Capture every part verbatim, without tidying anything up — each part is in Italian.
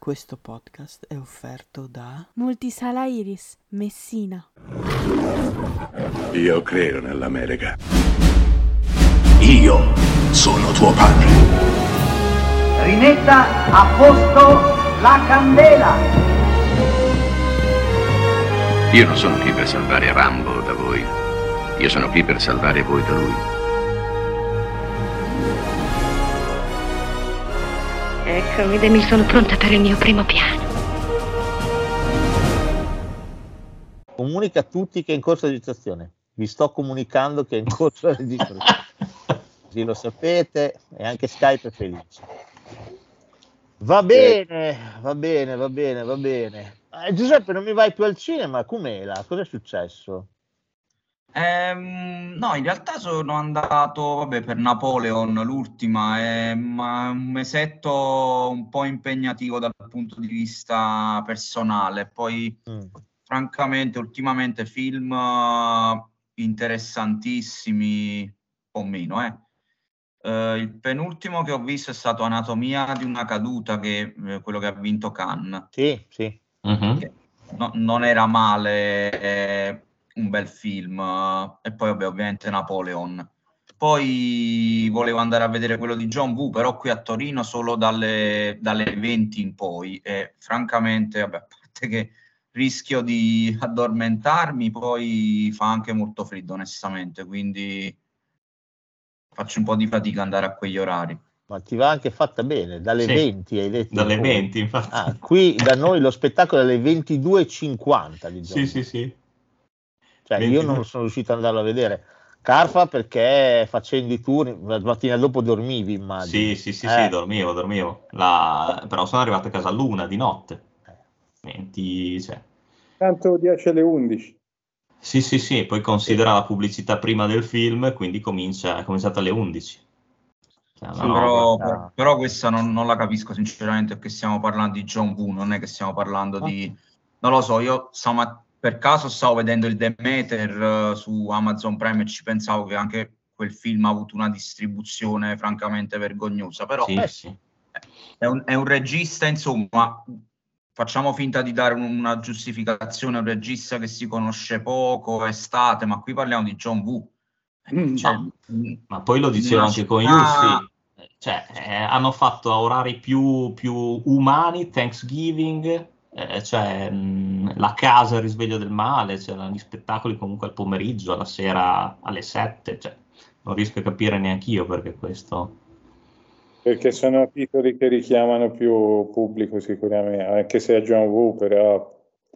Questo podcast è offerto da Multisala Iris, Messina. Io credo nell'America. Io sono tuo padre. Rimetta a posto la candela. Io non sono qui per salvare Rambo da voi. Io sono qui per salvare voi da lui. Eccomi, Demil, sono pronta per il mio primo piano. Comunica a tutti che è in corso di registrazione. Vi sto comunicando che è in corso di registrazione. Così lo sapete, e anche Skype è felice. Va bene, va bene, va bene, va bene. Eh, Giuseppe, non mi vai più al cinema? Com'era? Cosa è successo? Ehm, no, in realtà sono andato, vabbè, per Napoleon, l'ultima, è ma un mesetto un po' impegnativo dal punto di vista personale. Poi, Mm. francamente, ultimamente film eh, interessantissimi, o meno, eh. Eh, il penultimo che ho visto è stato Anatomia di una caduta, che è quello che ha vinto Cannes. Sì, sì. Mhm. Che no- non era male, è un bel film. eh, E poi, vabbè, ovviamente Napoleon. Poi volevo andare a vedere quello di John Woo, però qui a Torino solo dalle, dalle venti in poi. E francamente, vabbè, a parte che rischio di addormentarmi, poi fa anche molto freddo, onestamente, quindi faccio un po' di fatica ad andare a quegli orari. Ma ti va anche fatta bene, dalle Sì, venti hai detto? dalle Oh. venti, infatti. Ah, qui da noi lo spettacolo è alle ventidue e cinquanta di giorno. Sì, sì, sì. Cioè, io ventidue. non sono riuscito ad andarlo a vedere. Carfa perché facendo i turni, la mattina dopo dormivi, immagino. Sì, sì, sì, Eh. sì, dormivo, dormivo. La- Però sono arrivato a casa all'una di notte. venti, cioè. Tanto dieci alle undici. Sì, sì, sì, poi considera la pubblicità prima del film, quindi comincia, è cominciata alle undici. Cioè, Sì, una però, roba- guarda. però questa non, non la capisco sinceramente, perché stiamo parlando di John Woo, non è che stiamo parlando di... Non lo so, io stama- per caso stavo vedendo il Demeter eh, su Amazon Prime e ci pensavo che anche quel film ha avuto una distribuzione francamente vergognosa, però Sì, Eh, sì. è un, è un regista, insomma, facciamo finta di dare un- una giustificazione a un regista che si conosce poco, estate, ma qui parliamo di John Woo. Mm. Cioè, No. mm, Ma poi lo dicevo una anche con città- Yussi, cioè eh, hanno fatto a orari più, più umani, Thanksgiving, eh, cioè mh, la casa, il risveglio del male, c'erano gli spettacoli comunque al pomeriggio, alla sera alle sette, cioè non riesco a capire neanche io perché questo... Perché sono titoli che richiamano più pubblico sicuramente, anche se è John Woo, però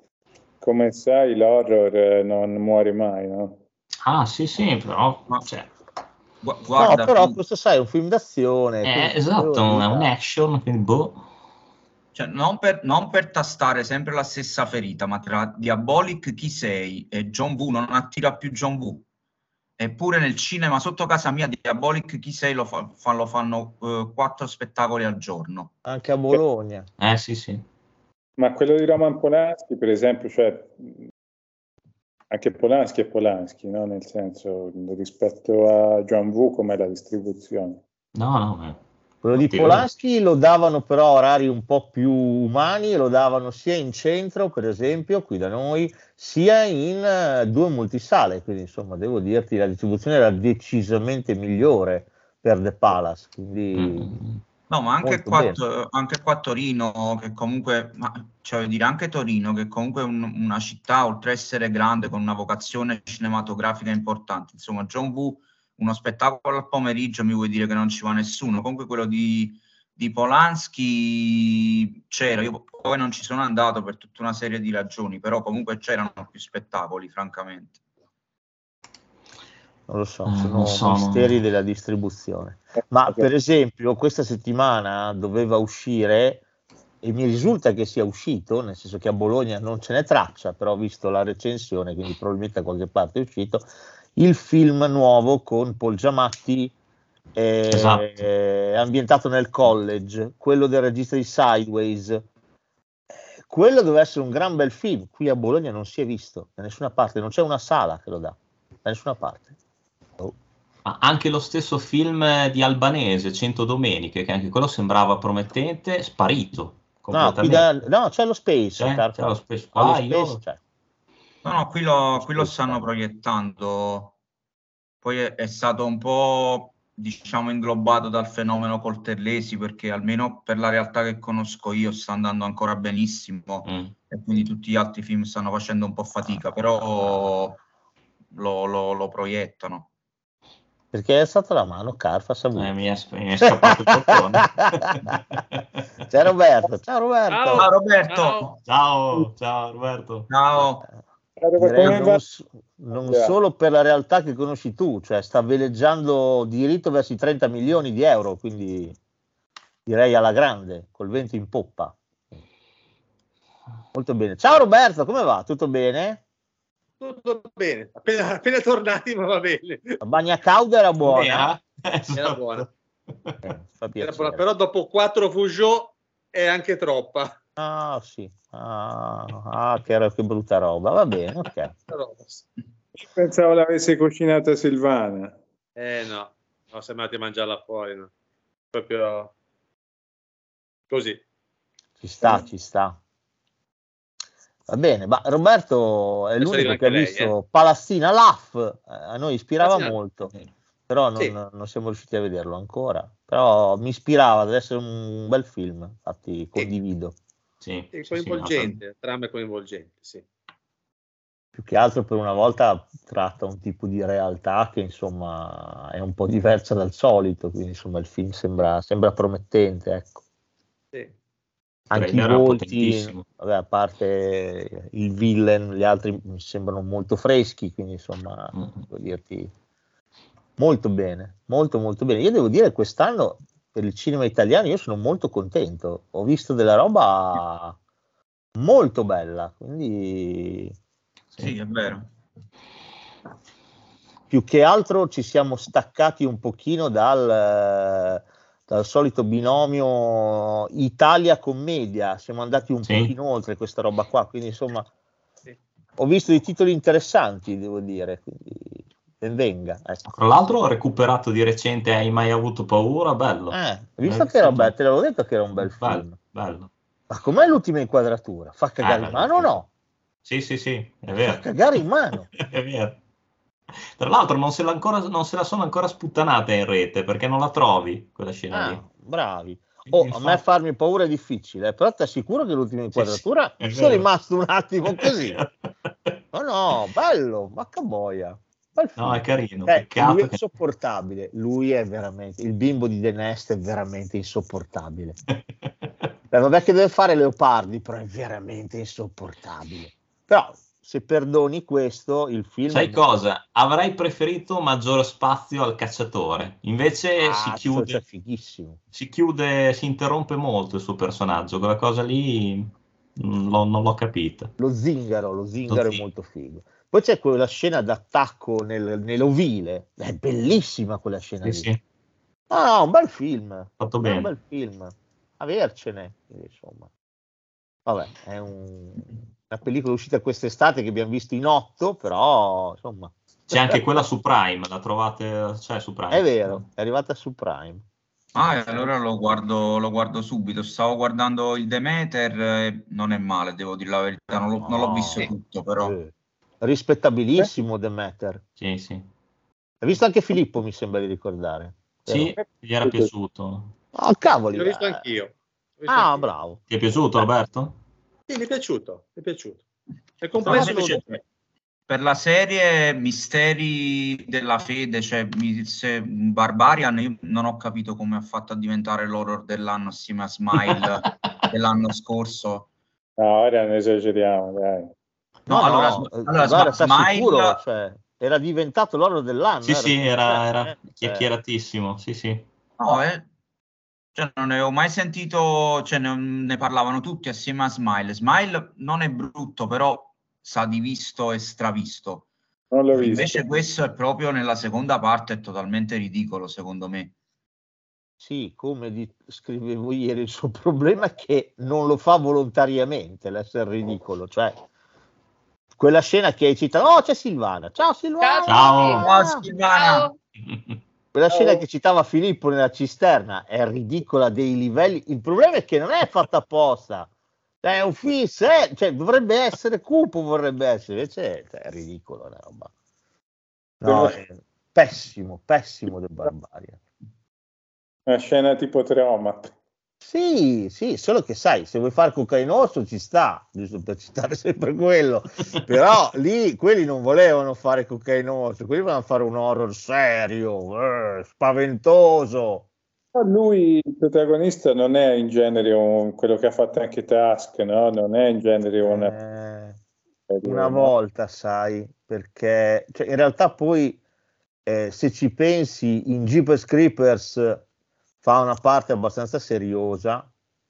come sai l'horror eh, non muore mai, no? Ah sì sì, però... Ma- Cioè, gu- No, guarda, però tu- questo sai, è un film d'azione. è quindi esatto, devo è dire- un action, quindi boh... cioè, non, per, non per tastare sempre la stessa ferita, ma tra Diabolic Chi sei e John Woo non attira più John Woo. Eppure nel cinema sotto casa mia Diabolic Chi sei lo, fa- fa- lo fanno eh, quattro spettacoli al giorno. Anche a Bologna. Eh sì sì. Ma quello di Roman Polanski, per esempio, cioè anche Polanski è Polanski, no? Nel senso, rispetto a John Woo, com'è la distribuzione? No, no, eh. Quello di Ottimo. Polanski lo davano però a orari un po' più umani, lo davano sia in centro, per esempio, qui da noi, sia in eh, due multisale, quindi insomma devo dirti la distribuzione era decisamente migliore per The Palace, quindi Mm. No, ma anche Molto qua, bene. to- anche qua a Torino, che comunque, ma, cioè, voglio dire, anche Torino, che comunque è un- una città, oltre a essere grande, con una vocazione cinematografica importante. Insomma, John Woo, uno spettacolo al pomeriggio, mi vuoi dire che non ci va nessuno? Comunque quello di, di Polanski c'era, io poi non ci sono andato per tutta una serie di ragioni, però comunque c'erano più spettacoli, francamente. non lo so, Eh, sono non so, misteri non- della distribuzione. Ma per esempio questa settimana doveva uscire, e mi risulta che sia uscito, nel senso che a Bologna non ce n'è traccia, però ho visto la recensione, quindi probabilmente da qualche parte è uscito, il film nuovo con Paul Giamatti, eh, Esatto. eh, ambientato nel college, quello del regista di Sideways. Eh, Quello deve essere un gran bel film, qui a Bologna non si è visto da nessuna parte, non c'è una sala che lo dà, da nessuna parte. Oh. Ma anche lo stesso film di Albanese, Cento Domeniche, che anche quello sembrava promettente, sparito. No, qui da, no, c'è lo Space. C'è, Carfa. c'è lo Space. Ah, lo Ah, Space io... c'è. No, no, qui lo, qui lo stanno proiettando. Poi è, è stato un po', diciamo, inglobato dal fenomeno Colterlesi, perché almeno per la realtà che conosco io sta andando ancora benissimo, mm. e quindi tutti gli altri film stanno facendo un po' fatica, però lo, lo, lo proiettano. Perché è stata la mano, Carfa, saluto. Eh, mi è, mi è scappato il bottone. C'è Roberto. Ciao Roberto. Ciao, ciao Roberto. Ciao, ciao, ciao Roberto. Ciao. Direi non, non solo per la realtà che conosci tu, cioè sta veleggiando diritto verso i trenta milioni di euro, quindi direi alla grande, col vento in poppa. Molto bene. Ciao Roberto, come va? Tutto bene? Tutto bene, appena, appena tornati, ma va bene. La bagna cauda era buona. Era buona. Eh, fa era buona, però dopo quattro Peugeot è anche troppa. Ah sì, ah, ah che, era, che brutta roba, va bene, ok. Io pensavo l'avesse cucinata Silvana. Eh no, no, siamo andati a mangiarla fuori, no? Proprio così. Ci sta, ci sta. Va bene, ma Roberto è Adesso l'unico che ha lei, visto eh. Palassina Laugh, eh, a noi ispirava Palassina. molto, però non, Sì. non siamo riusciti a vederlo ancora, però mi ispirava ad essere un bel film, infatti condivido. Sì, È sì, coinvolgente, sì, trama è coinvolgente, sì. Più che altro per una volta tratta un tipo di realtà che insomma è un po' diversa dal solito, quindi insomma il film sembra, sembra promettente, ecco. Sì. Anche i volti, vabbè, a parte il villain, gli altri mi sembrano molto freschi, quindi insomma, mm. devo dirti, molto bene, molto molto bene. Io devo dire che quest'anno per il cinema italiano io sono molto contento, ho visto della roba molto bella, quindi... Sì, è vero. Più che altro ci siamo staccati un pochino dal... dal solito binomio Italia-commedia, siamo andati un sì. pochino oltre questa roba qua, quindi insomma sì. ho visto dei titoli interessanti, devo dire, quindi ben venga. Ecco. Tra l'altro ho recuperato di recente Hai mai avuto paura? Bello. Eh, visto eh, che era bello, te l'avevo detto che era un bel bello, film. Bello. Ma com'è l'ultima inquadratura? Fa cagare eh, in mano o no? Sì, sì, sì, è vero. Fa cagare in mano. È vero. Tra l'altro non se, la ancora, non se la sono ancora sputtanata in rete, perché non la trovi quella scena ah, lì. Bravi. Oh, a me farmi paura è difficile, eh, però ti assicuro che l'ultima inquadratura sì, sì, sono rimasto un attimo così. No, no, bello, vacca boia. No, è carino. Eh, lui è che... insopportabile, lui è veramente, il bimbo di The Nest è veramente insopportabile. Beh, vabbè che deve fare Leopardi, però è veramente insopportabile. Però... se perdoni questo, il film... Sai cosa? Avrei preferito maggiore spazio al cacciatore. Invece ah, si chiude... Cioè, fighissimo. Si chiude, si interrompe molto il suo personaggio. Quella cosa lì non l'ho, non l'ho capita. Lo zingaro, lo zingaro lo è molto figo. Poi c'è quella scena d'attacco nel, nell'ovile. È bellissima quella scena sì, lì. Sì. Ah, no, un bel film. Fatto è bene. Un bel film. Avercene, insomma. Vabbè, è un... una pellicola uscita quest'estate che abbiamo visto in otto, però insomma c'è anche quella su Prime, la trovate, cioè su Prime. È vero, è arrivata su Prime. Ah, e allora lo guardo, lo guardo subito. Stavo guardando il Demeter e non è male, devo dire la verità, non, lo, no, non l'ho visto sì. tutto, però eh. rispettabilissimo Demeter. Sì, sì. Hai visto anche Filippo, mi sembra di ricordare. Sì, però... gli era piaciuto. Oh, cavoli. L'ho visto anch'io. Visto ah, anch'io. bravo. Ti è piaciuto, Roberto? Sì, mi è piaciuto, mi è piaciuto. È complesso. Per la serie Misteri della Fede, cioè se, Barbarian, io non ho capito come ha fatto a diventare l'horror dell'anno assieme a Smile dell'anno scorso. No, ora ne esageriamo, dai. No, no allora, no, allora guarda, Smile... sicuro, cioè, era diventato l'horror dell'anno. Sì, era sì, era, era chiacchieratissimo, sì, sì. No, eh. Cioè, non ne ho mai sentito, cioè ne, ne parlavano tutti assieme a Smile. Smile non è brutto, però sa di visto e stravisto. Non l'ho visto. Invece questo è proprio nella seconda parte, è totalmente ridicolo, secondo me. Sì, come di, scrivevo ieri, il suo problema è che non lo fa volontariamente, l'essere ridicolo. Cioè, quella scena che hai citato, oh c'è Silvana, ciao Silvana! Ciao! Ciao Silvana! Quella scena che citava Filippo nella cisterna è ridicola dei livelli. Il problema è che non è fatta apposta. Cioè, è un film, se- cioè, dovrebbe essere cupo, vorrebbe essere, invece è ridicolo la roba. No, è pessimo, pessimo del Barbarian. Una scena tipo trauma. Sì, sì, solo che sai, se vuoi fare cocainoso ci sta, giusto per citare sempre quello, però lì quelli non volevano fare cocainoso, quelli volevano fare un horror serio, eh, spaventoso. Lui, il protagonista, non è in genere un, quello che ha fatto anche Task, no? Non è in genere una... Eh, una volta, sai, perché cioè, in realtà poi eh, se ci pensi in Jeepers Creepers fa una parte abbastanza seriosa.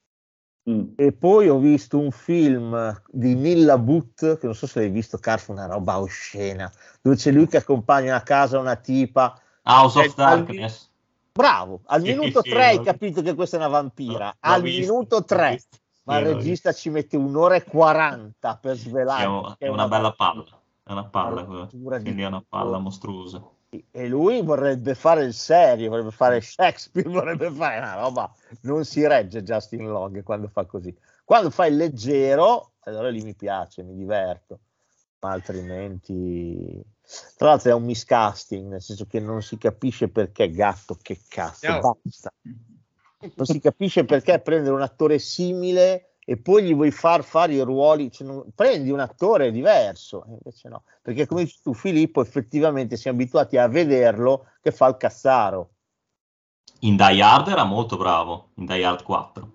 Mm. E poi ho visto un film di Neil LaBute, che non so se l'hai visto, Carf, una roba oscena, dove c'è lui che accompagna a casa una tipa. House of Darkness. Bravo, al sì, minuto sì, tre hai l'ho... capito che questa è una vampira, l'ho al visto, minuto tre, visto, ma il regista visto. ci mette un'ora e quaranta per svelare. Sì, è, un, è una, una bella palla, è una palla, quindi è una palla mostruosa. E lui vorrebbe fare il serio, vorrebbe fare Shakespeare, vorrebbe fare una roba, non si regge Justin Long quando fa così. Quando fa il leggero, allora lì mi piace, mi diverto, ma altrimenti... Tra l'altro è un miscasting, nel senso che non si capisce perché Gatto, che cazzo, no. Basta. Non si capisce perché prendere un attore simile e poi gli vuoi far fare i ruoli, cioè non, prendi un attore diverso, invece no, perché come dici tu Filippo, effettivamente siamo abituati a vederlo che fa il cazzaro. In Die Hard era molto bravo, in Die Hard quattro.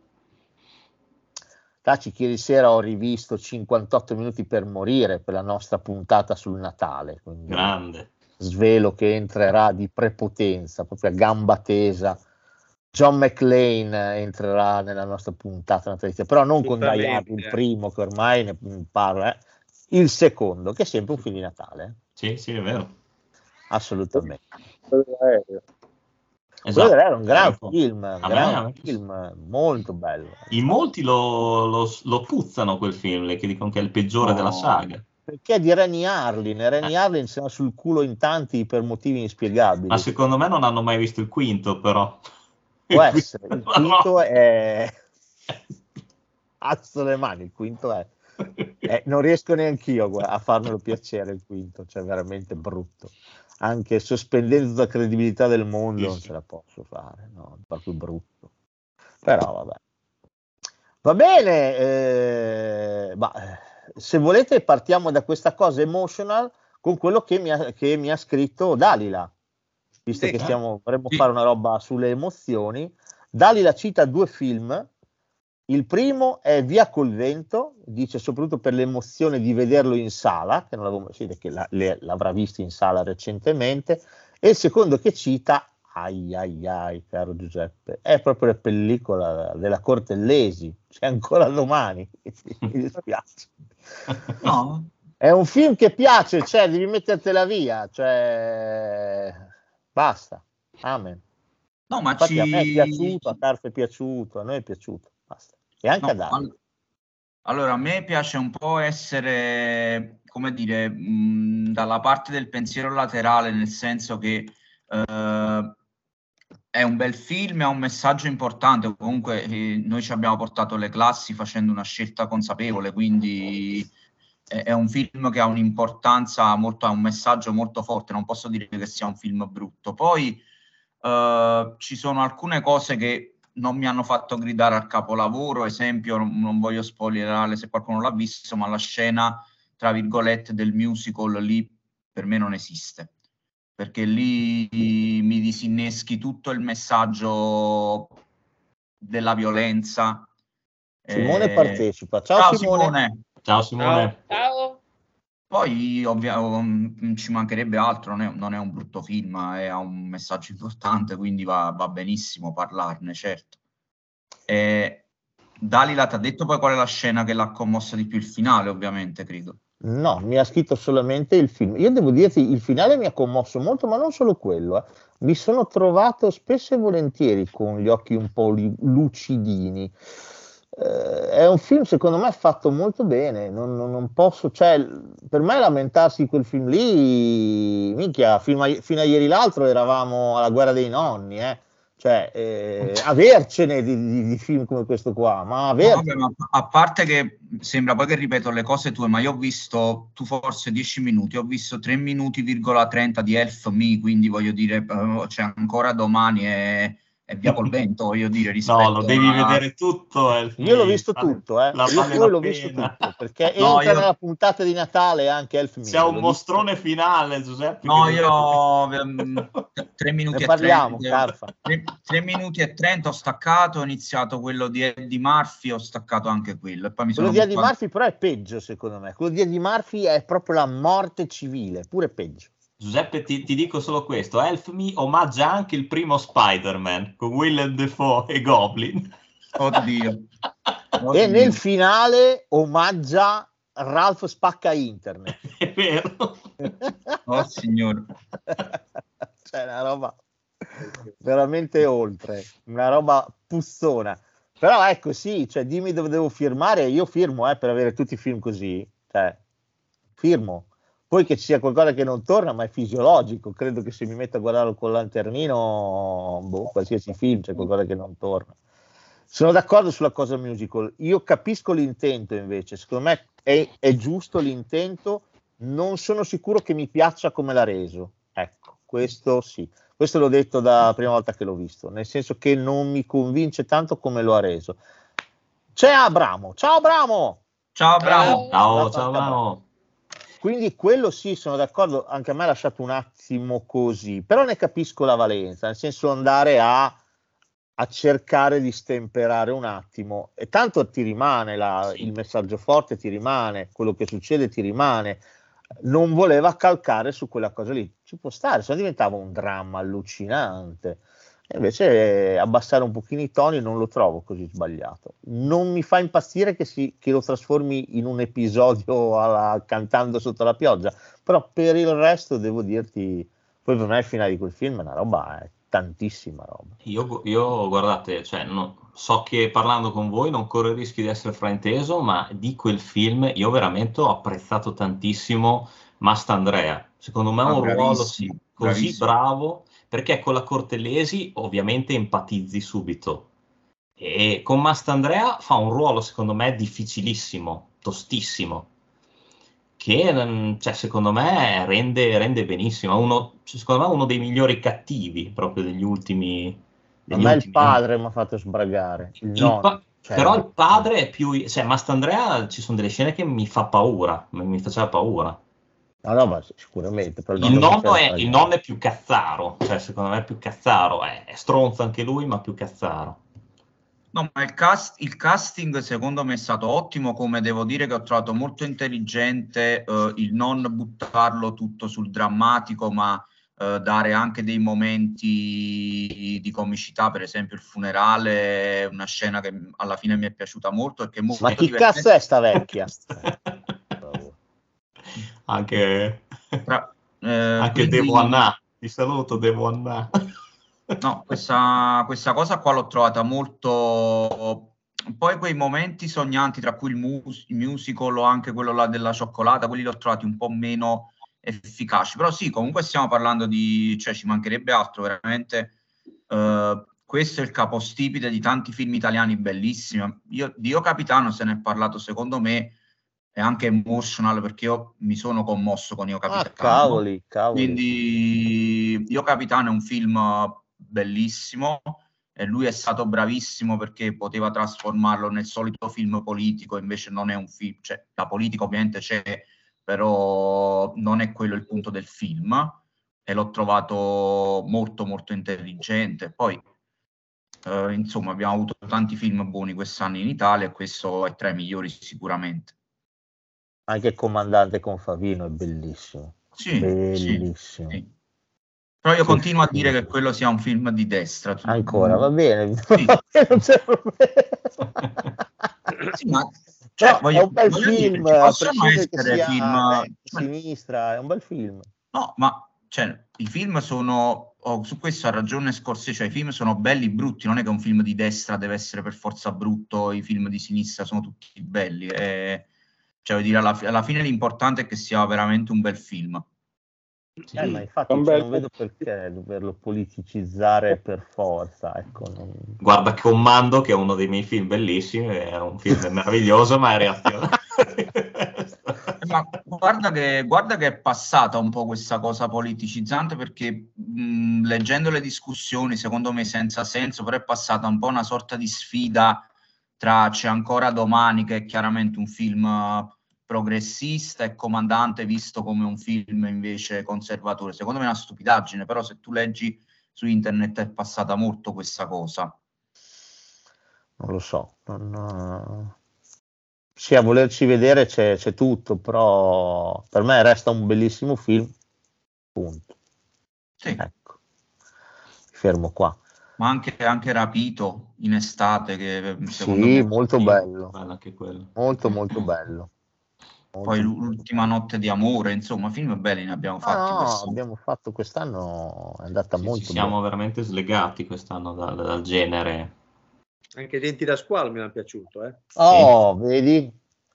Taci, che ieri sera ho rivisto cinquantotto minuti per morire per la nostra puntata sul Natale. Grande. Svelo che entrerà di prepotenza, proprio a gamba tesa. John McClane entrerà nella nostra puntata natalizia, però non con Die Hard, il primo che ormai ne parla, eh. Il secondo, che è sempre un film di Natale. Sì, sì, è vero. Assolutamente. Esatto. Quello era un gran film, un a gran me, film molto bello. In molti lo, lo, lo puzzano quel film, che dicono che è il peggiore no. della saga. Perché è di Renny Harlin, e Renny eh. Harlin se ne ha sul culo in tanti per motivi inspiegabili. Ma secondo me non hanno mai visto il quinto, però. Può essere, il quinto no. è... Alzo le mani, il quinto è... è... Non riesco neanch'io a farmelo piacere il quinto, cioè veramente brutto. Anche sospendendo tutta la credibilità del mondo sì, non ce la posso fare, no, è proprio brutto. Però vabbè. Va bene, eh, ma, se volete partiamo da questa cosa emotional con quello che mi ha, che mi ha scritto Dalila, visto sì, che stiamo, vorremmo sì. fare una roba sulle emozioni. Dalila cita due film. Il primo è Via col vento, dice soprattutto per l'emozione di vederlo in sala, che non l'avevo sì, che la, le, l'avrà visto in sala recentemente, e il secondo che cita, ai ai ai caro Giuseppe, è proprio la pellicola della Cortellesi, c'è ancora domani, mi dispiace. No. È un film che piace, cioè devi mettertela via, cioè basta, amen. No, ma Infatti ci... a me è piaciuto, a Tarf è piaciuto, a noi è piaciuto, basta. E anche no, a Dario. Allora, a me piace un po' essere, come dire, mh, dalla parte del pensiero laterale, nel senso che eh, è un bel film, ha un messaggio importante, comunque eh, noi ci abbiamo portato le classi facendo una scelta consapevole, quindi è, è un film che ha un'importanza, molto, ha un messaggio molto forte, non posso dire che sia un film brutto. Poi eh, ci sono alcune cose che non mi hanno fatto gridare al capolavoro, esempio, non, non voglio spoilerare se qualcuno l'ha visto, ma la scena, tra virgolette, del musical lì per me non esiste, perché lì mi disinneschi tutto il messaggio della violenza. Simone eh... partecipa. Ciao, Ciao Simone. Simone. Ciao Simone. Ciao. Poi ovviamente ci mancherebbe altro, non è, non è un brutto film, è, ha un messaggio importante, quindi va, va benissimo parlarne, certo. E Dalila ti ha detto poi qual è la scena che l'ha commossa di più? Il finale, ovviamente, credo. No, mi ha scritto solamente il film. Io devo dirti, il finale mi ha commosso molto, ma non solo quello. Eh. Mi sono trovato spesso e volentieri con gli occhi un po' lucidini. eh, è un film secondo me fatto molto bene, non, non- non posso, cioè, per me lamentarsi di quel film lì, minchia, fino a, fino a ieri l'altro eravamo alla guerra dei nonni, eh. Cioè, eh, avercene di, di- di film come questo qua, ma No, avercene. vabbè, ma a parte che sembra poi che ripeto le cose tue, ma io ho visto, tu forse dieci minuti, ho visto tre minuti virgola trenta di Elf Me, quindi voglio dire, eh, c'è ancora domani e, e via col vento, voglio dire, No, rispetto lo devi a... vedere tutto. Elf Io l'ho Me, visto vale- tutto, eh. la Io vale pure la l'ho visto pena. tutto, perché No, entra io... nella puntata di Natale anche Elf Me, C'è un l'ho visto. mostrone finale, Giuseppe. No, che io deve- ehm, tre Ne minuti e parliamo, trenta, Carfa. tre, tre minuti e trenta ho staccato, ho iniziato quello di Eddie Murphy, ho staccato anche quello e poi mi Quello sono di Eddie buttato. Murphy però è peggio secondo me, quello di Eddie Murphy è proprio la morte civile, pure peggio. Giuseppe, ti, ti dico solo questo: Elf Me omaggia anche il primo Spider-Man con Willem Dafoe e Goblin. Oddio. E Oddio. nel finale omaggia Ralph Spacca Internet. È vero. Oh signore. Cioè una roba veramente oltre, una roba puzzona. Però ecco sì, cioè dimmi dove devo firmare, io firmo eh, per avere tutti i film così, cioè firmo. Poi che ci sia qualcosa che non torna, ma è fisiologico, credo che se mi metto a guardarlo con il lanternino, boh, qualsiasi film c'è qualcosa che non torna. Sono d'accordo sulla cosa musical, io capisco l'intento invece, secondo me è, è giusto l'intento, non sono sicuro che mi piaccia come l'ha reso, ecco, questo sì, questo l'ho detto da prima volta che l'ho visto, nel senso che non mi convince tanto come lo ha reso. C'è Abramo, ciao Abramo! Ciao bravo. Ciao, ciao, bravo. Quindi quello sì, sono d'accordo, anche a me ha lasciato un attimo così, però ne capisco la valenza, nel senso andare a, a cercare di stemperare un attimo, e tanto ti rimane la- Sì. il messaggio forte, ti rimane, quello che succede ti rimane, non voleva calcare su quella cosa lì, ci può stare, se no diventava un dramma allucinante. E invece eh, abbassare un pochino i toni non lo trovo così sbagliato. Non mi fa impazzire che, si, che lo trasformi in un episodio alla, cantando sotto la pioggia, però per il resto devo dirti, poi per me il finale di quel film è una roba, è tantissima roba. Io, io, guardate, cioè, no- so che parlando con voi non corro il rischio di essere frainteso, ma di quel film io veramente ho apprezzato tantissimo Mastandrea. Secondo me è Ah, un ruolo bravissimo, sì, così bravissimo. bravo, perché con la Cortellesi ovviamente empatizzi subito. E con Mastandrea fa un ruolo, secondo me, difficilissimo, tostissimo, che mm, cioè, secondo me rende, rende benissimo. È Uno, secondo me è uno dei migliori cattivi proprio degli ultimi, A degli me il ultimi anni. padre mi ha fatto sbragare, il Il nonno, pa- cioè, però il padre è più... Cioè, Mastandrea ci sono delle scene che mi fa paura, mi, mi faceva paura. no, no, ma sicuramente, però Il mi nonno, faceva è, il sbragare. nonno è più cazzaro, cioè secondo me è più cazzaro, è, è stronzo anche lui, ma più cazzaro. No, ma il, cast- il casting secondo me è stato ottimo, come devo dire che ho trovato molto intelligente eh, il non buttarlo tutto sul drammatico, ma eh, dare anche dei momenti di comicità, per esempio il funerale, è una scena che alla fine mi è piaciuta molto e che è molto Ma chi divertente. cazzo è sta vecchia? Anche, Tra- eh, anche quindi- Devo Annà, ti saluto Devo Annà. No, questa, questa cosa qua l'ho trovata molto... Poi quei momenti sognanti, tra cui il, mus- il musical o anche quello là della cioccolata, quelli l'ho trovati un po' meno efficaci. Però sì, comunque stiamo parlando di... cioè ci mancherebbe altro, veramente. eh, questo è il capostipite di tanti film italiani bellissimi. Io, di Io Capitano se ne è parlato, secondo me, è anche emotional, perché io mi sono commosso con Io Capitano. Ah, cavoli, cavoli. Quindi Io Capitano è un film bellissimo e lui è stato bravissimo perché poteva trasformarlo nel solito film politico, invece non è un film, cioè la politica ovviamente c'è, però non è quello il punto del film, e l'ho trovato molto molto intelligente. Poi eh, insomma abbiamo avuto tanti film buoni quest'anno in Italia e questo è tra i migliori sicuramente. Anche il Comandante con Favino è bellissimo. Sì, Bellissimo. sì, sì. Però io Che continuo a film. dire che quello sia un film di destra. Tu- Ancora, va bene. Sì. Non c'è problema. Sì, ma cioè, No, voglio- è un bel voglio dire, film, ci a possono prescindere che essere sia film- eh, di sinistra, è un bel film. No, ma cioè, i film sono, oh, su questo ha ragione Scorsese, cioè i film sono belli brutti, non è che un film di destra deve essere per forza brutto, i film di sinistra sono tutti belli, e, cioè, vuol dire, alla, alla fine l'importante è che sia veramente un bel film. Sì, eh, ma infatti cioè, non vedo perché doverlo politicizzare per forza. Ecco, non... Guarda Commando, che è uno dei miei film bellissimi, è un film meraviglioso, ma è reazione. Ma guarda che, guarda che è passata un po' questa cosa politicizzante, perché mh, leggendo le discussioni, secondo me senza senso, però è passata un po' una sorta di sfida tra C'è ancora domani, che è chiaramente un film progressista, e Comandante visto come un film invece conservatore. Secondo me è una stupidaggine, però se tu leggi su internet è passata molto questa cosa. Non lo so, non... sì, a volerci vedere c'è, c'è tutto, però per me resta un bellissimo film, punto. Sì. Ecco, fermo qua. Ma anche, anche Rapito in estate, che secondo sì, me molto bello, anche quello. molto molto bello. Molto Poi bello. L'ultima notte di amore, insomma, film belli ne abbiamo fatti. No, quest'anno. abbiamo fatto quest'anno, è andata Sì, molto ci siamo bene. veramente slegati quest'anno dal, dal genere. Anche Denti da squalo mi hanno piaciuto, eh. Oh, sì. Vedi?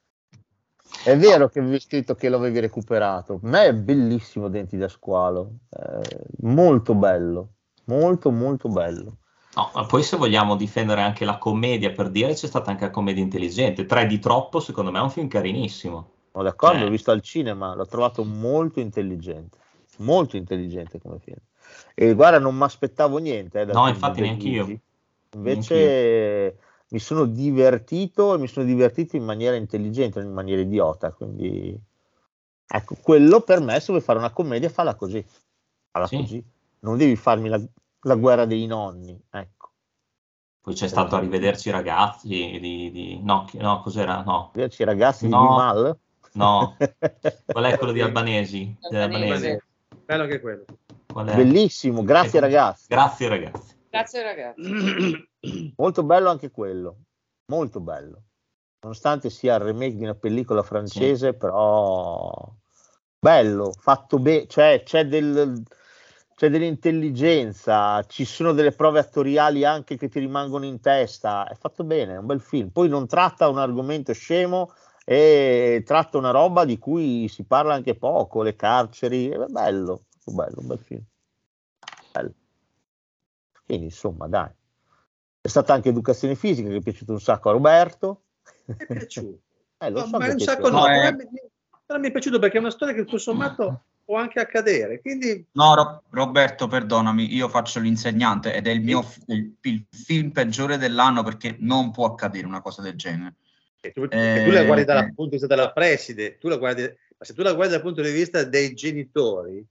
È vero che avevi scritto che l'avevi recuperato. A me è bellissimo Denti da squalo, eh, molto bello, molto molto bello. No, ma poi se vogliamo difendere anche la commedia, per dire, c'è stata anche la commedia intelligente. Tre di troppo, secondo me è un film carinissimo. Sono d'accordo, Cioè... l'ho visto al cinema, l'ho trovato molto intelligente, molto intelligente come film. E guarda, non mi aspettavo niente. Eh, no, infatti neanche io. Invece neanch'io. mi sono divertito e mi sono divertito in maniera intelligente, in maniera idiota. Quindi, ecco, quello per me, se vuoi fare una commedia, falla così. Falla Sì. così. Non devi farmi la, la guerra dei nonni, ecco. Poi c'è stato Arrivederci ragazzi di, di... no, no, cos'era? No. Arrivederci ragazzi no. di Mal? No, qual è quello di Albanesi? Albanesi. Bello anche quello. Qual è? Bellissimo, grazie ecco. ragazzi. Grazie ragazzi. Grazie ragazzi. Molto bello anche quello, molto bello. Nonostante sia il remake di una pellicola francese, sì. Però bello, fatto bene, cioè c'è del... c'è dell'intelligenza, ci sono delle prove attoriali anche che ti rimangono in testa, è fatto bene, è un bel film. Poi non tratta un argomento scemo e tratta una roba di cui si parla anche poco, le carceri, è bello, bello, un bel film. Bello. Quindi insomma, dai. È stata anche Educazione Fisica che è piaciuto un sacco a Roberto. È piaciuto. eh, lo no, so ma che un è sacco piaciuto. no, però, mi, però mi è piaciuto perché è una storia che tutto sommato può anche accadere, quindi... No, Ro- Roberto, perdonami, io faccio l'insegnante ed è il mio f- il, il film peggiore dell'anno, perché non può accadere una cosa del genere. E tu, eh, tu la guardi dal punto di vista della preside, tu la guardi, ma se tu la guardi dal punto di vista dei genitori,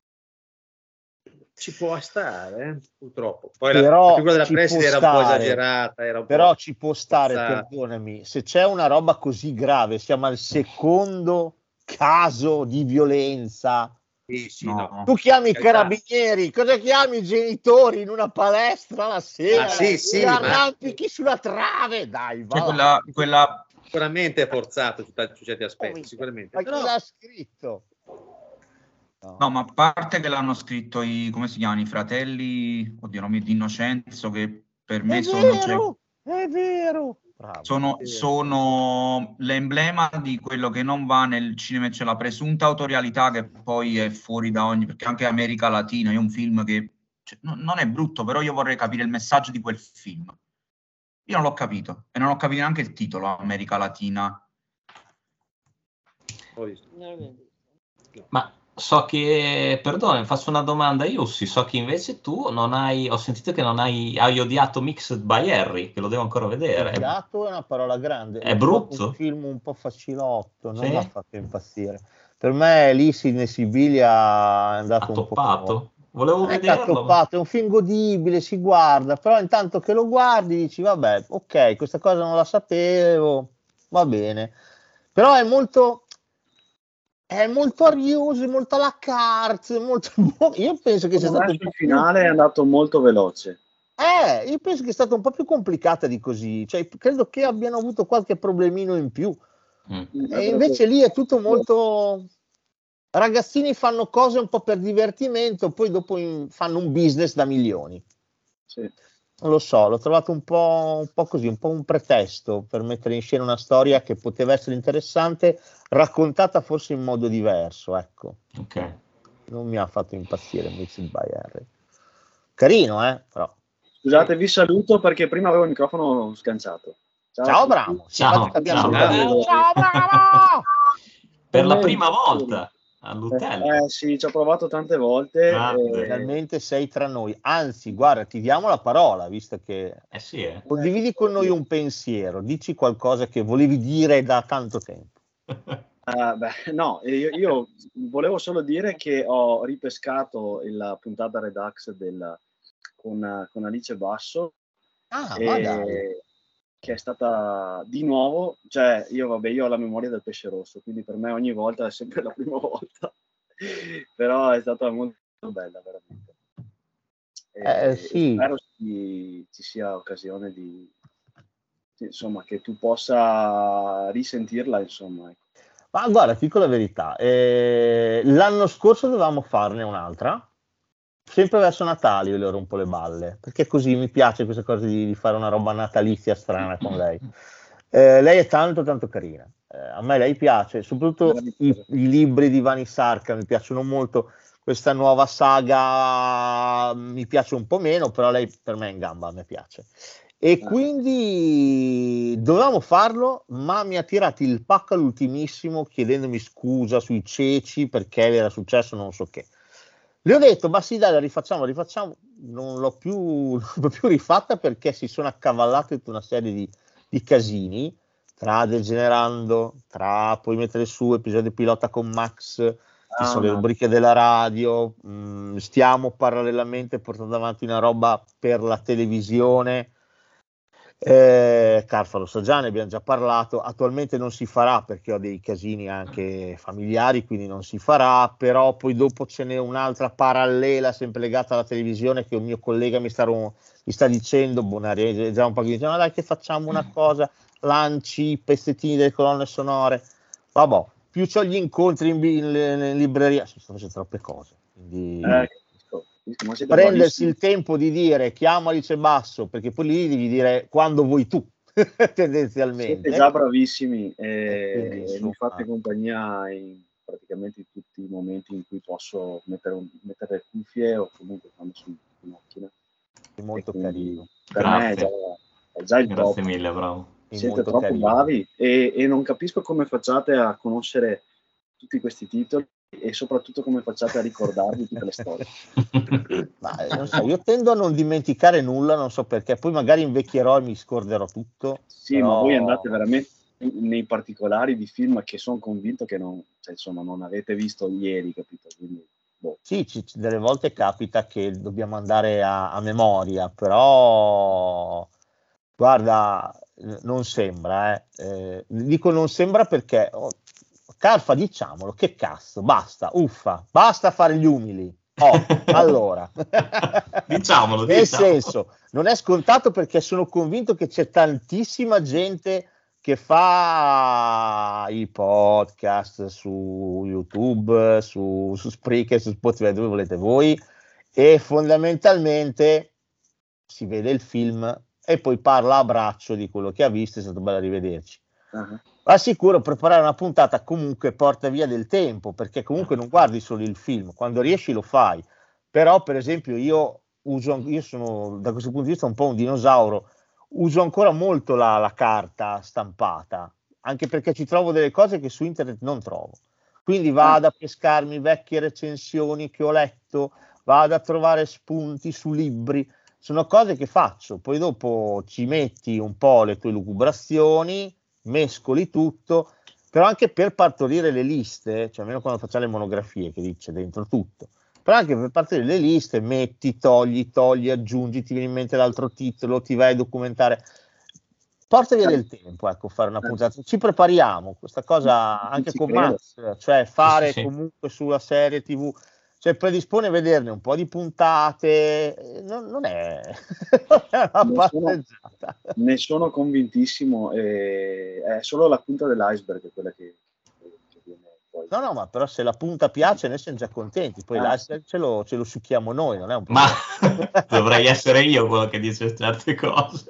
ci può stare, eh? Purtroppo. Poi però la figura della preside era stare, un po' esagerata, era un però po' ci può stare, forzata. Perdonami, se c'è una roba così grave, siamo al secondo caso di violenza. Sì, sì, no. no. Tu chiami i carabinieri, cosa chiami i genitori in una palestra la sera? Ah, sì, sì, ti ma... arrampichi sulla trave, dai, va. Cioè, quella, quella... Sicuramente è forzato su, su certi aspetti, oh, sicuramente. Ma Però... chi l'ha scritto? No. no, ma a parte che l'hanno scritto i, come si chiamano, i fratelli, oddio, nomi di Innocenzo, che per me è sono... Vero, è vero! Bravo, Sono, sono l'emblema di quello che non va nel cinema, c'è la presunta autorialità che poi è fuori da ogni, perché anche America Latina è un film che cioè, no, non è brutto, però io vorrei capire il messaggio di quel film. Io non l'ho capito e non ho capito neanche il titolo, America Latina. Ma so che, perdone, faccio una domanda io, sì, so che invece tu non hai, ho sentito che non hai, hai odiato Mixed by Harry, che lo devo ancora vedere. Odiato è una parola grande. È brutto? Un film un po' facilotto, non sì? mi ha fatto impazzire. Per me lì Sidney Sibilia è andato ha un toppato. po'... Volevo è vederlo. Toppato, è un film godibile, si guarda, però intanto che lo guardi dici vabbè, ok, questa cosa non la sapevo, va bene. Però è molto... è molto arioso, molto alla carte, molto... io penso che sia stato il finale più... è andato molto veloce. Eh, io penso che è stata un po' più complicata di così, cioè credo che abbiano avuto qualche problemino in più. Mm. E invece lì è tutto molto ragazzini fanno cose un po' per divertimento, poi dopo in- fanno un business da milioni. Sì. Non lo so, l'ho trovato un po', un po' così, un po' un pretesto per mettere in scena una storia che poteva essere interessante, raccontata forse in modo diverso, ecco. Ok. Non mi ha fatto impazzire Mixed by Harry. Carino, eh? Però. Scusate, vi saluto perché prima avevo il microfono sganciato. Ciao, Ciao a tutti. Bramo. Ciao, Abbiamo ciao. salutato. Ciao Bramo! Per la Come- prima volta all'Utello. Eh sì, ci ho provato tante volte. Grande. e- Finalmente sei tra noi. Anzi, guarda, ti diamo la parola, visto che Eh sì, eh. condividi con noi un pensiero, dici qualcosa che volevi dire da tanto tempo. Ah, beh, no, io, io volevo solo dire che ho ripescato la puntata Redux del, con, con Alice Basso, Ah, e- ma dai. che è stata di nuovo, cioè io vabbè, io ho la memoria del pesce rosso, quindi per me ogni volta è sempre la prima volta, però è stata molto bella veramente. E, Eh, e sì. spero ci, ci sia occasione di, insomma, che tu possa risentirla, insomma, ecco. Ma guarda, ti dico la verità, eh, l'anno scorso dovevamo farne un'altra, sempre verso Natale io le rompo le balle, perché così mi piace questa cosa di, di fare una roba natalizia strana con lei. Eh, lei è tanto tanto carina, eh, a me lei piace, soprattutto i, i libri di Vanni Sarka mi piacciono molto, questa nuova saga mi piace un po' meno, però lei per me è in gamba, a me piace. E quindi dovevamo farlo, ma mi ha tirato il pacco all'ultimissimo chiedendomi scusa sui ceci perché era successo non so che. Le ho detto, ma sì dai, la rifacciamo, la rifacciamo. Non l'ho più, non l'ho più rifatta perché si sono accavallate tutta una serie di, di casini, tra Degenerando, tra poi mettere su episodio pilota con Max, ci Ah, sono le no. rubriche della radio, mh, stiamo parallelamente portando avanti una roba per la televisione. Eh, Carfa lo sa già, ne abbiamo già parlato, attualmente non si farà perché ho dei casini anche familiari, quindi non si farà, però poi dopo ce n'è un'altra parallela sempre legata alla televisione che un mio collega mi sta, ro- mi sta dicendo, Bonari, è già un po' che dice, no dai che facciamo una cosa, lanci i pezzettini delle colonne sonore, vabbè, più ho gli incontri in, bi- in, in libreria, si sto facendo troppe cose, quindi... Eh, capisco, capisco, ma siete prendersi bravissimi. il tempo di dire chiamo Alice Basso, perché poi lì devi dire quando vuoi tu tendenzialmente. Siete già bravissimi E e, quindi, e insomma, mi fate compagnia in praticamente in tutti i momenti in cui posso mettere, un, mettere le cuffie o comunque quando sono in macchina. è molto E quindi carino. per me è Grazie. già, è già il Grazie top. mille, bravo. È Siete molto troppo carino. bravi e, e non capisco come facciate a conoscere tutti questi titoli e soprattutto come facciate a ricordarvi tutte le storie. Ma, eh, non so, io tendo a non dimenticare nulla, non so perché, poi magari invecchierò e mi scorderò tutto. Sì, però... ma voi andate veramente nei particolari di film che sono convinto che non, cioè, insomma, non avete visto ieri, capito? Quindi, boh. Sì, ci- ci- delle volte capita che dobbiamo andare a, a memoria, però guarda, eh, non sembra, eh. Eh, dico non sembra perché, oh, Carfa, diciamolo, che cazzo, basta, uffa, basta fare gli umili. Oh, allora, Diciamolo, nel diciamolo. senso, non è scontato perché sono convinto che c'è tantissima gente che fa i podcast su YouTube, su, su Spreaker, su Spotify, dove volete voi, e fondamentalmente si vede il film e poi parla a braccio di quello che ha visto, è stato bello rivederci. Uh-huh. Ma sicuro preparare una puntata comunque porta via del tempo, perché comunque non guardi solo il film, quando riesci lo fai. Però per esempio io uso, io sono da questo punto di vista un po' un dinosauro, uso ancora molto la, la carta stampata, anche perché ci trovo delle cose che su internet non trovo. Quindi vado a pescarmi vecchie recensioni che ho letto, vado a trovare spunti su libri, sono cose che faccio, poi dopo ci metti un po' le tue lucubrazioni, mescoli tutto, però anche per partorire le liste, cioè almeno quando facciamo le monografie che dice dentro tutto, però anche per partorire le liste metti, togli, togli, aggiungi, ti viene in mente l'altro titolo, ti vai a documentare, porta via del tempo, ecco, fare una puntata, ci prepariamo, questa cosa anche Ci con credo. Max, cioè fare Sì, sì, sì. comunque sulla serie tivù, cioè predispone a vederne un po' di puntate, eh, non, non è, non è una Ne sono, passeggiata. ne sono convintissimo, e è solo la punta dell'iceberg quella che, che viene poi. No, no, ma però se la punta piace noi siamo già contenti, poi Ah. l'altro ce lo, ce lo succhiamo noi, non è un Ma problema. dovrei essere io quello che dice certe cose.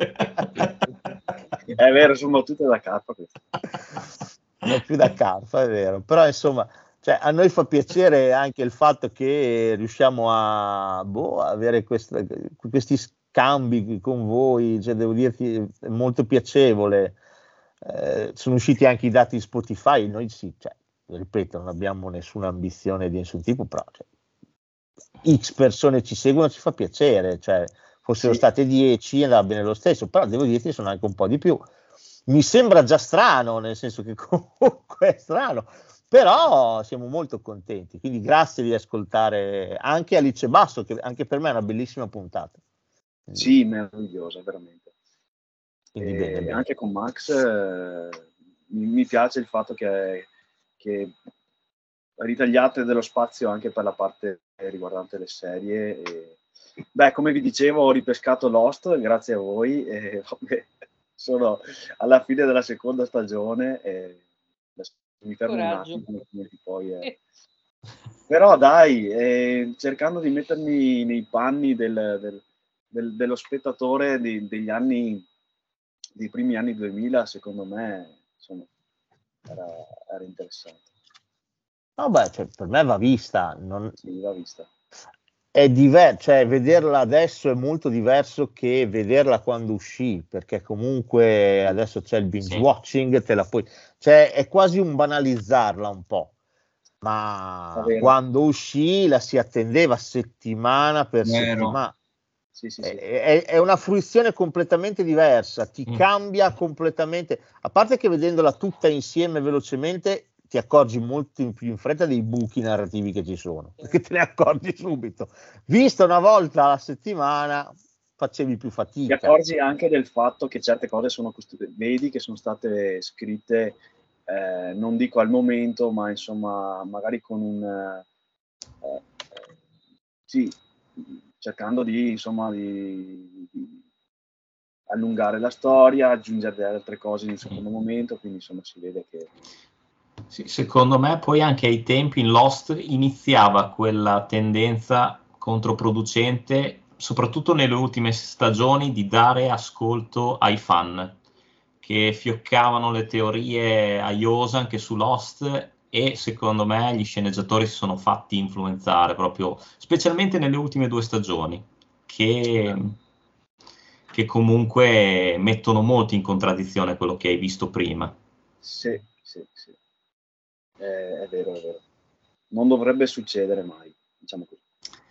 È vero, sono tutte da carpa queste. Non è più da carpa, è vero, però insomma, cioè, a noi fa piacere anche il fatto che riusciamo a boh, avere questa- questi scambi con voi, cioè, devo dirti, è molto piacevole. Eh, sono usciti anche i dati di Spotify, noi sì, cioè, ripeto, non abbiamo nessuna ambizione di nessun tipo, però cioè, X persone ci seguono, ci fa piacere, cioè, fossero Sì. state dieci andava bene lo stesso, però devo dirti sono anche un po' di più. Mi sembra già strano, nel senso che comunque è strano, però siamo molto contenti, quindi grazie di ascoltare anche Alice Basso, che anche per me è una bellissima puntata. Quindi, Sì, meravigliosa, veramente. quindi E bene, bene. anche con Max eh, mi, mi piace il fatto che, che ritagliate dello spazio anche per la parte riguardante le serie. E, beh, come vi dicevo, ho ripescato Lost grazie a voi. E, vabbè, sono alla fine della seconda stagione e adesso mi fermo un Coraggio. attimo, altrimenti poi è- però dai, eh, cercando di mettermi nei panni del- del- del- dello spettatore di- degli anni, dei primi anni duemila, secondo me insomma, era, era interessante. No, beh, cioè, per me va vista, non, Sì, l'ho vista. è diverso, cioè vederla adesso è molto diverso che vederla quando uscì, perché comunque adesso c'è il binge Sì. watching, te la puoi, cioè è quasi un banalizzarla un po', ma È vero. quando uscì la si attendeva settimana per Vero. settimana. Sì, sì, È, sì. è- è una fruizione completamente diversa, ti Mm. cambia completamente, a parte che vedendola tutta insieme velocemente ti accorgi molto in più in fretta dei buchi narrativi che ci sono, perché te ne accorgi subito. Vista una volta alla settimana facevi più Ti fatica. accorgi anche del fatto che certe cose sono costruite, vedi che sono state scritte, eh, non dico al momento, ma insomma, magari con un eh, eh, sì, cercando di insomma di, di allungare la storia, aggiungere delle altre cose in un secondo momento, quindi insomma si vede che Sì, secondo me poi anche ai tempi in Lost iniziava quella tendenza controproducente, soprattutto nelle ultime stagioni, di dare ascolto ai fan che fioccavano le teorie a iosa anche su Lost, e secondo me gli sceneggiatori si sono fatti influenzare proprio, specialmente nelle ultime due stagioni, che, che comunque mettono molto in contraddizione quello che hai visto prima. sì, sì, sì. Eh, è vero, è vero. Non dovrebbe succedere mai, diciamo così.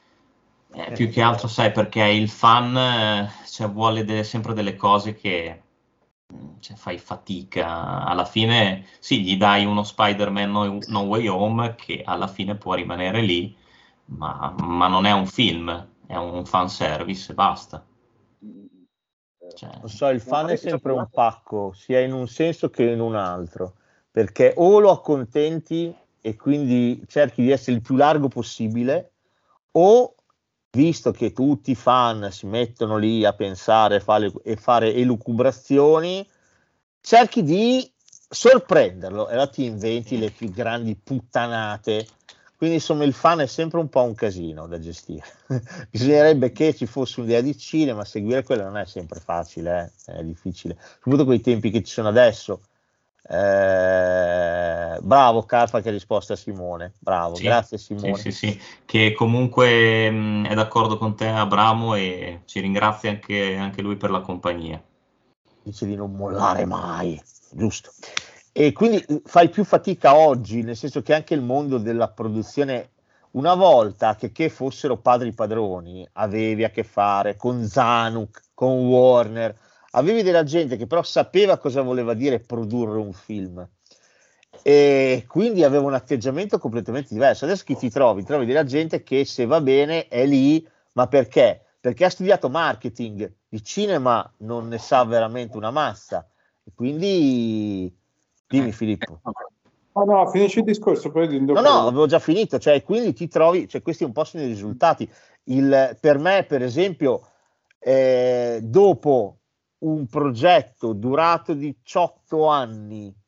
Eh, più che altro, sai, perché il fan eh, cioè, vuole delle- sempre delle cose che mm, cioè, fai fatica. Alla fine, sì, gli dai uno Spider-Man No, No Way Home che alla fine può rimanere lì, ma, ma non è un film, è un fanservice e basta. Mm, vero. Cioè, Non so, il fan è avete già sempre un provato? pacco, sia in un senso che in un altro, perché o lo accontenti e quindi cerchi di essere il più largo possibile, o visto che tutti i fan si mettono lì a pensare fare, e fare elucubrazioni, cerchi di sorprenderlo e allora ti inventi le più grandi puttanate. Quindi insomma il fan è sempre un po' un casino da gestire. Bisognerebbe che ci fosse un'idea di cinema, seguire quella non è sempre facile, eh? È difficile, soprattutto con i tempi che ci sono adesso. Eh, bravo Carfa che ha risposto a Simone, bravo, sì, grazie sì, Simone. sì, sì, che comunque mh, è d'accordo con te Abramo e ci ringrazia anche, anche lui per la compagnia. Dice di non mollare mai, giusto? E quindi fai più fatica oggi, nel senso che anche il mondo della produzione, una volta che, che fossero padri padroni, avevi a che fare con Zanuck, con Warner, avevi della gente che però sapeva cosa voleva dire produrre un film e quindi aveva un atteggiamento completamente diverso. Adesso chi ti trovi? Trovi della gente che se va bene è lì, ma perché? Perché ha studiato marketing, di cinema non ne sa veramente una massa, e quindi dimmi Filippo. No, no, finisci il discorso, poi ti No, no, avevo già finito, cioè quindi ti trovi, cioè questi un po' sono i risultati. Il, per me, per esempio, eh, dopo un progetto durato diciotto anni,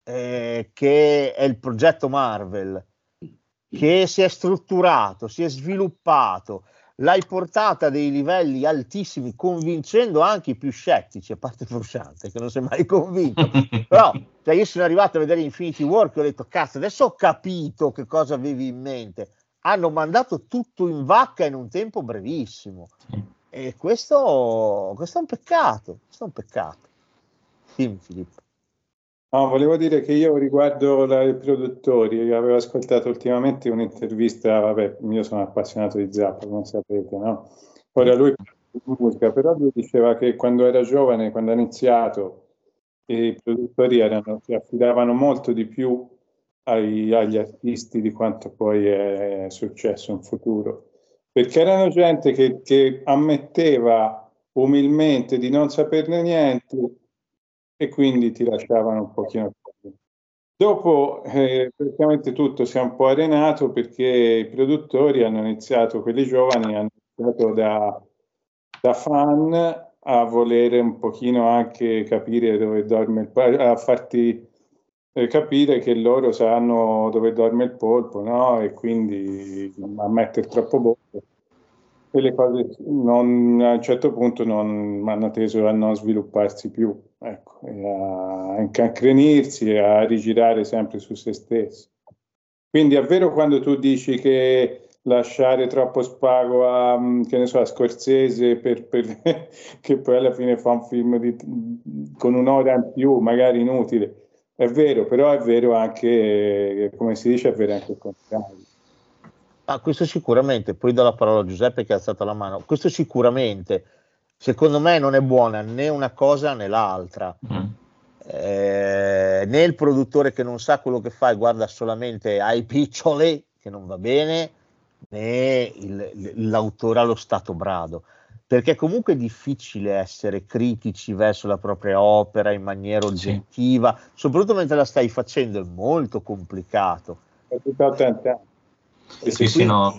eh, che è il progetto Marvel, che si è strutturato, si è sviluppato, l'hai portata a dei livelli altissimi, convincendo anche i più scettici, a parte Frusciante, che non si è mai convinto. Però cioè, io sono arrivato a vedere Infinity War e ho detto, cazzo, adesso ho capito che cosa avevi in mente. Hanno mandato tutto in vacca in un tempo brevissimo. E questo, questo è un peccato, questo è un peccato. Dimmi, Filippo. No, volevo dire che io riguardo la, i produttori, avevo ascoltato ultimamente un'intervista, vabbè, io sono appassionato di Zappa, come sapete, no? Ora lui parla di musica, però lui diceva che quando era giovane, quando ha iniziato, i produttori erano, si affidavano molto di più ai, agli artisti di quanto poi è successo in futuro, perché erano gente che, che ammetteva umilmente di non saperne niente e quindi ti lasciavano un pochino. Dopo eh, praticamente tutto si è un po' arenato perché i produttori hanno iniziato, quelli giovani hanno iniziato da, da fan a volere un pochino anche capire dove dorme il polpo, a farti eh, capire che loro sanno dove dorme il polpo, no? E quindi a mettere troppo bocca. E le cose non, a un certo punto non hanno teso a non svilupparsi più, ecco, e a incancrenirsi e a rigirare sempre su se stessi. Quindi è vero quando tu dici che lasciare troppo spago a, che ne so, a Scorsese per, per che poi alla fine fa un film di, con un'ora in più, magari inutile, è vero, però è vero anche, come si dice, è vero anche il contrario. Ah, questo sicuramente, poi do la parola a Giuseppe che ha alzato la mano, questo sicuramente, secondo me non è buona né una cosa né l'altra, mm. eh, né il produttore che non sa quello che fa e guarda solamente ai piccioli, che non va bene, né il, l'autore allo stato brado, perché comunque è difficile essere critici verso la propria opera in maniera oggettiva, sì. Soprattutto mentre la stai facendo, è molto complicato. È tutto tanto. Sì, sì, sì, no,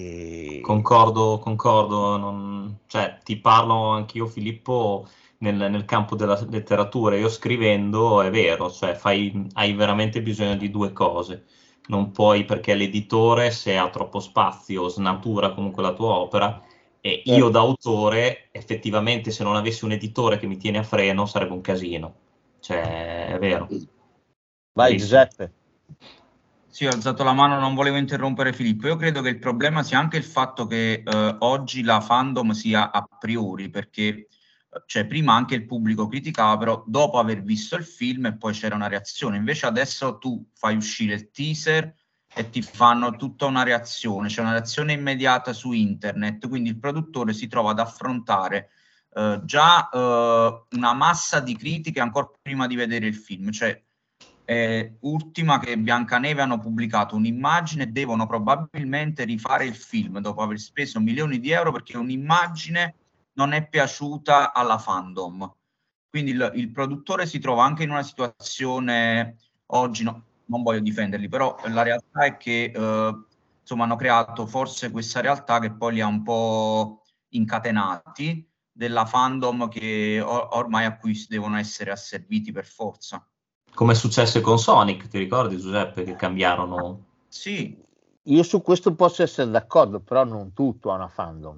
concordo, concordo, non, cioè, ti parlo anch'io, Filippo, nel, nel campo della letteratura. Io scrivendo, è vero, cioè fai, hai veramente bisogno di due cose, non puoi, perché l'editore, se ha troppo spazio, snatura comunque la tua opera, e io da autore, effettivamente, se non avessi un editore che mi tiene a freno, sarebbe un casino, cioè, è vero. Vai, Giuseppe. Sì, ho alzato la mano, non volevo interrompere Filippo. Io credo che il problema sia anche il fatto che eh, oggi la fandom sia a priori, perché cioè, prima anche il pubblico criticava, però dopo aver visto il film e poi c'era una reazione. Invece adesso tu fai uscire il teaser e ti fanno tutta una reazione, c'è una reazione immediata su internet, quindi il produttore si trova ad affrontare eh, già eh, una massa di critiche ancora prima di vedere il film. Cioè, Eh, ultima che Biancaneve hanno pubblicato un'immagine e devono probabilmente rifare il film dopo aver speso milioni di euro perché un'immagine non è piaciuta alla fandom. Quindi il, il produttore si trova anche in una situazione oggi, no, non voglio difenderli, però la realtà è che eh, insomma hanno creato forse questa realtà che poi li ha un po' incatenati della fandom che or- ormai a cui devono essere asserviti per forza. Come è successo con Sonic, ti ricordi, Giuseppe, che cambiarono? Sì. Io su questo posso essere d'accordo, però non tutto ha una fandom.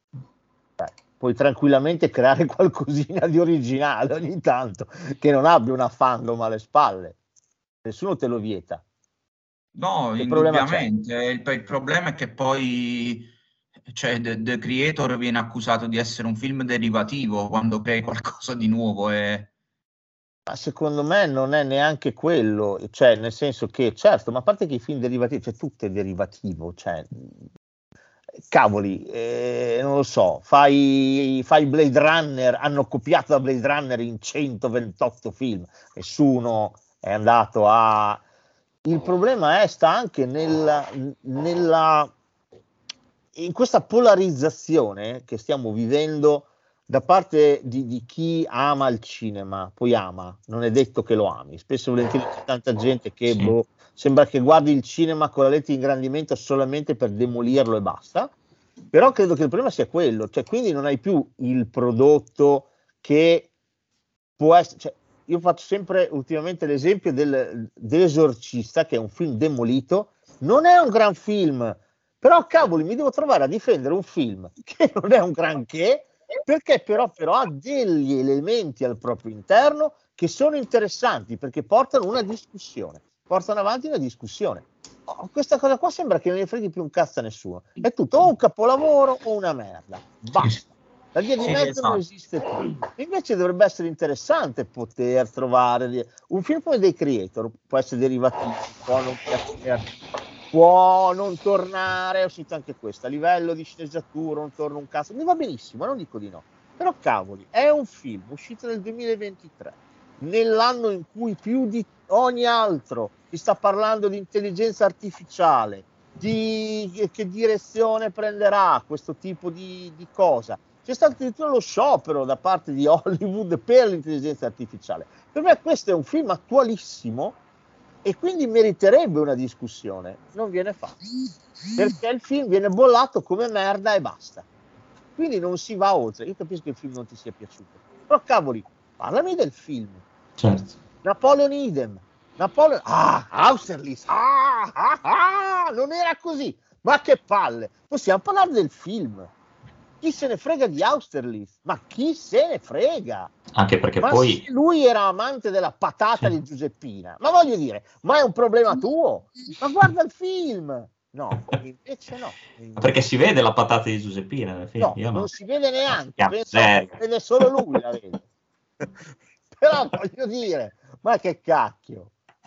Beh, puoi tranquillamente creare qualcosina di originale ogni tanto, che non abbia una fandom alle spalle. Nessuno te lo vieta. No, che indubbiamente. Il, il problema è che poi cioè, The, The Creator viene accusato di essere un film derivativo quando crei qualcosa di nuovo e... Ma secondo me non è neanche quello, cioè nel senso che certo, ma a parte che i film derivativi, cioè tutto è derivativo, cioè cavoli, eh, non lo so, fai, fai Blade Runner, hanno copiato da Blade Runner in centoventotto film, nessuno è andato a... Il problema è sta anche nella, nella in questa polarizzazione che stiamo vivendo da parte di, di chi ama il cinema, poi ama, non è detto che lo ami, spesso e volentieri c'è tanta gente che sì. boh, sembra che guardi il cinema con la lente di ingrandimento solamente per demolirlo e basta, però credo che il problema sia quello, cioè quindi non hai più il prodotto che può essere, cioè, io faccio sempre ultimamente l'esempio del, dell'Esorcista, che è un film demolito, non è un gran film, però cavoli, mi devo trovare a difendere un film che non è un granché, perché però, però ha degli elementi al proprio interno che sono interessanti, perché portano una discussione, portano avanti una discussione. Oh, questa cosa qua sembra che non ne freghi più un cazzo a nessuno, è tutto o un capolavoro o una merda, basta. La via di Sì, mezzo esatto. non esiste più. Invece dovrebbe essere interessante poter trovare un film come dei creator, può essere derivativo, può non piacere, può non tornare, è uscito anche questo, a livello di sceneggiatura non torna un cazzo, mi va benissimo, non dico di no, però cavoli, è un film uscito nel duemilaventitré, nell'anno in cui più di ogni altro si sta parlando di intelligenza artificiale, di che direzione prenderà questo tipo di, di cosa. C'è stato addirittura lo sciopero da parte di Hollywood per l'intelligenza artificiale. Per me questo è un film attualissimo e quindi meriterebbe una discussione. Non viene fatto, perché il film viene bollato come merda e basta. Quindi non si va oltre. Io capisco che il film non ti sia piaciuto, però cavoli, parlami del film. Certo. Napoleon idem. Napoleon, ah, Austerlitz, ah, ah, ah, non era così. Ma che palle. Possiamo parlare del film. Chi se ne frega di Austerlitz? Ma chi se ne frega? Anche perché Ma poi... se lui era amante della patata Sì. di Giuseppina, ma voglio dire, ma è un problema tuo? Ma guarda il film! No, invece no. Perché si vede la patata di Giuseppina nel film. No, Io no. non si vede neanche, Che penso miseria. che vede solo lui la vede. Però voglio dire, ma che cacchio.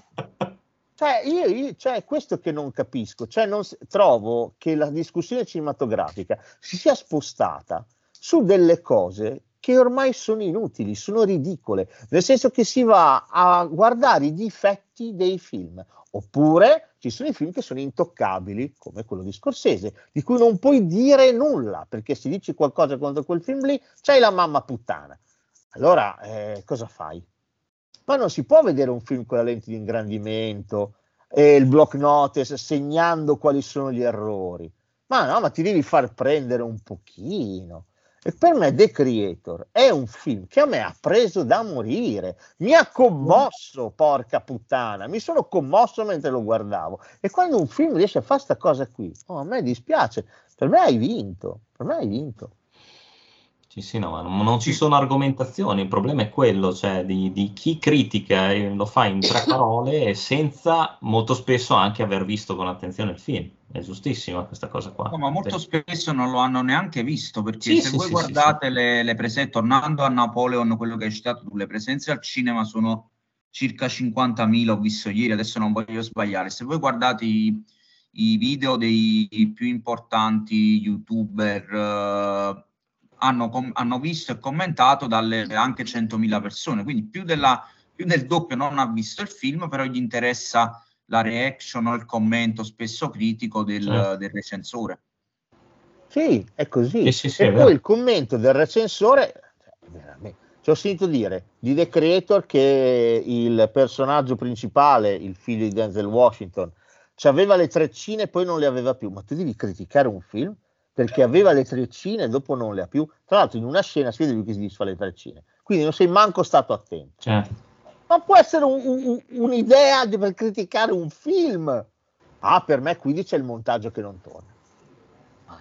Cioè, io, io cioè, questo che non capisco, cioè non, s- trovo che la discussione cinematografica si sia spostata su delle cose che ormai sono inutili, sono ridicole, nel senso che si va a guardare i difetti dei film, oppure ci sono i film che sono intoccabili, come quello di Scorsese, di cui non puoi dire nulla, perché se dici qualcosa contro quel film lì, c'hai la mamma puttana. Allora, eh, cosa fai? Ma non si può vedere un film con la lente di ingrandimento e il block notice segnando quali sono gli errori. Ma no, ma ti devi far prendere un pochino. E per me The Creator è un film che a me ha preso da morire, mi ha commosso, porca puttana, mi sono commosso mentre lo guardavo. E quando un film riesce a fare sta cosa qui, oh, a me dispiace, per me hai vinto, per me hai vinto. Sì, sì, no, ma non, non ci sono argomentazioni, il problema è quello, cioè di, di chi critica e lo fa in tre parole e senza molto spesso anche aver visto con attenzione il film. È giustissima questa cosa qua. No, ma molto spesso non lo hanno neanche visto, perché Sì, se sì, voi sì, guardate le, le presenze, tornando a Napoleon, quello che hai citato tu, le presenze al cinema sono circa cinquantamila, ho visto ieri, adesso non voglio sbagliare. Se voi guardate i, i video dei più importanti youtuber, eh, hanno, com- hanno visto e commentato dalle anche centomila persone, quindi più, della, più del doppio non ha visto il film, però gli interessa la reaction o il commento spesso critico del, Certo. del recensore. Sì, è così. Sì, sì, sì, e è poi vero. il commento del recensore, cioè, veramente, ci ho sentito dire di The Creator che il personaggio principale, il figlio di Denzel Washington, ci aveva le treccine e poi non le aveva più. Ma tu devi criticare un film perché aveva le treccine e dopo non le ha più. Tra l'altro in una scena si vede lui che si disfa le treccine, quindi non sei manco stato attento. Certo. Ma può essere un- un- un'idea di- per criticare un film. Ah, per me quindi c'è il montaggio che non torna. Ah,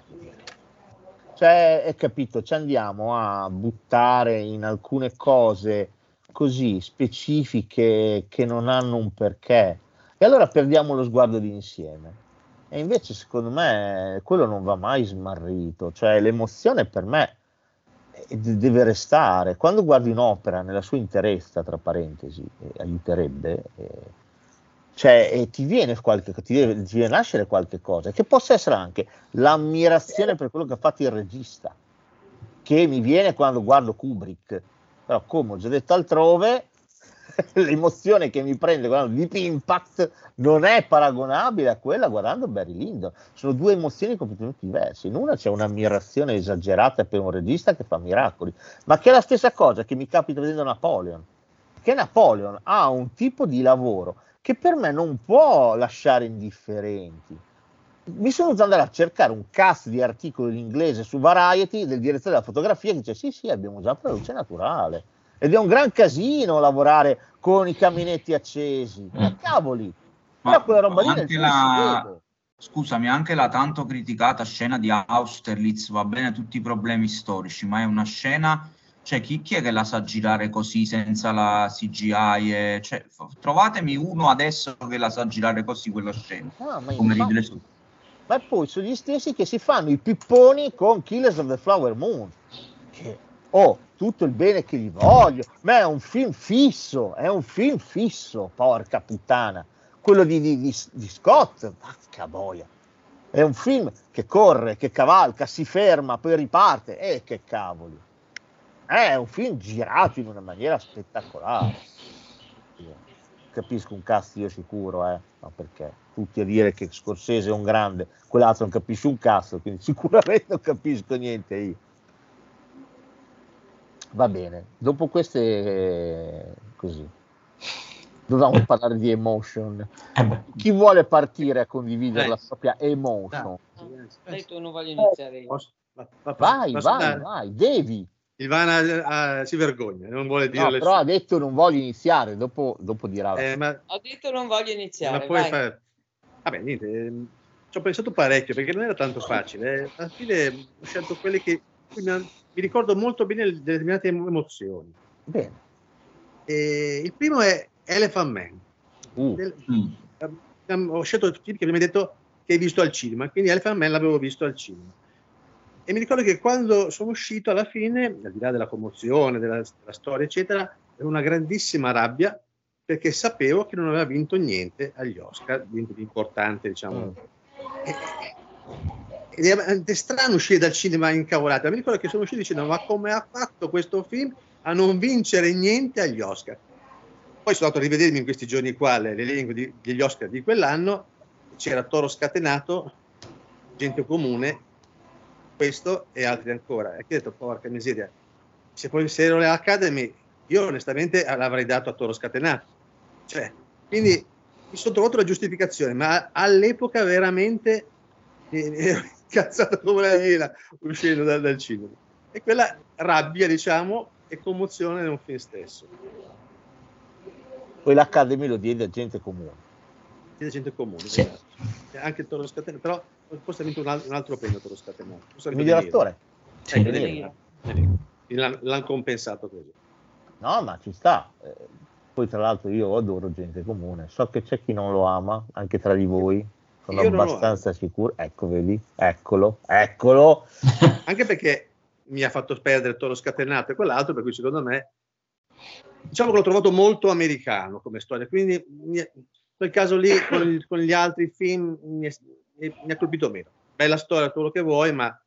cioè, hai capito, ci andiamo a buttare in alcune cose così specifiche che non hanno un perché e allora perdiamo lo sguardo d'insieme. E invece secondo me quello non va mai smarrito, cioè l'emozione per me eh, de- deve restare. Quando guardi un'opera nella sua interezza, tra parentesi, eh, aiuterebbe, eh, cioè eh, ti viene qualche, ti deve, ti deve nascere qualche cosa, che possa essere anche l'ammirazione per quello che ha fatto il regista, che mi viene quando guardo Kubrick, però come ho già detto altrove, l'emozione che mi prende guardando Deep Impact non è paragonabile a quella guardando Barry Lyndon. Sono due emozioni completamente diverse. In una c'è un'ammirazione esagerata per un regista che fa miracoli, ma che è la stessa cosa che mi capita vedendo Napoleon, che Napoleon ha un tipo di lavoro che per me non può lasciare indifferenti. Mi sono dovuto andare a cercare un cast di articoli in inglese su Variety del direttore della fotografia che dice sì sì abbiamo usato la luce naturale. ed è un gran casino lavorare con i caminetti accesi, ma cavoli, Ma però quella roba lì nel anche film si la, vede. scusami, anche la tanto criticata scena di Austerlitz, va bene tutti i problemi storici, ma è una scena, cioè chi, chi è che la sa girare così senza la C G I? E, cioè, f- trovatemi uno adesso che la sa girare così quella scena, Ah, ma, come ma- Ridley Scott. ma poi sono gli stessi che si fanno i pipponi con Killers of the Flower Moon, che oh, tutto il bene che gli voglio, ma è un film fisso, è un film fisso, porca puttana. Quello di, di, di, di Scott, vacca boia, è un film che corre, che cavalca, si ferma, poi riparte, e eh, che cavoli. È un film girato in una maniera spettacolare. Io capisco un cazzo io sicuro, eh, ma perché tutti a dire che Scorsese è un grande, quell'altro non capisce un cazzo, quindi sicuramente non capisco niente io. Va bene, dopo queste eh, così dovevamo parlare di emotion. Chi vuole partire a condividere Eh. la propria emotion? Dai, tu non voglio iniziare io. Posso- ma- ma posso- Vai, posso vai, dare? vai, devi. Silvana eh, si vergogna, non vuole dire No, le però sue. ha detto non voglio iniziare, dopo, dopo dirà la Eh, ma, Ho detto non voglio ma iniziare, puoi vai. fare... Vabbè, niente, ehm, ci ho pensato parecchio perché non era tanto facile. eh. Alla fine ho scelto quelle che cui mi, han- mi ricordo molto bene le determinate emo- emozioni. Bene. E il primo è Elephant Man. Uh, Del- Mm. ehm, ho scelto il film che mi hai detto che hai visto al cinema, quindi Elephant Man l'avevo visto al cinema. E mi ricordo che quando sono uscito alla fine, al di là della commozione, della, della storia, eccetera, avevo una grandissima rabbia perché sapevo che non aveva vinto niente agli Oscar, vinto di importante, diciamo. Mm. E- Ed è, è strano uscire dal cinema incavolata. Mi ricordo che sono uscito dicendo: ma come ha fatto questo film a non vincere niente agli Oscar? Poi sono andato a rivedermi in questi giorni qua l'elenco di- degli Oscar di quell'anno. C'era Toro Scatenato, Gente Comune, questo e altri ancora. E che ho detto, porca miseria, se poi se ero all'Academy, io onestamente l'avrei dato a Toro Scatenato. Cioè, quindi mi sono trovato la giustificazione, ma all'epoca veramente mi mi ero incazzato come la iena uscendo dal, dal cinema. E quella rabbia, diciamo, e commozione nello film stesso. Poi l'Academy lo diede a Gente Comune. Di gente comune, Sì. esatto. E anche Toro Scatenato, però forse ha vinto un, al- un altro premio Toro Scatenato. Forse ha vinto Miglior De Niro. attore. Ecco, De De Niro. Niro. De Niro. L'han, l'han compensato così. No, ma ci sta. Eh, poi tra l'altro io adoro Gente Comune. So che c'è chi non lo ama, anche tra di voi. Sono Io non lo abbastanza sicuro. Ecco, vedi? Eccolo, eccolo. Anche perché mi ha fatto perdere Toro Scatenato e quell'altro, per cui secondo me, diciamo che l'ho trovato molto americano come storia, quindi mi è- quel caso lì con, il- con gli altri film mi, è- mi ha colpito meno. Bella storia, tutto quello che vuoi, ma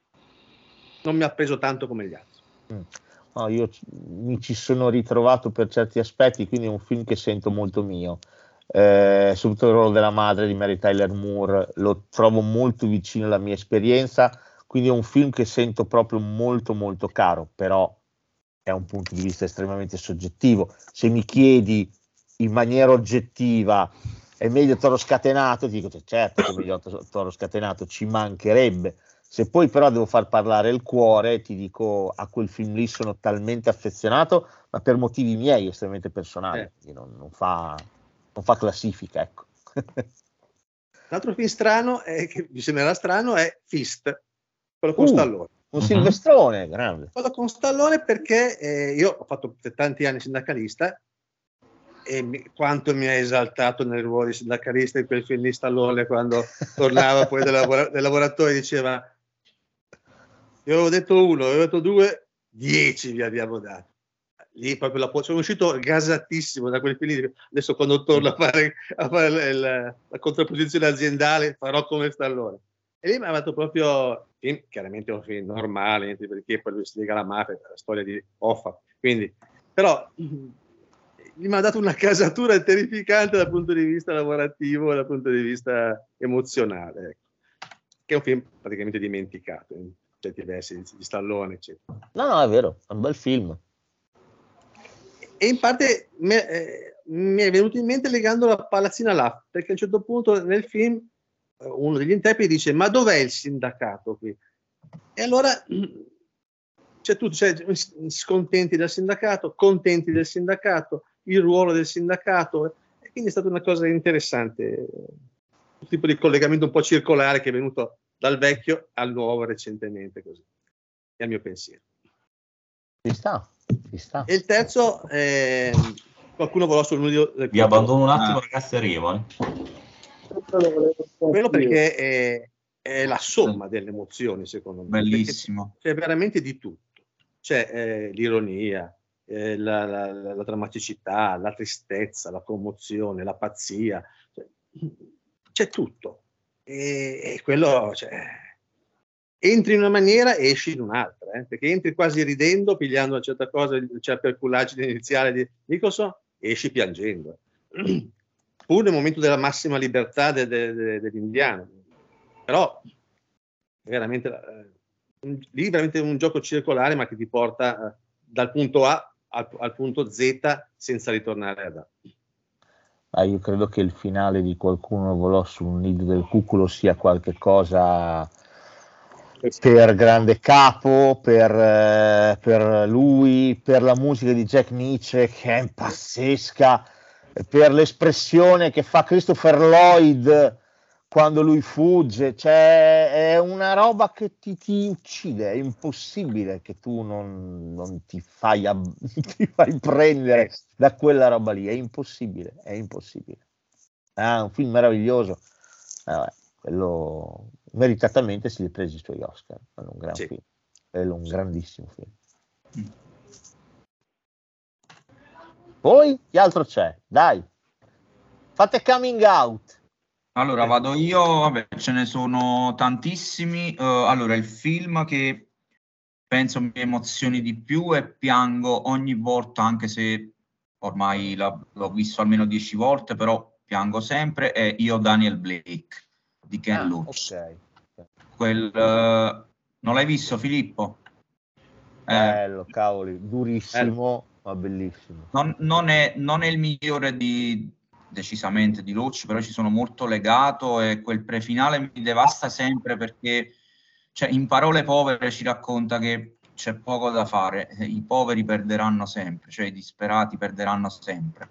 non mi ha preso tanto come gli altri. Mm. No, io ci- mi ci sono ritrovato per certi aspetti, quindi è un film che sento molto mio. Eh, soprattutto il ruolo della madre di Mary Tyler Moore lo trovo molto vicino alla mia esperienza, quindi è un film che sento proprio molto molto caro, però è un punto di vista estremamente soggettivo. Se mi chiedi in maniera oggettiva è meglio Toro Scatenato, ti dico certo che è meglio Toro Scatenato, ci mancherebbe. Se poi però devo far parlare il cuore, ti dico a quel film lì sono talmente affezionato, ma per motivi miei estremamente personali, Eh. quindi non, non fa, non fa classifica, ecco. L'altro film strano, è, che mi sembrerà strano, è Fist, quello con Uh. Stallone. Un Silvestrone, grande. Quello con Stallone perché eh, io ho fatto per tanti anni sindacalista e mi- quanto mi ha esaltato nel ruolo di sindacalista in quel film di Stallone quando tornava poi dal, lavora- dal lavoratore e diceva: io avevo detto uno, avevo detto due, dieci vi abbiamo dato. Lì proprio la po- sono uscito gasatissimo da quel film lì. Adesso quando torno a fare, a fare il- il- la contrapposizione aziendale farò come Stallone. E lì mi ha fatto proprio film, chiaramente è un film normale, niente perché poi lui si lega alla mafia, la storia di Hoffa. Quindi, però gli mi ha dato una casatura terrificante dal punto di vista lavorativo, dal punto di vista emozionale, ecco. Che è un film praticamente dimenticato in certi versi di di Stallone, eccetera. No, no, è vero, è un bel film. E in parte me- eh, mi è venuto in mente legando la palazzina là, perché a un certo punto nel film eh, uno degli interpreti dice: ma dov'è il sindacato qui? E allora c'è c'è tutto, cioè, scontenti del sindacato, contenti del sindacato, il ruolo del sindacato, e quindi è stata una cosa interessante, un tipo di collegamento un po' circolare che è venuto dal vecchio al nuovo recentemente, così è il mio pensiero. Ci sta, ci sta. E il terzo, eh, qualcuno volò sul nudo del Vi abbandono un ah. attimo, ragazzi, arrivo. Eh. Quello perché è, è la somma delle emozioni, secondo me. Bellissimo. C'è veramente di tutto. C'è eh, l'ironia, eh, la, la, la, la drammaticità, la tristezza, la commozione, la pazzia. Cioè, c'è tutto. E, e quello... Cioè, entri in una maniera e esci in un'altra, eh? Perché entri quasi ridendo, pigliando una certa cosa, c'è la perculaggine iniziale di Nicholson, e esci piangendo. Pur nel momento della massima libertà de, de, de, dell'indiano. Però veramente, eh, lì è veramente un gioco circolare, ma che ti porta eh, dal punto A al, al punto Z senza ritornare ad A. Ah, io credo che il finale di Qualcuno volò su un nido del cuculo sia qualche cosa per grande capo, per, eh, per lui, per la musica di Jack Nitzsche che è pazzesca, per l'espressione che fa Christopher Lloyd quando lui fugge, cioè è una roba che ti, ti uccide, è impossibile che tu non, non ti, fai ab- ti fai prendere da quella roba lì, è impossibile, è impossibile. Ah, un film meraviglioso, eh, vabbè, quello meritatamente si è preso i suoi Oscar, è un gran sì. film, è un grandissimo film. Poi che altro c'è? Dai, fate coming out. Allora vado io, vabbè, ce ne sono tantissimi. Uh, allora, il film che penso mi emozioni di più e piango ogni volta, anche se ormai la, l'ho visto almeno dieci volte, però piango sempre, è Io Daniel Blake di Ken Ah, Loach. ok. Quel, uh, non l'hai visto, Filippo? Bello, eh, cavoli, durissimo, eh. ma bellissimo. Non, non, è, non è il migliore di decisamente di Loach, però ci sono molto legato e quel prefinale mi devasta sempre perché, cioè, in parole povere ci racconta che c'è poco da fare, i poveri perderanno sempre, cioè i disperati perderanno sempre.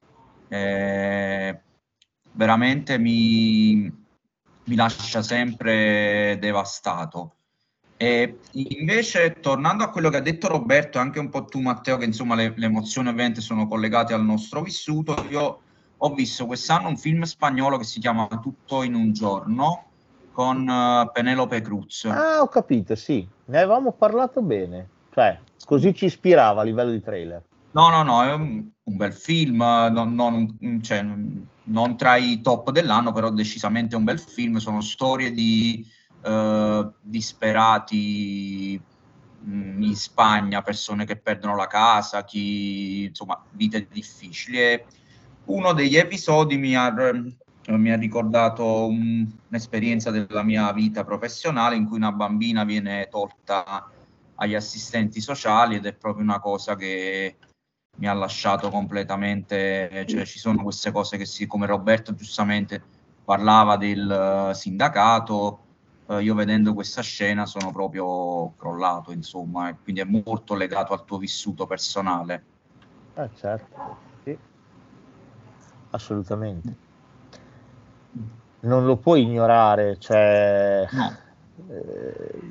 Eh, veramente mi, mi lascia sempre devastato. E invece, tornando a quello che ha detto Roberto, anche un po' tu Matteo, che insomma le, le emozioni ovviamente sono collegate al nostro vissuto, io ho visto quest'anno un film spagnolo che si chiama Tutto in un giorno con uh, Penélope Cruz. Ah, ho capito, sì, ne avevamo parlato bene, cioè così ci ispirava a livello di trailer. No, no, no, è un, un bel film, non, non, cioè, non tra i top dell'anno, però decisamente un bel film, sono storie di uh, disperati mh, in Spagna, persone che perdono la casa, chi, insomma, vite difficili. E uno degli episodi mi ha, mi ha ricordato un, un'esperienza della mia vita professionale in cui una bambina viene tolta agli assistenti sociali ed è proprio una cosa che mi ha lasciato completamente, cioè ci sono queste cose che si, come Roberto giustamente parlava del sindacato, eh, io vedendo questa scena sono proprio crollato, insomma, e quindi è molto legato al tuo vissuto personale. Ah, certo, sì. Assolutamente, non lo puoi ignorare, cioè, no. eh,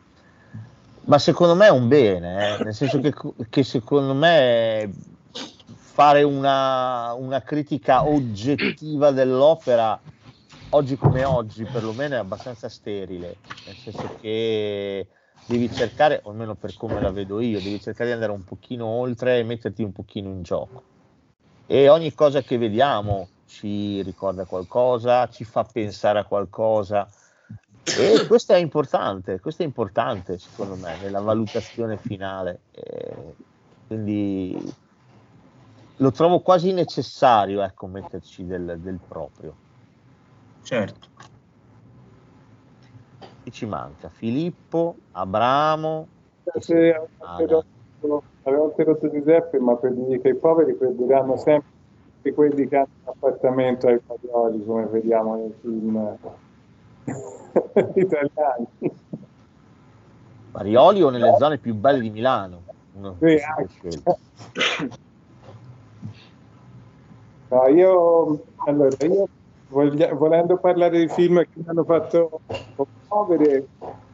ma secondo me è un bene, eh, nel senso che, che secondo me fare una, una critica oggettiva dell'opera oggi come oggi perlomeno è abbastanza sterile, nel senso che devi cercare, o almeno per come la vedo io, devi cercare di andare un pochino oltre e metterti un pochino in gioco. E ogni cosa che vediamo ci ricorda qualcosa, ci fa pensare a qualcosa, e questo è importante, questo è importante secondo me nella valutazione finale, e quindi lo trovo quasi necessario, ecco, metterci del, del proprio. Certo. Chi ci manca? Filippo, Abramo, sì, avevo interrotto Giuseppe, ma per dire che i poveri perderanno sempre quelli che hanno un appartamento ai Fagioli, come vediamo nei film italiani. Barioli o nelle zone più belle di Milano? Uno Sì, no, io, allora, io voglia, volendo parlare di film che mi hanno fatto commuovere,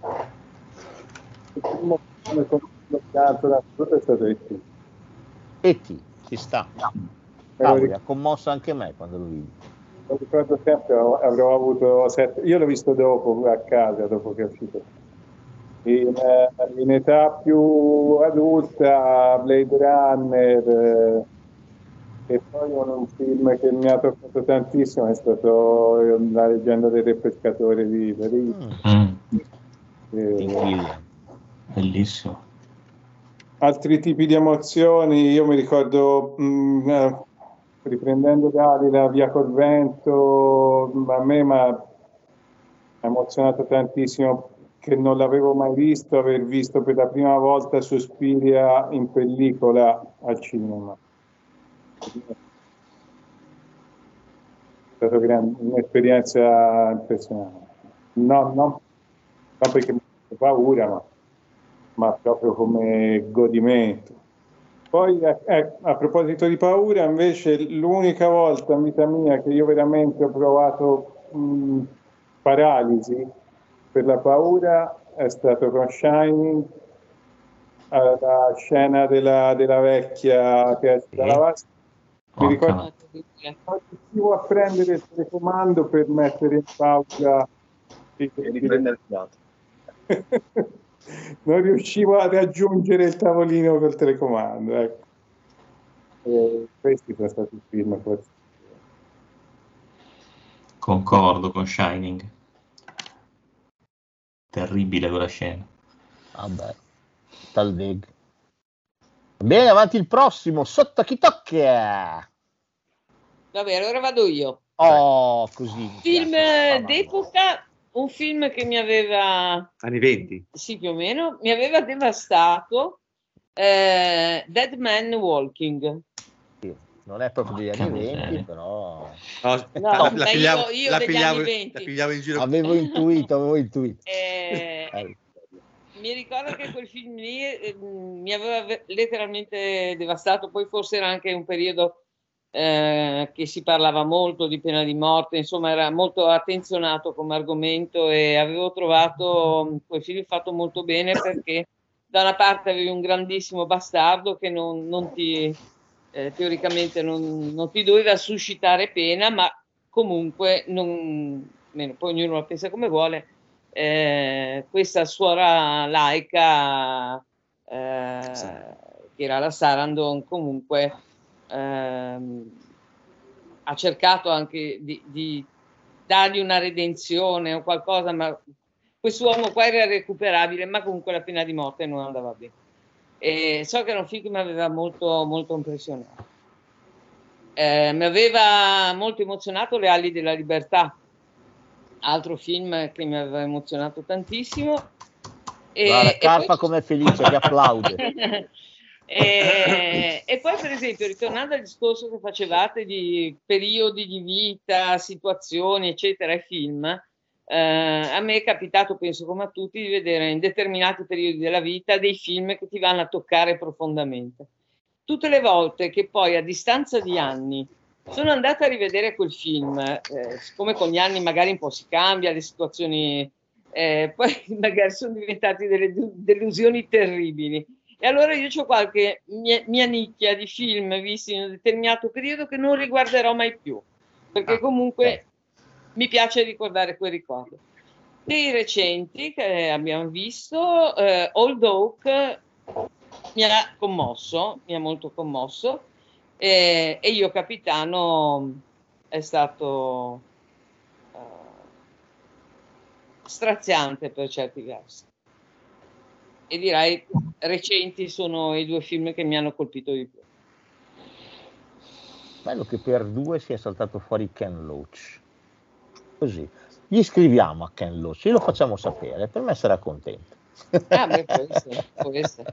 il primo film che ho dato l'assoluto è stato E T. E T, ci sta. Cavoli, ha commosso anche me quando lo vidi. Lo ricordo sempre, avrò avuto sette, io l'ho visto dopo a casa, dopo che è uscito. In, in età più adulta, Blade Runner, eh, e poi un film che mi ha toccato tantissimo è stato La leggenda del re pescatore di Parigi. Mm. E, bellissimo. altri tipi di emozioni, io mi ricordo mh, eh, riprendendo Dalila, Via col vento, a me mi ha emozionato tantissimo, che non l'avevo mai visto, aver visto per la prima volta Suspiria in pellicola al cinema. È stata un'esperienza impressionante. No, no, non perché mi ho paura, ma, ma proprio come godimento. Poi a, a, a proposito di paura, invece, l'unica volta in vita mia che io veramente ho provato mh, paralisi per la paura è stato con Shining, la scena della, della vecchia che è dalla vasca. Mi ricordo che non riuscivo a prendere il telecomando per mettere in pausa e riprendere il fiato. Non riuscivo a raggiungere il tavolino col telecomando, ecco. E questi sono stati i film forse. Concordo con Shining. Terribile quella scena. Vabbè, tal veg. Bene, avanti il prossimo, sotto chi tocca. Vabbè, allora vado io. Oh, così. Film piace. d'epoca, un film che mi aveva... Anni venti. Sì, più o meno. Mi aveva devastato. Eh, Dead Man Walking. Sì, non è proprio degli anni venti, però... No, no, la, la, pigliavo, io, io la, degli pigliavo, anni venti. la pigliavo in giro. Avevo intuito, avevo intuito. Eh, eh. Mi ricordo che quel film lì eh, mi aveva letteralmente devastato, poi forse era anche un periodo eh, che si parlava molto di pena di morte, insomma era molto attenzionato come argomento e avevo trovato quel film fatto molto bene perché da una parte avevi un grandissimo bastardo che non, non ti, eh, teoricamente non, non ti doveva suscitare pena, ma comunque, non, meno, poi ognuno la pensa come vuole, Eh, questa suora laica eh, sì. che era la Sarandon comunque ehm, ha cercato anche di, di dargli una redenzione o qualcosa, ma quest'uomo qua era recuperabile, ma comunque la pena di morte non andava bene. E so che era un film che mi aveva molto molto impressionato, eh, mi aveva molto emozionato Le ali della libertà, altro film che mi aveva emozionato tantissimo. E, Guarda, e Carpa poi... come felice, che applaude. e, e poi per esempio, ritornando al discorso che facevate di periodi di vita, situazioni eccetera e film, eh, a me è capitato, penso come a tutti, di vedere in determinati periodi della vita dei film che ti vanno a toccare profondamente. Tutte le volte che poi a distanza di anni sono andata a rivedere quel film, eh, siccome con gli anni magari un po' si cambia, le situazioni eh, poi magari sono diventate delle delusioni terribili. E allora io ho qualche mia, mia nicchia di film visti in un determinato periodo che non riguarderò mai più, perché comunque mi piace ricordare quel ricordo. Dei recenti che abbiamo visto, eh, Old Oak mi ha commosso, mi ha molto commosso, e, e Io Capitano è stato uh, straziante per certi versi. E direi recenti sono i due film che mi hanno colpito di più. Bello che per due sia saltato fuori Ken Loach. Così. Gli scriviamo a Ken Loach e lo facciamo sapere, per me sarà contento. Ah, beh, può essere, può essere.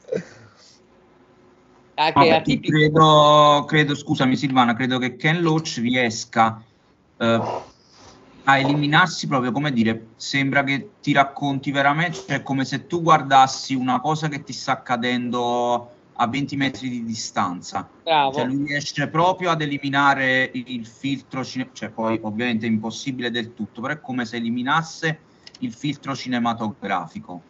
Ah, Vabbè, credo, credo, scusami Silvana, credo che Ken Loach riesca eh, a eliminarsi proprio, come dire, sembra che ti racconti veramente, cioè come se tu guardassi una cosa che ti sta accadendo a venti metri di distanza. Bravo. Cioè lui riesce proprio ad eliminare il filtro, cine- cioè poi ovviamente è impossibile del tutto, però è come se eliminasse il filtro cinematografico.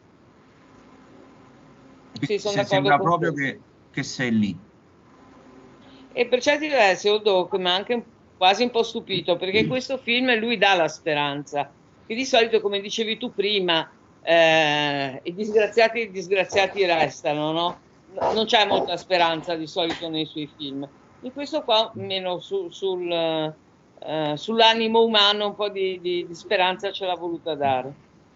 Sì, sono Se- d'accordo sembra con proprio te. che, che sei lì. E per certi versi Old Dog mi ha anche un- quasi un po' stupito, perché questo film lui dà la speranza, che di solito, come dicevi tu prima, eh, i disgraziati i disgraziati restano, no? No- Non c'è molta speranza di solito nei suoi film. In questo qua, meno su- sul, eh, sull'animo umano, un po' di, di- di speranza ce l'ha voluta dare.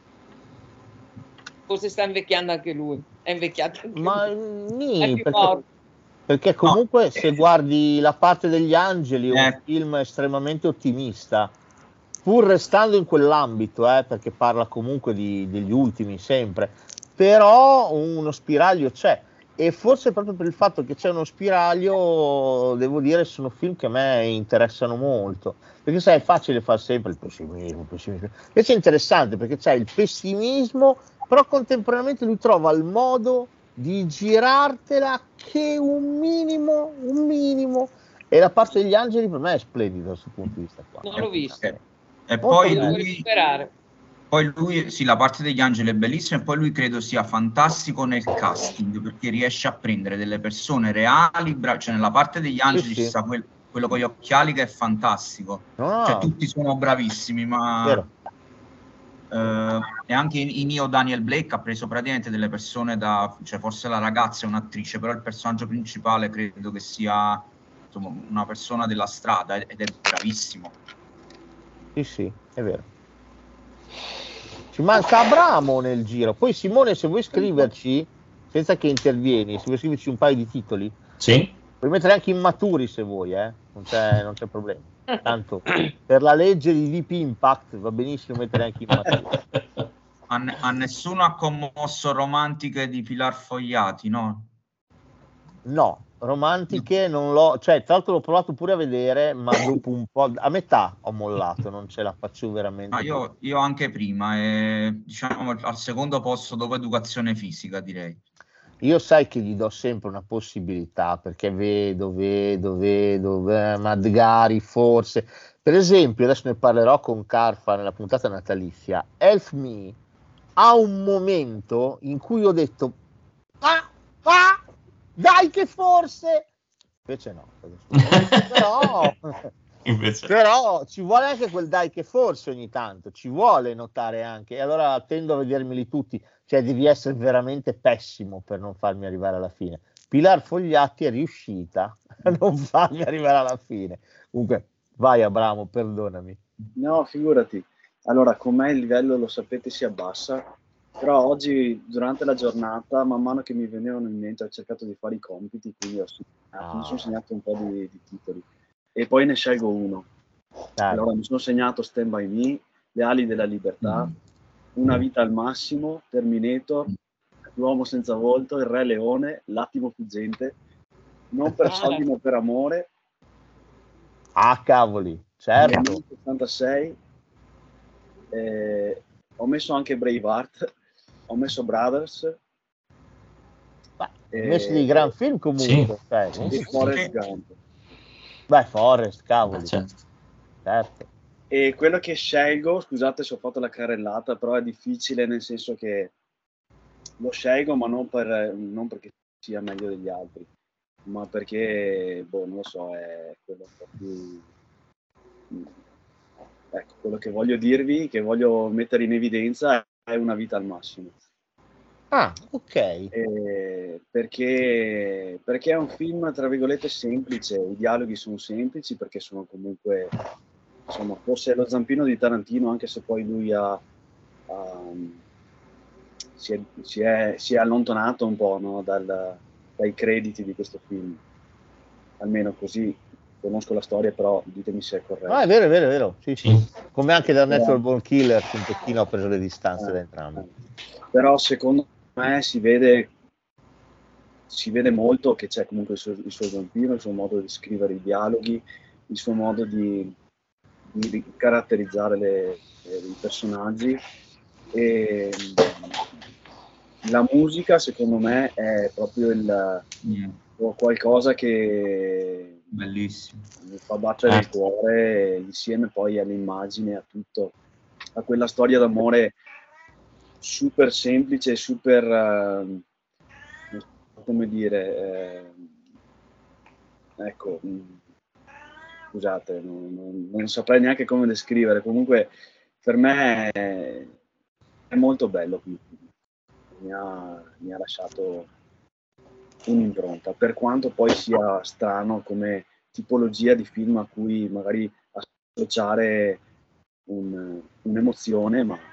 Forse sta invecchiando anche lui, è invecchiato anche Ma lui. nì, È più perché, morto. perché comunque se guardi La parte degli angeli è un Eh. film estremamente ottimista, pur restando in quell'ambito, eh, perché parla comunque di- degli ultimi sempre, però uno spiraglio c'è, e forse proprio per il fatto che c'è uno spiraglio, devo dire, sono film che a me interessano molto, perché sai, è facile fare sempre il pessimismo, il pessimismo. Invece è interessante perché c'è il pessimismo, però contemporaneamente lui trova il modo di girartela che un minimo, un minimo, e La parte degli angeli per me è splendido da questo punto di vista qua. Non l'ho visto. E, e Molto poi bello. Devo lui, recuperare. poi lui, sì, La parte degli angeli è bellissima, e poi lui credo sia fantastico nel casting, perché riesce a prendere delle persone reali, bra- cioè nella parte degli angeli sì. ci sta quel- quello con gli occhiali che è fantastico, No, cioè tutti sono bravissimi, ma vero. eh, e anche in, in Io Daniel Blake ha preso praticamente delle persone da, cioè forse la ragazza è un'attrice, però il personaggio principale credo che sia, insomma, una persona della strada, ed è bravissimo. Sì, sì, è vero. Ci manca Abramo nel giro. Poi Simone, se vuoi scriverci, senza che intervieni, se vuoi scriverci un paio di titoli, Sì? puoi mettere anche immaturi se vuoi, eh? non, c'è, non c'è problema. Tanto per la legge di Deep Impact va benissimo mettere anche immaturi. A, ne- a nessuno ha commosso Romantiche di Pilar Fogliati, no? No, romantiche non l'ho, cioè tra l'altro l'ho provato pure a vedere, ma dopo un po', a metà ho mollato, non ce la faccio veramente. Ma io, io anche prima, e, diciamo al secondo posto dopo Educazione Fisica, direi. Io sai che gli do sempre una possibilità, perché vedo, vedo, vedo, eh, magari, forse. Per esempio, adesso ne parlerò con Carfa nella puntata natalizia, Elf Me ha un momento in cui ho detto, ah, ah, dai che forse... Invece no. Però... Invece. Però ci vuole anche quel dai che forse ogni tanto, ci vuole notare anche, e allora tendo a vedermeli tutti, cioè devi essere veramente pessimo per non farmi arrivare alla fine. Pilar Fogliatti è riuscita a non farmi arrivare alla fine. Comunque, vai Abramo, perdonami. No, figurati. Allora, con me il livello, lo sapete, si abbassa, però oggi, durante la giornata, man mano che mi venivano in mente, ho cercato di fare i compiti, quindi ho segnato, Ah. mi sono segnato un po' di, di titoli. E poi ne scelgo uno. Dai. Allora mi sono segnato Stand By Me, Le ali della libertà, Una vita al massimo, Terminator, L'uomo senza volto, Il re leone, L'attimo fuggente, Non per soldi ma per amore, Ah, cavoli, certo. sessantasei, eh, ho messo anche Braveheart, ho messo Brothers, Beh, Eh, hai messo dei gran film comunque. Sì. Cioè, Sì, comunque- e Forrest Gump. Beh, Forrest, cavoli, Ah, certo. certo. E quello che scelgo, scusate se ho fatto la carrellata, però è difficile nel senso che lo scelgo, ma non, per, non perché sia meglio degli altri, ma perché, boh, non lo so, è quello un po' più... Ecco, quello che voglio dirvi, che voglio mettere in evidenza è Una vita al massimo. Ah, ok. Eh, perché, perché è un film, tra virgolette, semplice, i dialoghi sono semplici perché sono comunque, insomma, forse lo zampino di Tarantino, anche se poi lui ha, ha- si, è, si, è, si è allontanato un po', no, dal- dai crediti di questo film, almeno così, conosco la storia, però ditemi se è corretto. Ah, è vero, è vero, è vero. Sì, sì. Sì. Come anche da Però- Natural Born Killers, un pochino ho preso le distanze da entrambi. Però secondo me si vede si vede molto che c'è comunque il suo, il suo zampino, il suo modo di scrivere i dialoghi, il suo modo di, di, di caratterizzare le, le, i personaggi. E la musica secondo me è proprio il Mm. qualcosa che Bellissimo. mi fa battere Certo. il cuore insieme poi all'immagine, a tutto, a quella storia d'amore super semplice, super eh, non so come dire, eh, ecco, mh, scusate, non, non- non saprei neanche come descrivere, comunque per me è, è molto bello, mi ha, mi ha lasciato un'impronta, per quanto poi sia strano come tipologia di film a cui magari associare un- un'emozione, ma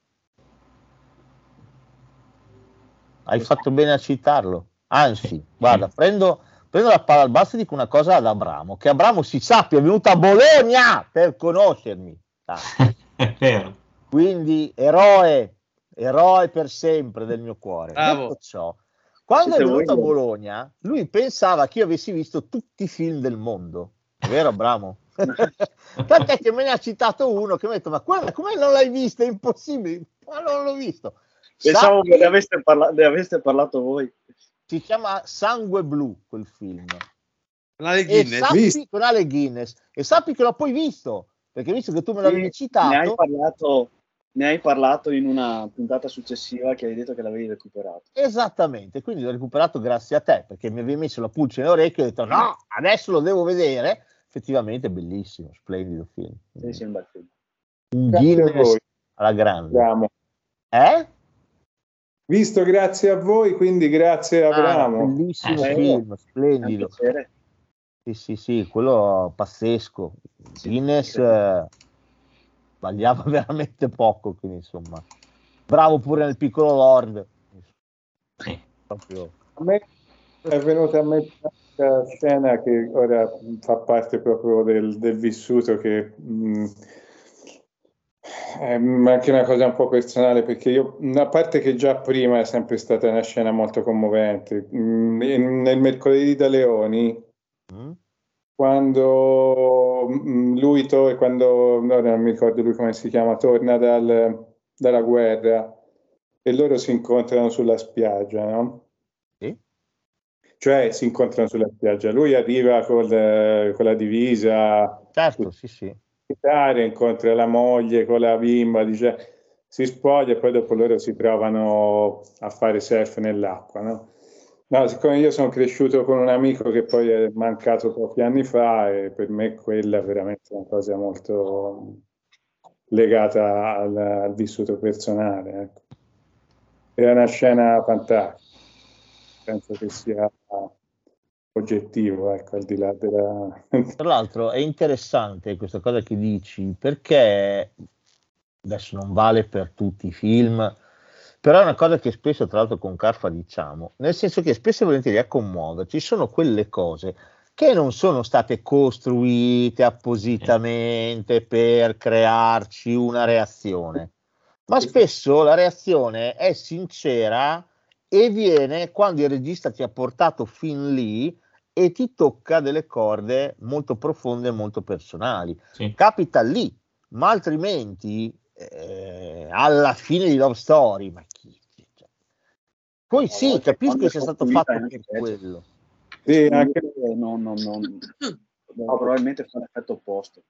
Hai fatto bene a citarlo. Anzi, guarda, prendo, prendo la palla al balzo e dico una cosa ad Abramo, che Abramo si sappia, è venuto a Bologna per conoscermi. Dai. È vero. Quindi eroe, eroe per sempre del mio cuore. Bravo. Detto ciò, quando Siete è venuto a voi, Bologna, lui pensava che io avessi visto tutti i film del mondo. È vero, Abramo? Tant'è che me ne ha citato uno che mi ha detto, ma guarda, come non l'hai visto? È impossibile. Ma non l'ho visto. pensavo Sappi- che ne aveste, parla- ne aveste parlato voi. si chiama Sangue Blu quel film. Canale E Guinness. sappi Visto. con Ale Guinness, e sappi che l'ho poi visto, perché visto che tu me l'avevi Sì, ne hai citato, parlato, ne hai parlato in una puntata successiva che hai detto che l'avevi recuperato. esattamente, quindi l'ho recuperato grazie a te, perché mi avevi messo la pulce nell'orecchio e ho detto no, adesso lo devo vedere. Effettivamente bellissimo, splendido film. Sì, sì, è un bel film. Un Grazie a Guinness voi. alla grande. Abramo. Eh? Visto grazie a voi, quindi grazie Ah, Abramo. bellissimo Eh, sì. film, È un splendido. piacere. Sì, sì, sì, quello pazzesco. Sì, Guinness sì. eh, sbagliava veramente poco, quindi insomma, bravo pure nel Piccolo Lord. Sì. Proprio. A me è venuta a me questa scena che ora fa parte proprio del, del vissuto, che mh, è anche una cosa un po' personale, perché io, a parte che già prima è sempre stata una scena molto commovente, mh, in- nel Mercoledì da Leoni, Mm? quando mh, lui to- quando no, non mi ricordo lui come si chiama, torna dal- dalla guerra e loro si incontrano sulla spiaggia, no? Sì? Cioè si incontrano sulla spiaggia, lui arriva col- con la divisa, Certo, sì, sì. militare, incontra la moglie con la bimba, dice, si spoglia e poi dopo loro si trovano a fare surf nell'acqua, no? No, siccome io sono cresciuto con un amico che poi è mancato pochi anni fa, e per me quella è veramente una cosa molto legata al, al vissuto personale, ecco. È una scena fantastica, penso che sia oggettivo, ecco, al di là della... Tra l'altro è interessante questa cosa che dici, perché adesso non vale per tutti i film, però è una cosa che spesso, tra l'altro con Carfa diciamo, nel senso che spesso e volentieri a commuoverci sono quelle cose che non sono state costruite appositamente per crearci una reazione, ma spesso la reazione è sincera e viene quando il regista ti ha portato fin lì e ti tocca delle corde molto profonde e molto personali. Sì. Capita lì, ma altrimenti eh, alla fine di Love Story, ma chi? Cioè, poi A sì, volte capisco quando che è sia stato costruita fatto è anche per peggio. quello. Sì, anche... Eh, non, non, non, probabilmente fa l'effetto opposto.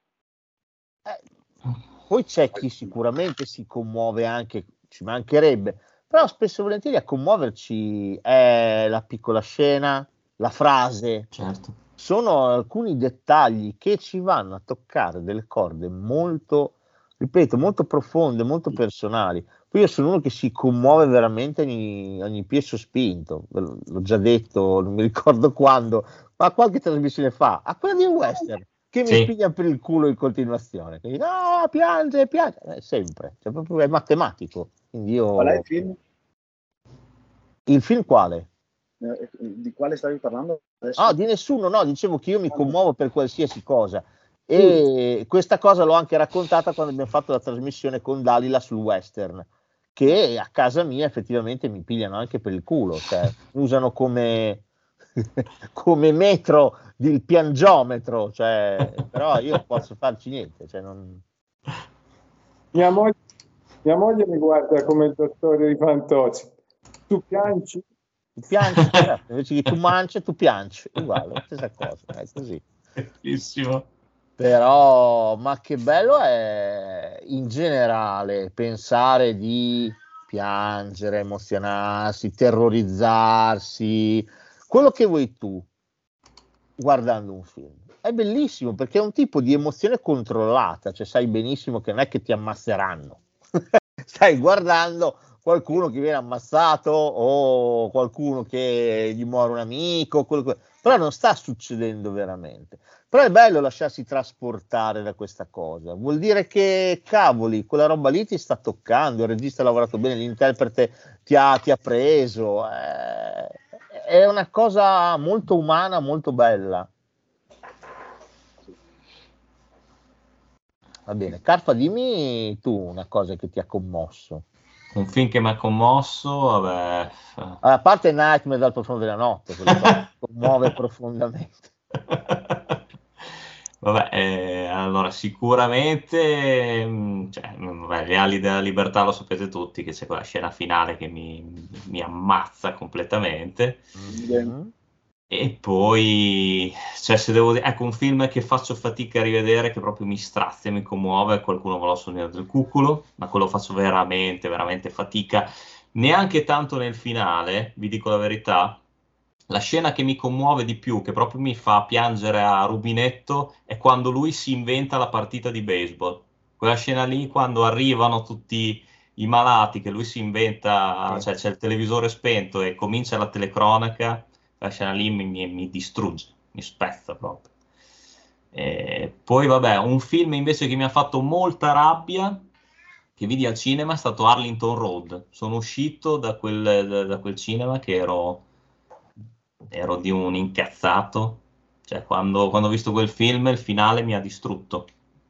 Eh, poi c'è chi sicuramente si commuove anche, ci mancherebbe, però spesso e volentieri a commuoverci è la piccola scena, la frase, Certo. sono alcuni dettagli che ci vanno a toccare delle corde molto, ripeto, molto profonde, molto personali. Poi io sono uno che si commuove veramente ogni, ogni piè sospinto, ve l- l'ho già detto, non mi ricordo quando, ma qualche trasmissione fa, a quella di un western, che mi Sì. spigna per il culo in continuazione. Che dico, no, piange, piange, eh, sempre, cioè proprio è matematico. Quindi io... Qual è il film? Il film quale? Eh, di quale stavi parlando adesso? Ah, di nessuno, no, dicevo che io mi commuovo per qualsiasi cosa e questa cosa l'ho anche raccontata quando abbiamo fatto la trasmissione con Dalila sul western, che a casa mia effettivamente mi pigliano anche per il culo, cioè usano come, come metro del piangiometro, cioè, però io non posso farci niente. Cioè non... Mia moglie, mia moglie mi guarda come il dottore di Fantozzi. Tu piangi? Tu piangi, certo. Invece che tu mangi, tu piangi. Uguale, stessa cosa, è così. Bellissimo. Però, ma che bello è in generale pensare di piangere, emozionarsi, terrorizzarsi, quello che vuoi tu guardando un film. È bellissimo perché è un tipo di emozione controllata, cioè sai benissimo che non è che ti ammazzeranno. Stai guardando qualcuno che viene ammazzato o qualcuno che gli muore un amico, quello che... però non sta succedendo veramente. Però è bello lasciarsi trasportare da questa cosa, vuol dire che cavoli, quella roba lì ti sta toccando, il regista ha lavorato bene, l'interprete ti ha, ti ha preso, è, è una cosa molto umana, molto bella. Va bene, Carfa, dimmi tu una cosa che ti ha commosso. Un film che mi ha commosso, vabbè... A parte Nightmare dal profondo della notte, quello che commuove profondamente. Vabbè, eh, allora sicuramente, mh, cioè, vabbè, Le ali della libertà lo sapete tutti, che c'è quella scena finale che mi, mi ammazza completamente. Mm-hmm. E poi, cioè, se devo dire, ecco un film che faccio fatica a rivedere, che proprio mi strazia, mi commuove, qualcuno volò sul nido del cuculo, ma quello faccio veramente, veramente fatica, neanche tanto nel finale, vi dico la verità. La scena che mi commuove di più, che proprio mi fa piangere a rubinetto, è quando lui si inventa la partita di baseball. Quella scena lì, quando arrivano tutti i malati, che lui si inventa, Sì. cioè c'è il televisore spento e comincia la telecronaca, la scena lì mi, mi, mi distrugge, mi spezza proprio. E poi vabbè, un film invece che mi ha fatto molta rabbia, che vidi al cinema, è stato Arlington Road. Sono uscito da quel, da, da quel cinema che ero... ero di un incazzato, cioè quando, quando ho visto quel film il finale mi ha distrutto,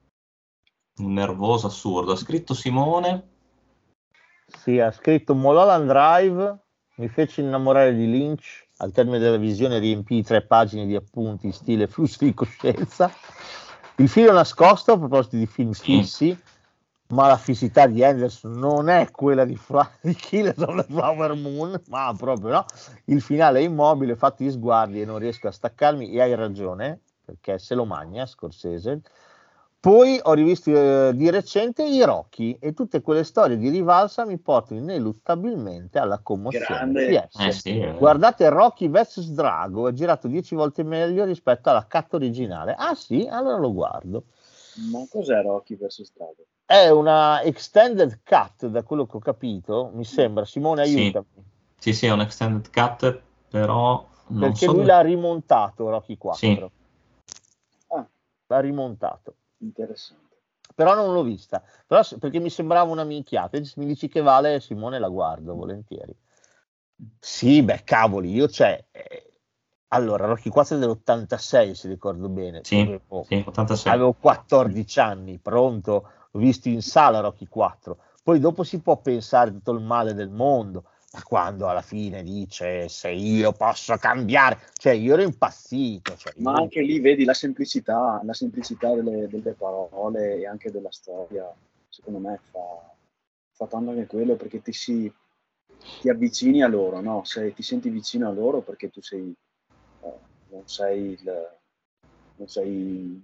un nervoso assurdo. Ha scritto Simone? Sì, ha scritto Mulholland Drive, mi fece innamorare di Lynch, al termine della visione riempii tre pagine di appunti in stile flusso di coscienza. Il filo nascosto, a proposito di film fissi, ma la fissità di Anderson non è quella di, Fra- di Killers of the Flower Moon, ma proprio no. Il finale è immobile, fatto gli sguardi e non riesco a staccarmi, e hai ragione, perché se lo magna Scorsese. Poi ho rivisto eh, di recente i Rocky, e tutte quelle storie di rivalsa mi portano ineluttabilmente alla commozione. Grande. P S. Eh sì, eh. Guardate Rocky versus Drago, è girato dieci volte meglio rispetto alla cut originale. Ah sì? Allora lo guardo. Ma cos'è Rocky versus Drago? È una extended cut, da quello che ho capito, mi sembra. Simone, Sì. aiutami. Sì, sì, è un extended cut, però non Perché so lui dove- l'ha rimontato, Rocky quattro. Sì. Ah, L'ha rimontato. interessante. Però non l'ho vista. Però, se- perché mi sembrava una minchiata. E se mi dici che vale, Simone, la guardo volentieri. Sì, beh, cavoli, io c'è... eh, allora, Rocky quattro è dell'ottantasei, se ricordo bene. Sì, Avevo, sì, ottantasei. avevo quattordici anni, pronto, l'ho visto in sala Rocky quattro. Poi dopo si può pensare tutto il male del mondo, ma quando alla fine dice se io posso cambiare, cioè io ero impazzito. Cioè, io Ma ero- anche lì vedi la semplicità, la semplicità delle, delle parole e anche della storia, secondo me fa, fa tanto anche quello, perché ti, si, ti avvicini a loro, no? Sei, ti senti vicino a loro perché tu sei, eh, non sei il, non sei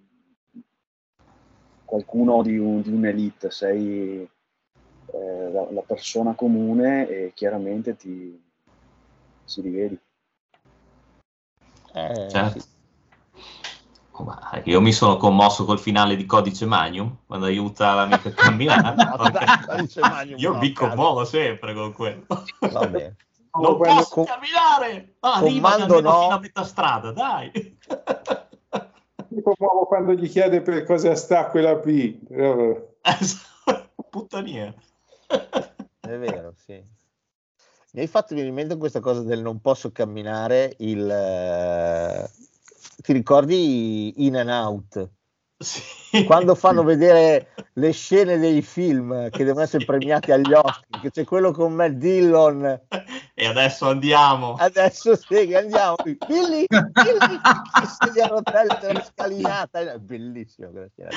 qualcuno di, un, di un'elite, sei eh, la, la persona comune e chiaramente ti si rivedi. eh, Certo. sì. Oh, ma io mi sono commosso col finale di Codice Magnum, quando aiuta l'amico a camminare. No, dai, Codice Magnum, Io no, mi cazzo. commuovo sempre con quello. Vabbè. Non Quando- posso camminare! Ah, arriva Comando almeno no. fino a metà strada, dai! Mi commuovo quando gli chiede per cosa sta quella P. Però- Puttania. È vero, sì. Mi hai fatto venire in mente questa cosa del non posso camminare, il... eh, ti ricordi In and Out? Sì. Quando fanno vedere le scene dei film che devono essere premiati agli Oscar, che c'è quello con Matt Dillon E adesso andiamo. Adesso sì, che andiamo. Billy, Billy, che sedia a rotelle della scalinata. È bellissimo.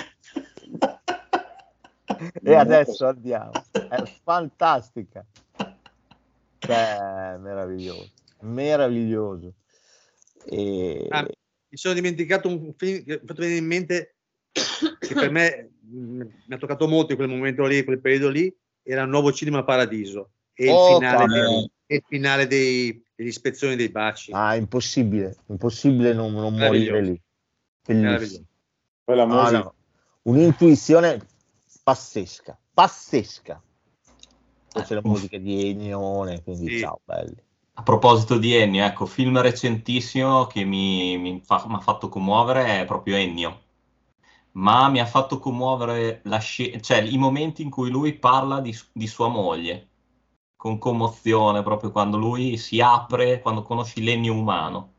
E adesso andiamo. È fantastica. Cioè, meraviglioso. Meraviglioso. E... Ah, mi sono dimenticato un film che ho fatto venire in mente, che per me mh, mi ha toccato molto in quel momento lì, in quel periodo lì, era il Nuovo Cinema Paradiso. E Oh, il finale, cavolo. dei, il finale dei, degli ispezioni dei baci. Ah, impossibile, impossibile non, non morire lì. Bellissimo. Poi la No, musica. no. Un'intuizione pazzesca, pazzesca. Poi c'è la musica di Ennio, quindi Sì. ciao, belli. A proposito di Ennio, ecco, film recentissimo che mi, mi fa- mi ha fatto commuovere è proprio Ennio. Ma mi ha fatto commuovere la sce- cioè, i momenti in cui lui parla di, di sua moglie, con commozione, proprio quando lui si apre, quando conosci l'Ennio umano.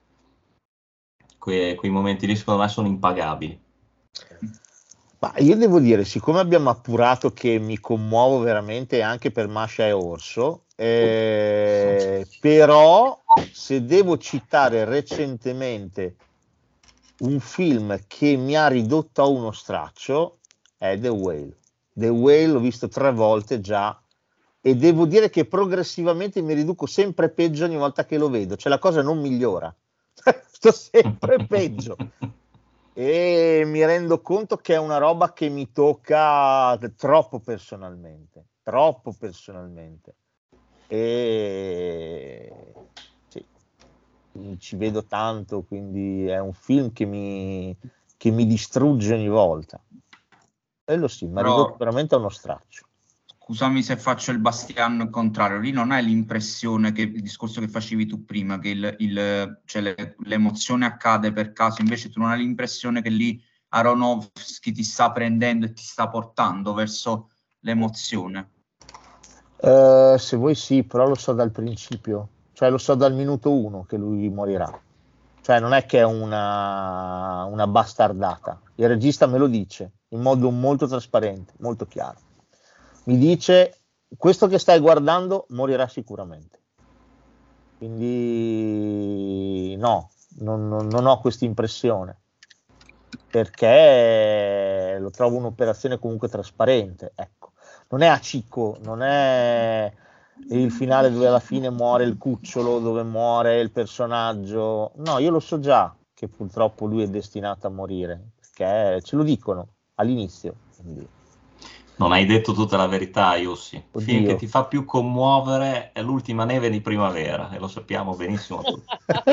Que- quei momenti lì secondo me sono impagabili. Ma io devo dire, siccome abbiamo appurato che mi commuovo veramente anche per Masha e Orso, eh, però se devo citare recentemente un film che mi ha ridotto a uno straccio è The Whale. The Whale l'ho visto tre volte già e devo dire che progressivamente mi riduco sempre peggio ogni volta che lo vedo, cioè la cosa non migliora, sto sempre peggio. E mi rendo conto che è una roba che mi tocca troppo personalmente, troppo personalmente. E sì, ci vedo tanto, quindi è un film che mi, che mi distrugge ogni volta. Quello sì, mi ha Però- ridotto veramente a uno straccio. Scusami se faccio il bastiano contrario, lì non hai l'impressione che il discorso che facevi tu prima, che il, il- cioè le- l'emozione accade per caso, invece tu non hai l'impressione che lì Aronofsky ti sta prendendo e ti sta portando verso l'emozione? Eh, se vuoi sì, però lo so dal principio, cioè lo so dal minuto uno che lui morirà. Cioè non è che è una, una bastardata, il regista me lo dice in modo molto trasparente, molto chiaro. Mi dice, questo che stai guardando morirà sicuramente. Quindi no, non, non, non ho questa impressione, perché lo trovo un'operazione comunque trasparente, ecco. Non è a cicco, non è il finale dove alla fine muore il cucciolo, dove muore il personaggio. No, io lo so già che purtroppo lui è destinato a morire, perché ce lo dicono all'inizio. Quindi. Non hai detto tutta la verità, Yossi. Il Oddio. film che ti fa più commuovere è L'ultima neve di primavera, e lo sappiamo benissimo tutti.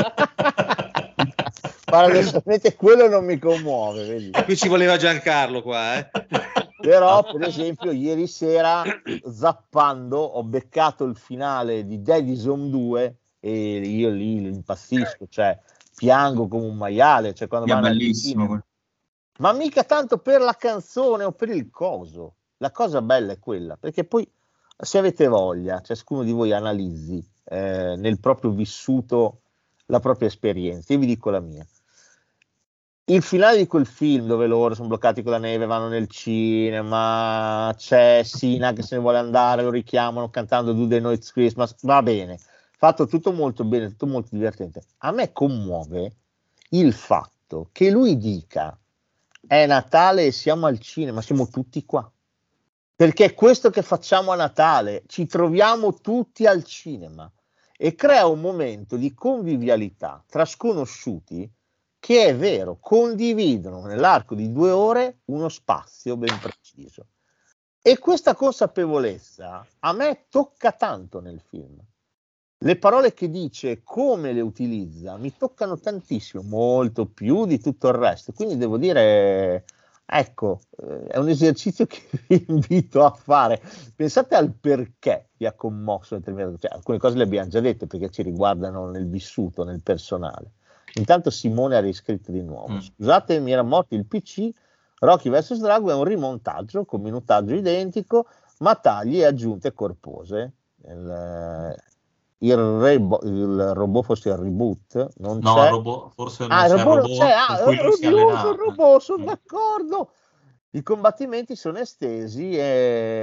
Paradossalmente quello non mi commuove, vedi? Qui ci voleva Giancarlo qua, eh? Però per esempio ieri sera zappando ho beccato il finale di Deadison due e io lì impazzisco, cioè piango come un maiale, cioè quando È vanno al bellissimo. cinema. Ma mica tanto per la canzone o per il coso, la cosa bella è quella, perché poi se avete voglia ciascuno di voi analizzi eh, nel proprio vissuto la propria esperienza. Io vi dico la mia. Il finale di quel film dove loro sono bloccati con la neve, vanno nel cinema, c'è Sina che se ne vuole andare, lo richiamano cantando Do They Know It's Christmas, va bene, fatto tutto molto bene, tutto molto divertente. A me commuove il fatto che lui dica è Natale e siamo al cinema, siamo tutti qua, perché è questo che facciamo a Natale, ci troviamo tutti al cinema e crea un momento di convivialità tra sconosciuti che è vero, condividono nell'arco di due ore uno spazio ben preciso. E questa consapevolezza a me tocca tanto nel film. Le parole che dice, come le utilizza, mi toccano tantissimo, molto più di tutto il resto. Quindi devo dire, ecco, eh, è un esercizio che vi invito a fare. Pensate al perché vi ha commosso determinato. Cioè, alcune cose le abbiamo già dette perché ci riguardano nel vissuto, nel personale. Intanto Simone ha riscritto di nuovo. Mm. Scusate, mi era morto il P C. Rocky versus Drago è un rimontaggio con minutaggio identico, ma tagli e aggiunte corpose. Il, il, rebo, il robot fosse il reboot, non No, c'è. il robot, forse non Ah, il c'è robot il non robot c'è. Ah, con cui lui si odioso il allenava. robot, sono Mm. d'accordo. I combattimenti sono estesi e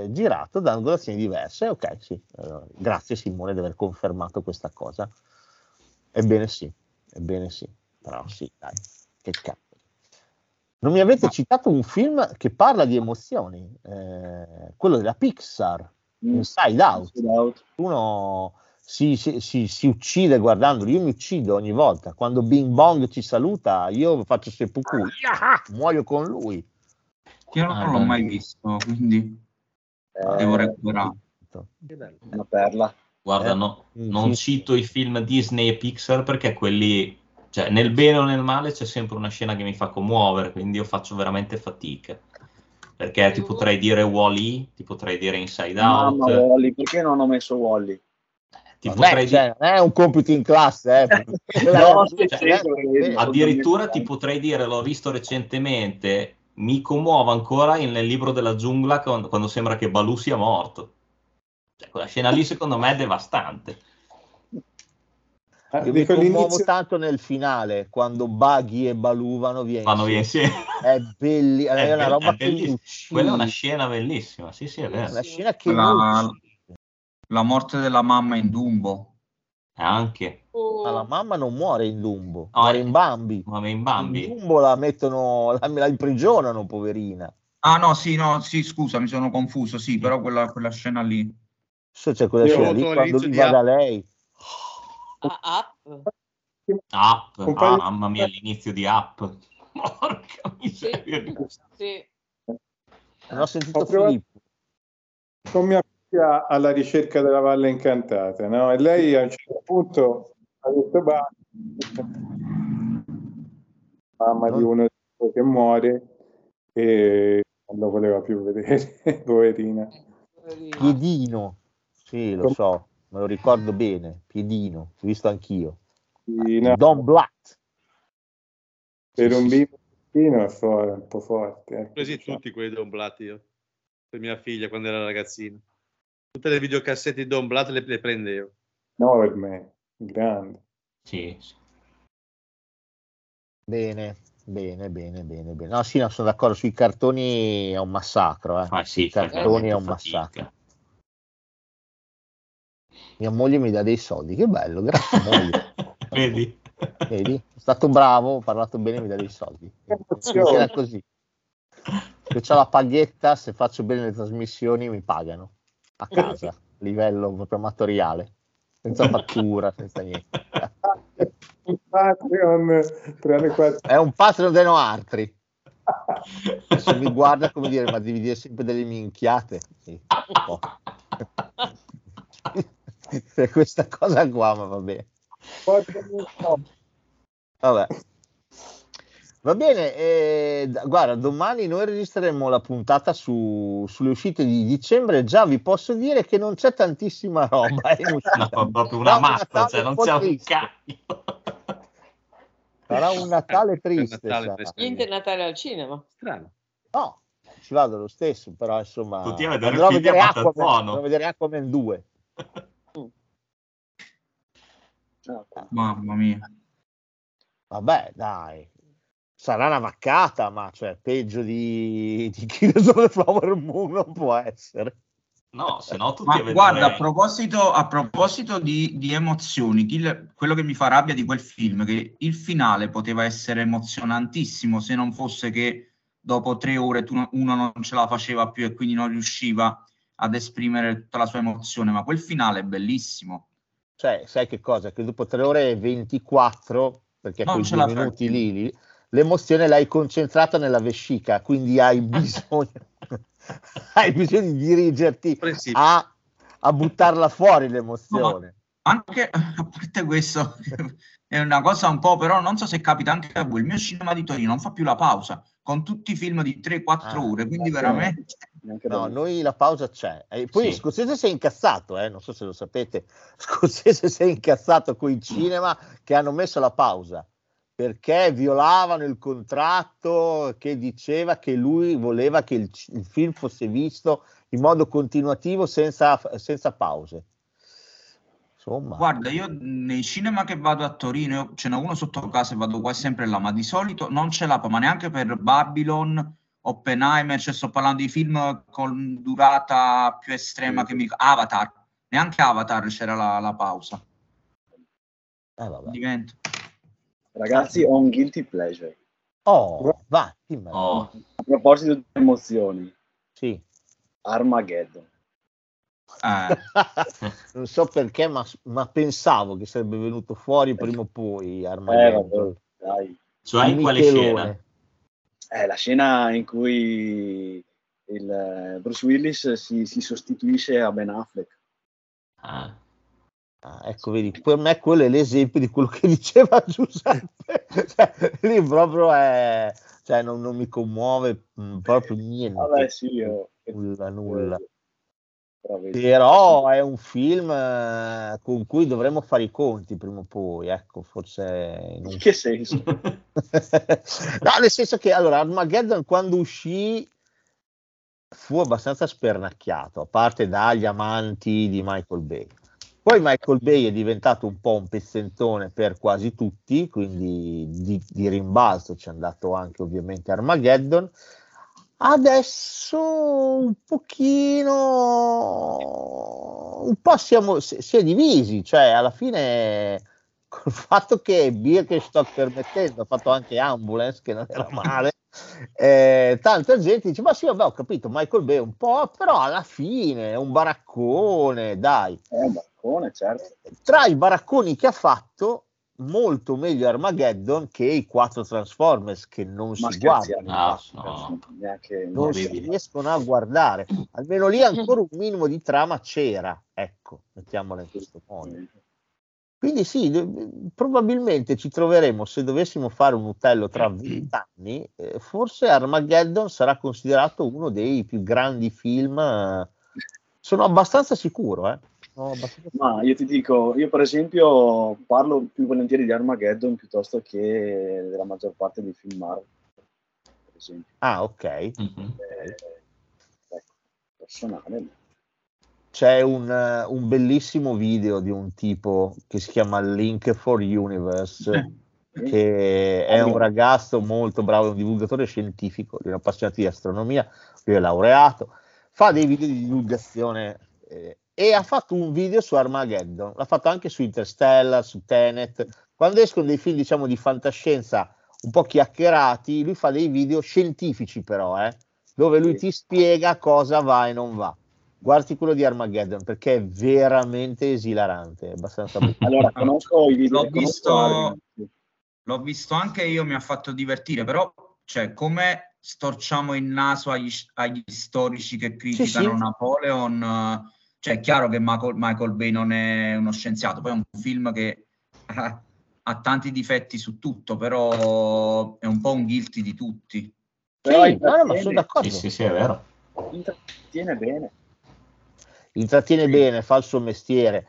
eh, girato da angolazioni diverse. Ok, sì, eh, grazie Simone di aver confermato questa cosa. Ebbene sì, ebbene sì, però sì, dai, che cazzo. Non mi avete citato un film che parla di emozioni, eh, quello della Pixar, mm. Inside Out. Inside Out. Uno si, si, si, si uccide guardandolo, io mi uccido ogni volta. Quando Bing Bong ci saluta, io faccio seppuku, yeah! Muoio con lui. Io non ah, l'ho mai visto, quindi eh, devo recuperare. Una perla. Guarda, Eh, no, mm, non sì. cito i film Disney e Pixar perché quelli, cioè nel bene o nel male c'è sempre una scena che mi fa commuovere, quindi io faccio veramente fatica. Perché ti potrei dire Wall-E, ti potrei dire Inside Out. Mamma Wall-E, perché non ho messo Wall-E? Ti Vabbè, potrei cioè, dire... non è un compito in classe, eh. No, cioè, sì, sì, addirittura ti potrei dire, l'ho visto recentemente, mi commuovo ancora in, nel libro della giungla quando, quando sembra che Balù sia morto. Cioè, quella scena lì secondo me è devastante. Io mi commuovo tanto nel finale, quando Buggy e Balù vanno via vanno insieme. È, belli- è, è una be- roba è che mi bellissima. uccide. Quella è una scena bellissima, sì sì è vero. Una scena che la, mi la morte della mamma in Dumbo. Anche. Ma la mamma non muore in Dumbo, No, muore è- in Bambi. Muore in Bambi. In Dumbo la mettono, la, la imprigionano, poverina. Ah no, sì, no, sì, scusa, mi sono confuso, sì, però quella, quella scena lì. So, c'è quella Io scena ho lì avuto quando l'inizio lui di va da Up. lei. Ah, Up. Up, Un paio ah, di- mamma mia, l'inizio di Up. Porca miseria. Sì. Non ho sentito Ho provato- Filippo. con mia figlia alla ricerca della Valle Incantata, no? E lei a un certo punto ha detto bah, mamma di uno che muore e non lo voleva più vedere, poverina. Piedino. Sì, lo so, me lo ricordo bene. Piedino, l'ho visto anch'io. Sì, no, Don Blatt. per Sì, un sì, bambino è for- un po' forte. ecco, Presi diciamo. tutti quelli Don Blatt io, per mia figlia quando era ragazzina. Tutte le videocassette di Don Blatt le, le prendevo. No, per me, grande. sì, sì. Bene, bene, bene, bene, bene. No, sì, no, sono d'accordo, sui cartoni è un massacro, eh. Ah, sì, I fai cartoni è veramente un fatica. massacro. Mia moglie mi dà dei soldi, che bello, grazie moglie. Vedi? Vedi? È stato bravo, ho parlato bene, mi dà dei soldi. Funziona così. Io ho la paghetta, se faccio bene le trasmissioni mi pagano a casa, a livello proprio amatoriale, senza fattura, senza niente. Un Patreon tra le quattro. È un Patreon de no altri. Se mi guarda come dire, ma devi dire sempre delle minchiate. Sì, un po'. Per questa cosa qua, ma va bene. Vabbè. Va bene, eh, d- guarda, domani noi registreremo la puntata su, sulle uscite di dicembre. Già vi posso dire che non c'è tantissima roba in uscita. No, proprio una Sarà un mazza, Natale cioè non un po' c'è un triste. cacchio. Sarà un Natale triste. Natale sarà. fresco. Niente Natale al cinema. Strano. No, ci vado lo stesso, però insomma Tutti a vedere andrò a figli vedere a Aquaman, Patazzone. andrò a vedere Aquaman due. Mamma mia. Vabbè, dai. Sarà una vaccata, ma cioè peggio di, di Killers of the Flower Moon non può essere. No, se no tutti Ma a vedere... guarda, a proposito, a proposito di, di emozioni, Kill- quello che mi fa rabbia di quel film, che il finale poteva essere emozionantissimo se non fosse che dopo tre ore tu no- uno non ce la faceva più e quindi non riusciva ad esprimere tutta la sua emozione, ma quel finale è bellissimo. Cioè, sai che cosa? Che dopo tre ore e ventiquattro, perché Non quei ce due la fai minuti più. lì, lì, l'emozione l'hai concentrata nella vescica, quindi hai bisogno, hai bisogno di dirigerti a, a buttarla fuori l'emozione. Anche a parte questo, è una cosa un po', però non so se capita anche a voi, il mio cinema di Torino non fa più la pausa, con tutti i film di tre quattro Ah, ore, quindi ok. veramente... No, noi la pausa c'è. E poi Sì. Scorsese si è incazzato, eh? Non so se lo sapete. Scorsese si è incazzato con i cinema che hanno messo la pausa perché violavano il contratto che diceva che lui voleva che il, il film fosse visto in modo continuativo senza, senza pause. Insomma, Guarda, io nei cinema che vado a Torino, io- ce n'è uno sotto casa e vado quasi sempre là, ma di solito non ce l'ha, ma neanche per Babylon Oppenheimer, cioè sto parlando di film con durata più estrema che mi Avatar, neanche Avatar c'era la, la pausa. Eh, vabbè. Divento. Ragazzi, ho un guilty pleasure. Oh, va, Oh. A proposito di emozioni, sì. Armageddon. Eh. Non so perché, ma, ma pensavo che sarebbe venuto fuori prima o poi Armageddon. Eh, vabbè, dai. Cioè, in quale scena? Eh, la scena in cui il eh, Bruce Willis si, si sostituisce a Ben Affleck. Ah. Ah, ecco, vedi, per me quello è l'esempio di quello che diceva Giuseppe. Cioè, lì proprio è, cioè, non, non mi commuove mh, proprio niente. Vabbè, sì, io... nulla, nulla. Eh, Però è un film eh, con cui dovremmo fare i conti prima o poi, ecco, forse in un... che senso? No, nel senso che allora Armageddon quando uscì fu abbastanza spernacchiato, a parte dagli amanti di Michael Bay. Poi Michael Bay è diventato un po' un pezzentone per quasi tutti, quindi di, di rimbalzo ci è andato anche ovviamente Armageddon. Adesso un pochino, un po' siamo, si, si è divisi, cioè alla fine col fatto che Birkenstock permettendo ha fatto anche Ambulance, che non era male, eh, tanta gente dice, ma sì, vabbè, ho capito, Michael Bay un po', però alla fine è un baraccone, dai. È un baraccone, certo. Tra i baracconi che ha fatto, molto meglio Armageddon che i quattro Transformers, che non Ma si guardano, no, no. Neanche, non non si vedi. riescono a guardare. Almeno lì ancora un minimo di trama c'era, ecco, mettiamola in questo modo. Quindi sì, de- probabilmente ci troveremo, se dovessimo fare un utello tra vent'anni, eh, forse Armageddon sarà considerato uno dei più grandi film, eh, sono abbastanza sicuro, eh. Sono abbastanza Ma io ti dico, io per esempio parlo più volentieri di Armageddon piuttosto che della maggior parte dei film Marvel, per esempio. Ah, ok. Mm-hmm. Eh, ecco, personale. C'è un, uh, un bellissimo video di un tipo che si chiama Link for Universe, che è un ragazzo molto bravo, un divulgatore scientifico, è un appassionato di astronomia, lui è laureato, fa dei video di divulgazione eh, e ha fatto un video su Armageddon, l'ha fatto anche su Interstellar, su Tenet. Quando escono dei film, diciamo, di fantascienza un po' chiacchierati, lui fa dei video scientifici però, eh, dove lui ti spiega cosa va e non va. Guardi quello di Armageddon perché è veramente esilarante, è abbastanza bello. Allora, conosco i video. L'ho visto, l'ho visto anche io, mi ha fatto divertire, però cioè, come storciamo il naso agli, agli storici che criticano Sì, sì. Napoleon, cioè è chiaro che Michael, Michael Bay non è uno scienziato, poi è un film che eh, ha tanti difetti su tutto, però è un po' un guilty di tutti. Però Sì, no, no, ma sono d'accordo. Sì, sì, sì, è vero. Intrattiene bene. Intrattiene bene, fa il suo mestiere.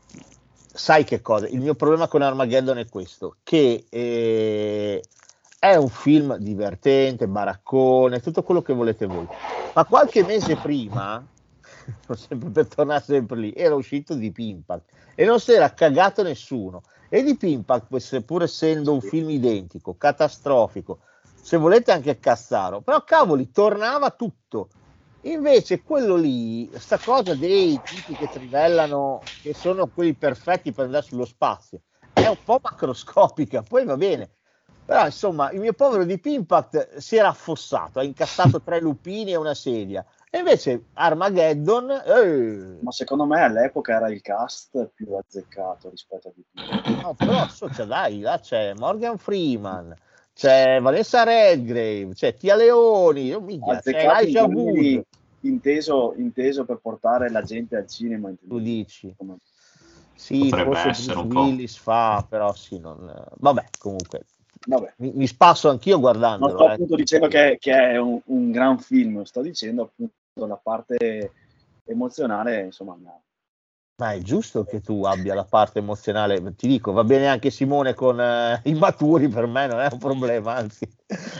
Sai che cosa? Il mio problema con Armageddon è questo, che eh, è un film divertente, baraccone, tutto quello che volete voi. Ma qualche mese prima, sempre per tornare sempre lì, era uscito Deep Impact e non si era cagato nessuno. E Deep Impact, pur essendo un film identico, catastrofico, se volete anche cazzaro, però cavoli, tornava tutto. Invece quello lì, sta cosa dei tipi che trivellano, che sono quelli perfetti per andare sullo spazio, è un po' macroscopica, poi va bene. Però insomma, il mio povero Deep Impact si era affossato, ha incassato tre lupini e una sedia. E invece Armageddon... Eh, Ma secondo me all'epoca era il cast più azzeccato rispetto a Deep Impact. no, però so, cioè, dai, là c'è Morgan Freeman, c'è Vanessa Redgrave, c'è Tia Leoni, oh, minchia, c'è Azzeccato in Elijah termini Wood. inteso, inteso per portare la gente al cinema. Tu dici? Sì, Potrebbe forse essere Bruce un po'. Willis fa, però sì, non... vabbè, comunque Vabbè. mi, mi spasso anch'io Non guardandolo. sto eh. appunto dicendo che, che è un, un gran film, sto dicendo appunto la parte emozionale, insomma. No. Ma è giusto che tu abbia la parte emozionale, ti dico, va bene anche Simone con eh, i maturi, per me non è un problema, anzi.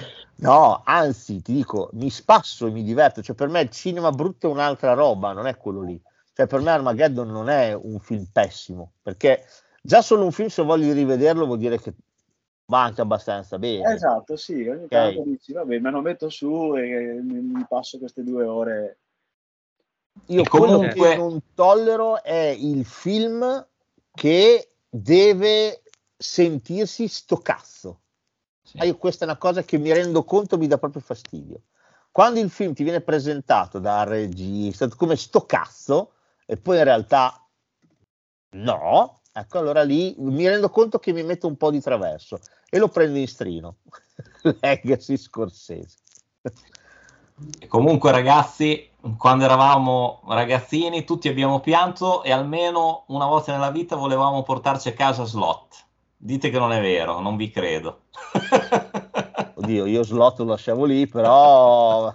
No, anzi, ti dico, mi spasso e mi diverto, cioè per me il cinema brutto è un'altra roba, non è quello lì. Cioè per me Armageddon non è un film pessimo, perché già solo un film, se voglio rivederlo, vuol dire che va anche abbastanza bene. Esatto, sì, ogni Okay. tanto dici, vabbè, me lo metto su e mi, mi passo queste due ore. Io E quello comunque- che non tollero è il film che deve sentirsi sto cazzo. Ah, io questa è una cosa che mi rendo conto mi dà proprio fastidio. Quando il film ti viene presentato dal regista come sto cazzo e poi in realtà no, ecco, allora lì mi rendo conto che mi metto un po' di traverso e lo prendo in strino. Legacy Scorsese. E comunque ragazzi, quando eravamo ragazzini tutti abbiamo pianto e almeno una volta nella vita volevamo portarci a casa Slot. Dite che non è vero, non vi credo. Oddio, io Slot lo lasciavo lì, però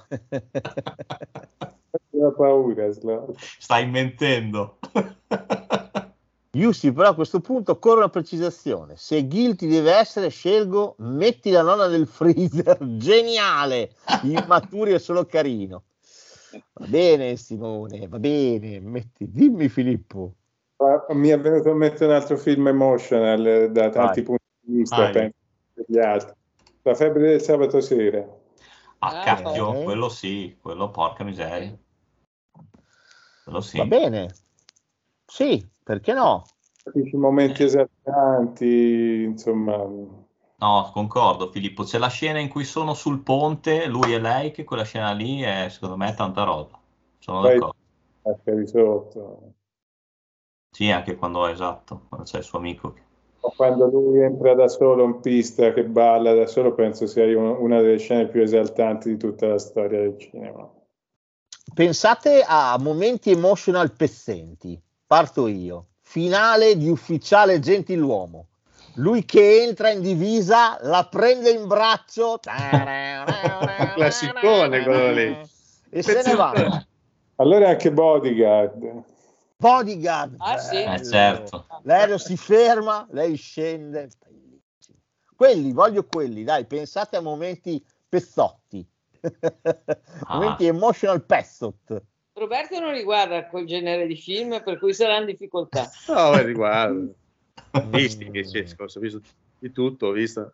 Ho paura, Slot. Stai mentendo. Giussi, però a questo punto occorre una precisazione. Se guilty deve essere, scelgo metti la nonna nel freezer. Geniale! Immaturi è solo carino. Va bene Simone, va bene. Metti, dimmi Filippo. Ah, mi è venuto in mente un altro film emotional eh, da tanti Vai. punti di vista, Vai. penso, per gli altri. La febbre del sabato sera. Ah, Ah, cacchio, ok. quello sì, quello porca miseria. Quello sì. Va bene. Sì, perché no? Dici momenti esaltanti, insomma. No, concordo Filippo, c'è la scena in cui sono sul ponte, lui e lei, che quella scena lì è secondo me tanta roba. Sono Poi d'accordo. anche di sotto. Sì, anche quando è esatto, quando c'è il suo amico. che- O quando lui entra da solo in pista che balla da solo, penso sia un- una delle scene più esaltanti di tutta la storia del cinema. Pensate a momenti emotional pezzenti. Parto io. Finale di Ufficiale Gentiluomo. Lui che entra in divisa, la prende in braccio. Classicone quello lì. E se ne va. Allora anche Bodyguard. Bodyguard. Ah, sì. bello. Eh, certo. L'aereo si ferma, lei scende. Bellissimo. Quelli, voglio quelli, dai, pensate a momenti pezzotti. Momenti emotional pezzot. Roberto non riguarda quel genere di film, per cui sarà in difficoltà. No, beh, riguardo. Visti che c'è scorso, ho visto di tutto, ho visto.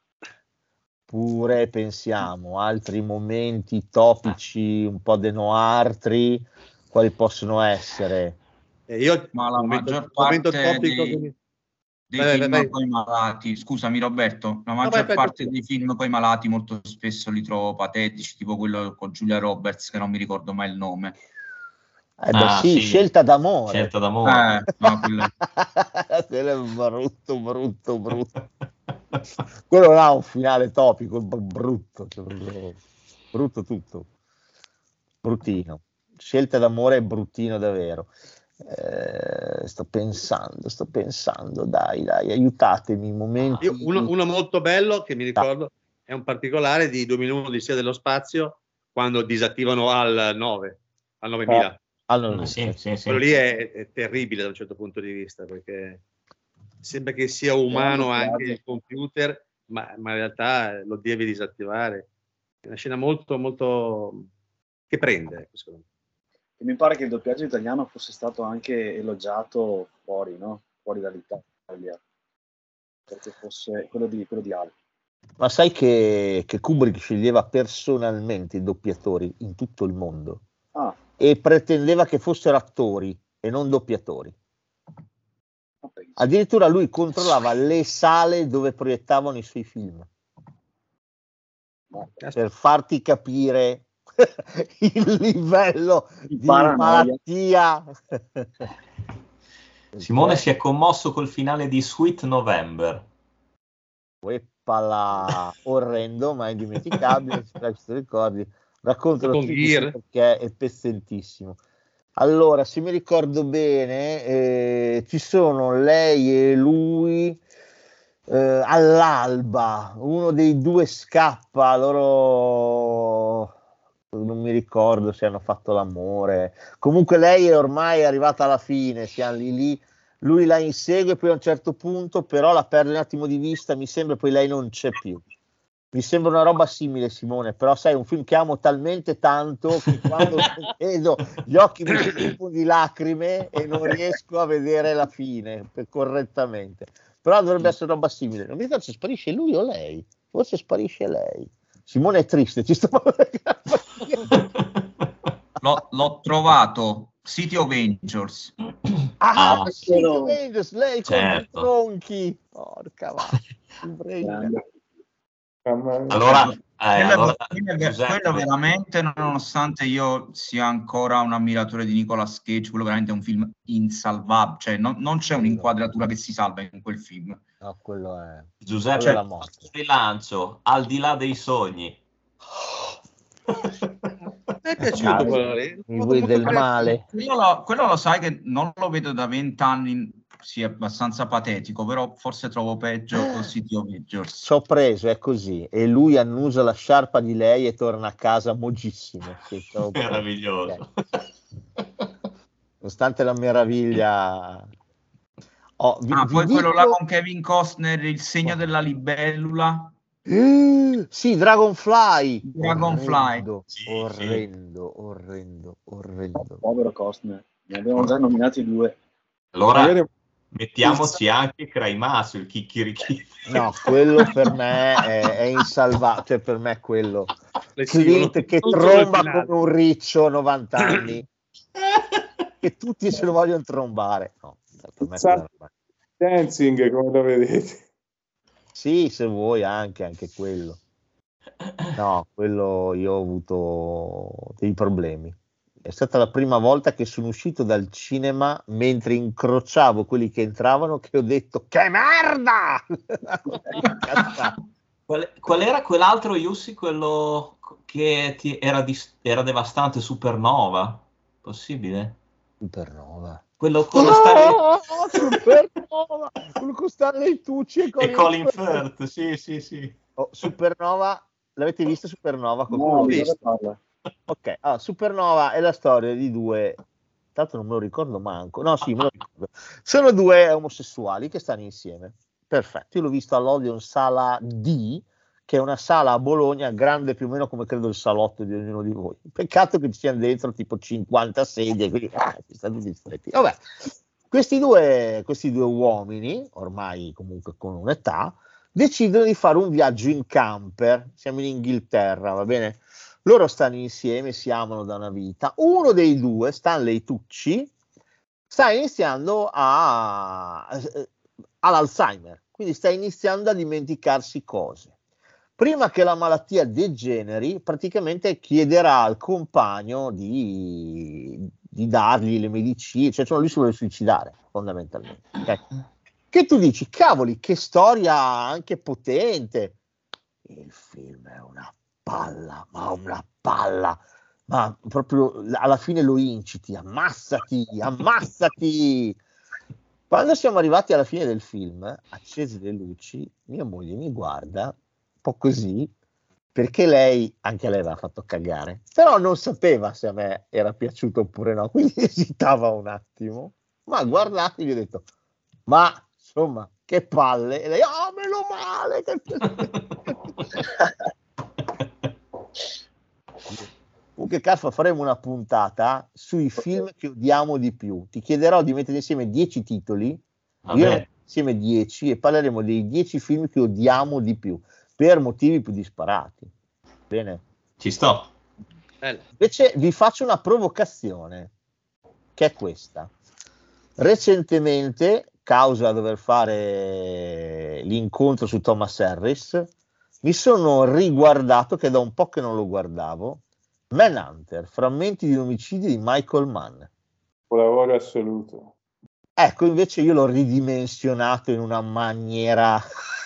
Pure pensiamo altri momenti topici un po' de noartri, quali possono essere? E io Ma la momento, maggior momento parte topico dei- che mi- dei Vai, film vai, vai. poi malati, scusami Roberto, la vai, maggior vai, parte tu. dei film poi malati molto spesso li trovo patetici, tipo quello con Giulia Roberts, che non mi ricordo mai il nome. Eh beh, Ah, sì, sì. scelta d'amore. Scelta d'amore. Eh, no, quello Quello è brutto, brutto, brutto. Quello non ha un finale topico, br- brutto, cioè proprio brutto tutto. Bruttino. Scelta d'amore è bruttino davvero. Eh, sto pensando, sto pensando, dai, dai, aiutatemi, momenti. Io, uno, uno molto bello che mi ricordo è un particolare di duemilauno Odissea dello spazio, quando disattivano al nove, al novemila. Allora, Sì, sì, sì. Quello lì è, è terribile da un certo punto di vista, perché sembra che sia umano anche il computer, ma, ma in realtà lo devi disattivare. È una scena molto, molto che prende, ecco, secondo me. E mi pare che il doppiaggio italiano fosse stato anche elogiato fuori, no? Fuori dall'Italia, perché fosse quello di, quello di Alpi. ma sai che, che Kubrick sceglieva personalmente i doppiatori in tutto il mondo Ah, e pretendeva che fossero attori e non doppiatori. ma penso. Addirittura lui controllava le sale dove proiettavano i suoi film per farti capire il livello di paranoia. malattia. Simone si è commosso col finale di Sweet November. Eppala, orrendo ma indimenticabile. Spero che ti ricordi. Raccontalo Con tu Gear. perché è pezzentissimo. Allora, se mi ricordo bene, eh, ci sono lei e lui eh, all'alba, uno dei due scappa, loro non mi ricordo se hanno fatto l'amore, comunque lei è ormai arrivata alla fine, siamo lì lì, lui la insegue poi a un certo punto però la perde un attimo di vista, mi sembra, poi lei non c'è più. Mi sembra una roba simile, Simone, però sai, è un film che amo talmente tanto che quando vedo gli occhi mi si riempiono di lacrime e non riesco a vedere la fine per, correttamente. però dovrebbe essere roba simile. Non mi ricordo se sparisce lui o lei, forse sparisce lei. Simone è triste, ci sta l'ho, l'ho trovato, City of Angels. Ah, Ah, City of Angels, lei con certo. i tronchi, porca vacca. Allora, eh, quello, allora quello, Giuseppe, quello veramente, nonostante io sia ancora un ammiratore di Nicolas Cage, quello veramente è un film insalvabile, cioè non, non c'è un'inquadratura che si salva in quel film. No, quello è Giuseppe, quello è la morte. rilancio, Al di là dei sogni. Mi è piaciuto quello lì. Mi vuoi del male? Quello lo, quello lo sai che non lo vedo da vent'anni, sì, è abbastanza patetico, però forse trovo peggio City of Angels. Ci ho preso, è così, e lui annusa la sciarpa di lei e torna a casa mogissimo. Sì, ciò- Meraviglioso. Nonostante la meraviglia. Oh, vi- Ah, vi poi quello là dico- con Kevin Costner, Il segno della libellula. Eh, sì, Dragonfly. Dragonfly. Orrendo, Sì, sì. orrendo, orrendo, orrendo. Povero Costner, ne abbiamo già nominati due. Allora, Magari- mettiamoci anche Craimasso, il chicchirichì. No, quello per me è, è insalvabile, cioè per me è quello. Clint che non solo il tromba finale. come un riccio a novanta anni, che tutti se lo vogliono trombare. No, per me è Sa- quella- Dancing, come lo vedete? Sì, se vuoi anche, anche quello. No, quello io ho avuto dei problemi. È stata la prima volta che sono uscito dal cinema mentre incrociavo quelli che entravano che ho detto che merda! Qual, qual era quell'altro Yussi, quello che ti, era, dis- era devastante, Supernova? Possibile? Supernova. Quello con lo Stanley, Oh, Supernova! Quello con Stanley Tucci e Colin, e Colin Firth. Firth, sì, sì, sì. Oh, Supernova, l'avete vista Supernova? Qualcuno No, l'ha di vista? cosa parla? Ok, allora, Supernova è la storia di due, tra l'altro non me lo ricordo manco, no sì, me lo ricordo. Sono due omosessuali che stanno insieme, perfetto, io l'ho visto all'Odeon Sala D, che è una sala a Bologna grande più o meno come credo il salotto di ognuno di voi, peccato che ci siano dentro tipo cinquanta sedie, quindi ah, ci stanno tutti stretti. Vabbè, questi due, questi due uomini, ormai comunque con un'età, decidono di fare un viaggio in camper, siamo in Inghilterra, va bene? Loro stanno insieme, si amano da una vita. Uno dei due, Stanley Tucci, sta iniziando a all'Alzheimer, quindi sta iniziando a dimenticarsi cose. Prima che la malattia degeneri, praticamente chiederà al compagno di, di dargli le medicine, cioè, cioè lui si vuole suicidare, fondamentalmente. Okay? Che tu dici, cavoli, che storia anche potente. Il film è una palla, ma una palla, ma proprio alla fine lo inciti, ammazzati, ammazzati. Quando siamo arrivati alla fine del film, accese le luci, mia moglie mi guarda un po' così, perché lei, anche lei aveva fatto cagare, però non sapeva se a me era piaciuto oppure no, quindi esitava un attimo, ma guardate, gli ho detto, ma insomma, che palle, e lei, oh, meno male, che... Comunque Caffa, faremo una puntata sui film che odiamo di più. Ti chiederò di mettere insieme dieci titoli, io insieme dieci, e parleremo dei dieci film che odiamo di più per motivi più disparati. Bene? Ci sto. Invece vi faccio una provocazione, che è questa. Recentemente, causa dover fare l'incontro su Thomas Harris, mi sono riguardato, che da un po' che non lo guardavo, Manhunter, frammenti di un omicidio di Michael Mann. Lavoro assoluto. Ecco, invece io l'ho ridimensionato in una maniera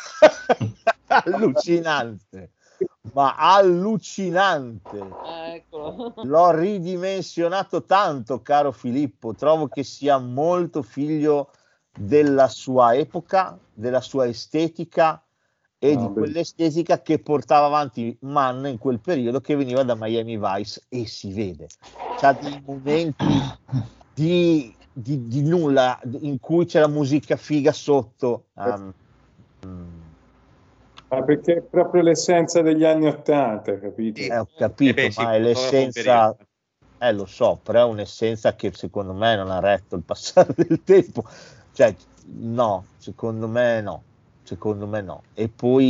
allucinante, ma allucinante. Ah, eccolo. L'ho ridimensionato tanto, caro Filippo, trovo che sia molto figlio della sua epoca, della sua estetica e No, di quell'estetica che portava avanti Mann in quel periodo, che veniva da Miami Vice, e si vede. C'ha dei momenti di, di, di nulla in cui c'è la musica figa sotto. Um, Ma perché è proprio l'essenza degli anni Ottanta, capito? Eh, ho capito, Eh beh, sì, ma è l'essenza, eh lo so, però è un'essenza che secondo me non ha retto il passare del tempo. Cioè, no, secondo me no. Secondo me no. E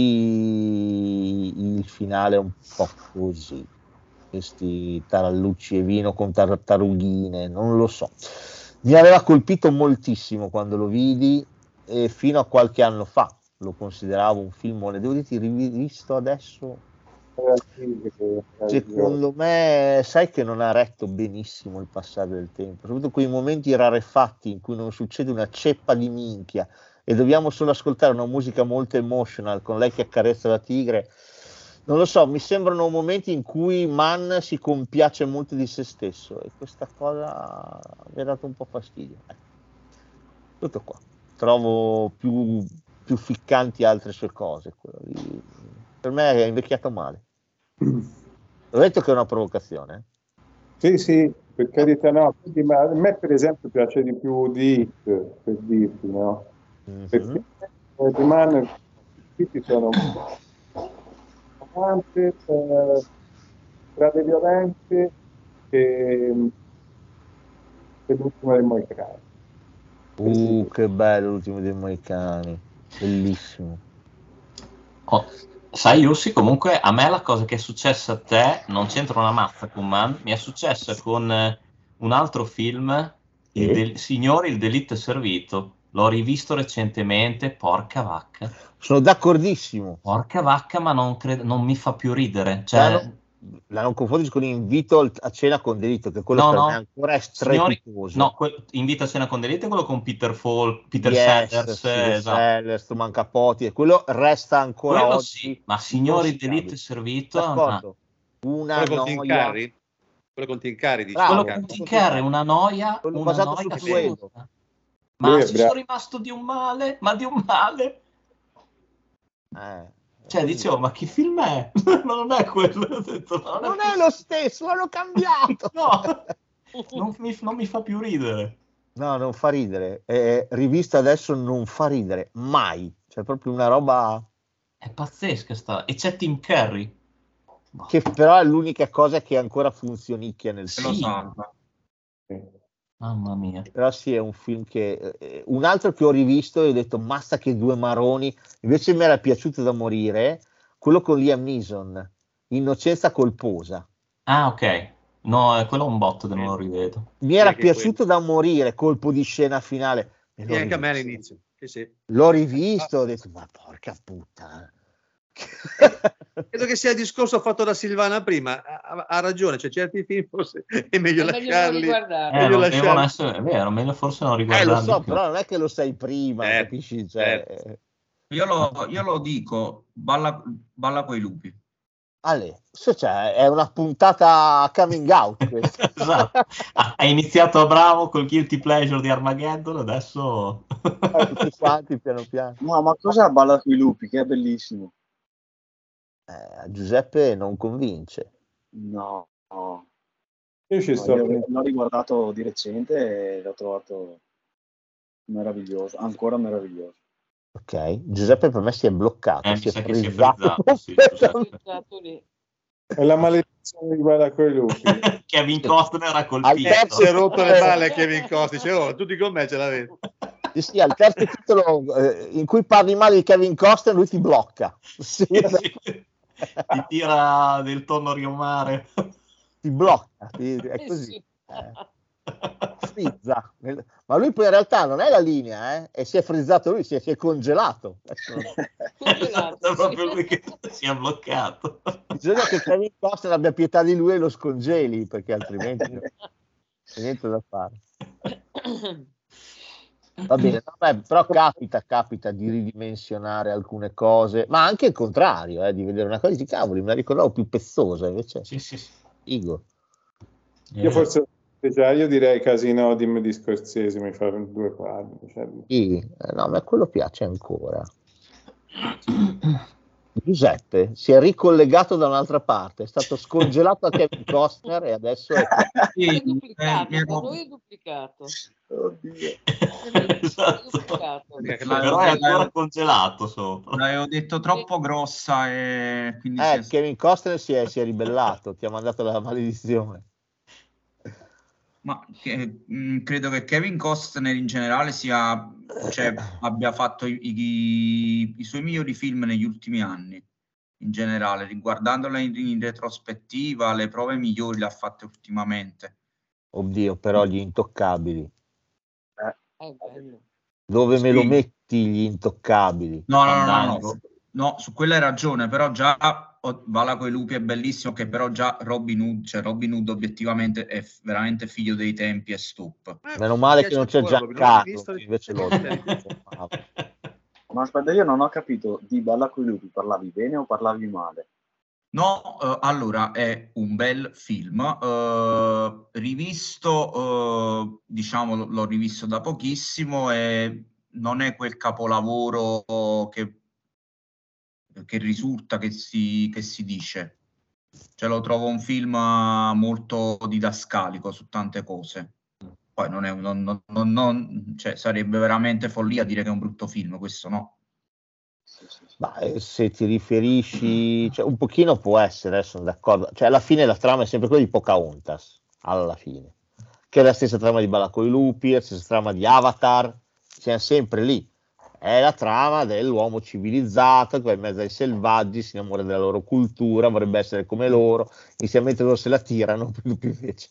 poi il finale è un po' così. Questi tarallucci e vino con tartarughine, non lo so. Mi aveva colpito moltissimo quando lo vidi e fino a qualche anno fa lo consideravo un filmone. Devo dirti, rivisto adesso, secondo me, sai che non ha retto benissimo il passare del tempo, soprattutto quei momenti rarefatti in cui non succede una ceppa di minchia e dobbiamo solo ascoltare una musica molto emotional con lei che accarezza la tigre. Non lo so, mi sembrano momenti in cui Mann si compiace molto di se stesso e questa cosa mi ha dato un po' fastidio. Eh. Tutto qua. Trovo più, più ficcanti altre sue cose. Quello lì, per me è invecchiato male. Ho detto che è una provocazione. Sì, sì, per carità no. Quindi, ma a me per esempio piace di più di It, per dirti, no? Mm-hmm. Perché eh, di Mann tutti sono amante, eh, strade violente e, e l'ultimo dei Moicani. Uh, che bello l'ultimo dei Moicani, bellissimo. Oh, sai Yussi, comunque a me la cosa che è successa a te non c'entra una mazza con Man, mi è successa con eh, un altro film, il Eh? del, Signori, il delitto è servito. L'ho rivisto recentemente, porca vacca. Sono d'accordissimo. Porca vacca, ma non, credo, non mi fa più ridere. Cioè... L'hanno, l'hanno confuso con Invito a cena con delitto, che quello no, per no. me ancora è Signori, strepitoso. no, que- Invito a cena con delitto è quello con Peter Fall, Peter yes, Sellers, sì, eh, esatto. Sellers, Truman Capote, e quello resta ancora quello oggi. Sì, ma Signori, il delitto è servito. D'accordo. Ah. Una quello con Tim noia. Carrey? Quello con Tim Carrey, dice. Quello con Tim Carrey, una noia, quello una basato noia su quello. assoluta. Ma ci sono rimasto di un male, ma di un male. Eh, cioè, dicevo, ma che film è? Ma non è quello. Ho detto, ma non, non è, è lo stesso, l'hanno cambiato. No, non mi, non mi fa più ridere. No, non fa ridere. Eh, rivista adesso non fa ridere, mai. Cioè, proprio una roba... È pazzesca sta. E c'è Tim Curry. Che però è l'unica cosa che ancora funzionicchia nel Sì. film. Mamma mia. Però sì, è un film che... Eh, un altro che ho rivisto e ho detto, mazza che due maroni. Invece mi era piaciuto da morire, quello con Liam Neeson, Innocenza colposa. Ah, ok. No, è quello un botto che non lo rivedo. Mi era piaciuto da morire, colpo di scena finale. E, e anche a me all'inizio. Sì, sì. L'ho rivisto, ho detto, ma porca puttana. Credo che sia il discorso fatto da Silvana prima, ha, ha ragione, cioè certi film forse è meglio È meglio lasciarli. non Eh, meglio non lasciarli. devono essere, è vero, meglio forse non Eh, riguardarli lo so, più. però non è che lo sai prima, Eh, capisci? Cioè, certo. Io lo, io lo dico, balla, balla coi lupi. Ale, cioè, è una puntata coming out questa. Esatto. Ha iniziato a bravo col guilty pleasure di Armageddon, adesso Tutti quanti piano piano. No, ma cosa balla coi lupi, che è bellissimo. Eh, Giuseppe non convince. No, no. Io ci No, sto io l'ho riguardato di recente e l'ho trovato meraviglioso, ancora meraviglioso. Ok, Giuseppe per me si è bloccato, Eh, si mi è sa che si è frizzato. frizzato, sì, Giuseppe. È la maledizione di Balla coi lupi. Kevin Costner era Al colpito. terzo Si è rotto le balle Kevin Costi, dice, oh, tutti con me ce l'avete. Sì, sì, al terzo titolo eh, in cui parli male di Kevin Costner lui ti blocca. Sì, Sì. Ti tira del tonno riomare. ti blocca, ti- è così. Eh. Frizza. Ma lui poi in realtà non è la linea, eh? E si è frizzato lui, si è, si è congelato. Congelato, È proprio sì. lui che si è bloccato. Bisogna che Kevin Costner abbia pietà di lui e lo scongeli, perché altrimenti non c'è niente da fare. Va bene, vabbè, però capita, capita di ridimensionare alcune cose, ma anche il contrario, eh, di vedere una cosa e dici, cavoli, me la ricordavo più pezzosa, invece Sì, sì, sì. figo. Io forse già, io direi Casino di, di Scorsese, mi fa due quadri. Cioè. Sì, eh, no, ma quello piace ancora. Giuseppe si è ricollegato da un'altra parte, è stato scongelato a Kevin Costner e adesso è... È duplicato, eh, da noi è duplicato. Oddio. Esatto. duplicato. Però è ancora congelato sopra. L'avevo detto troppo grossa e quindi Eh, si è... Kevin Costner si è, si è ribellato, ti ha mandato la maledizione. Ma che, mh, credo che Kevin Costner in generale sia, cioè, abbia fatto i, i- i suoi migliori film negli ultimi anni, in generale, riguardandolo in, in retrospettiva, le prove migliori le ha fatte ultimamente. Oddio, però gli Intoccabili. È bello. Dove me Sì. lo metti gli Intoccabili? No, no, no, no, Sundance. no, no, su quella hai ragione, però già oh, Bala coi lupi è bellissimo, che però già Robin Hood, cioè Robin Hood obiettivamente è f- veramente figlio dei tempi e stop. Meno male che non c'è ancora, Robin, non l'ho Giancarlo, visto. che invece lo amavo. Ma aspetta, io non ho capito, di Balla coi lupi parlavi bene o parlavi male? No, eh, allora è un bel film, eh, rivisto, eh, diciamo, l- l'ho rivisto da pochissimo e non è quel capolavoro che, che risulta, che si, che si dice. Cioè lo trovo un film eh, molto didascalico su tante cose. Poi non è un- non, non- non- non- cioè, sarebbe veramente follia dire che è un brutto film, questo no. Ma eh, se ti riferisci, cioè, un pochino può essere, adesso sono d'accordo, cioè alla fine la trama è sempre quella di Pocahontas, alla fine, che è la stessa trama di Balla coi lupi, la stessa trama di Avatar, siamo sempre lì, è la trama dell'uomo civilizzato che va in mezzo ai selvaggi, si innamora della loro cultura, vorrebbe essere come loro, inizialmente loro se la tirano, poi dopo invece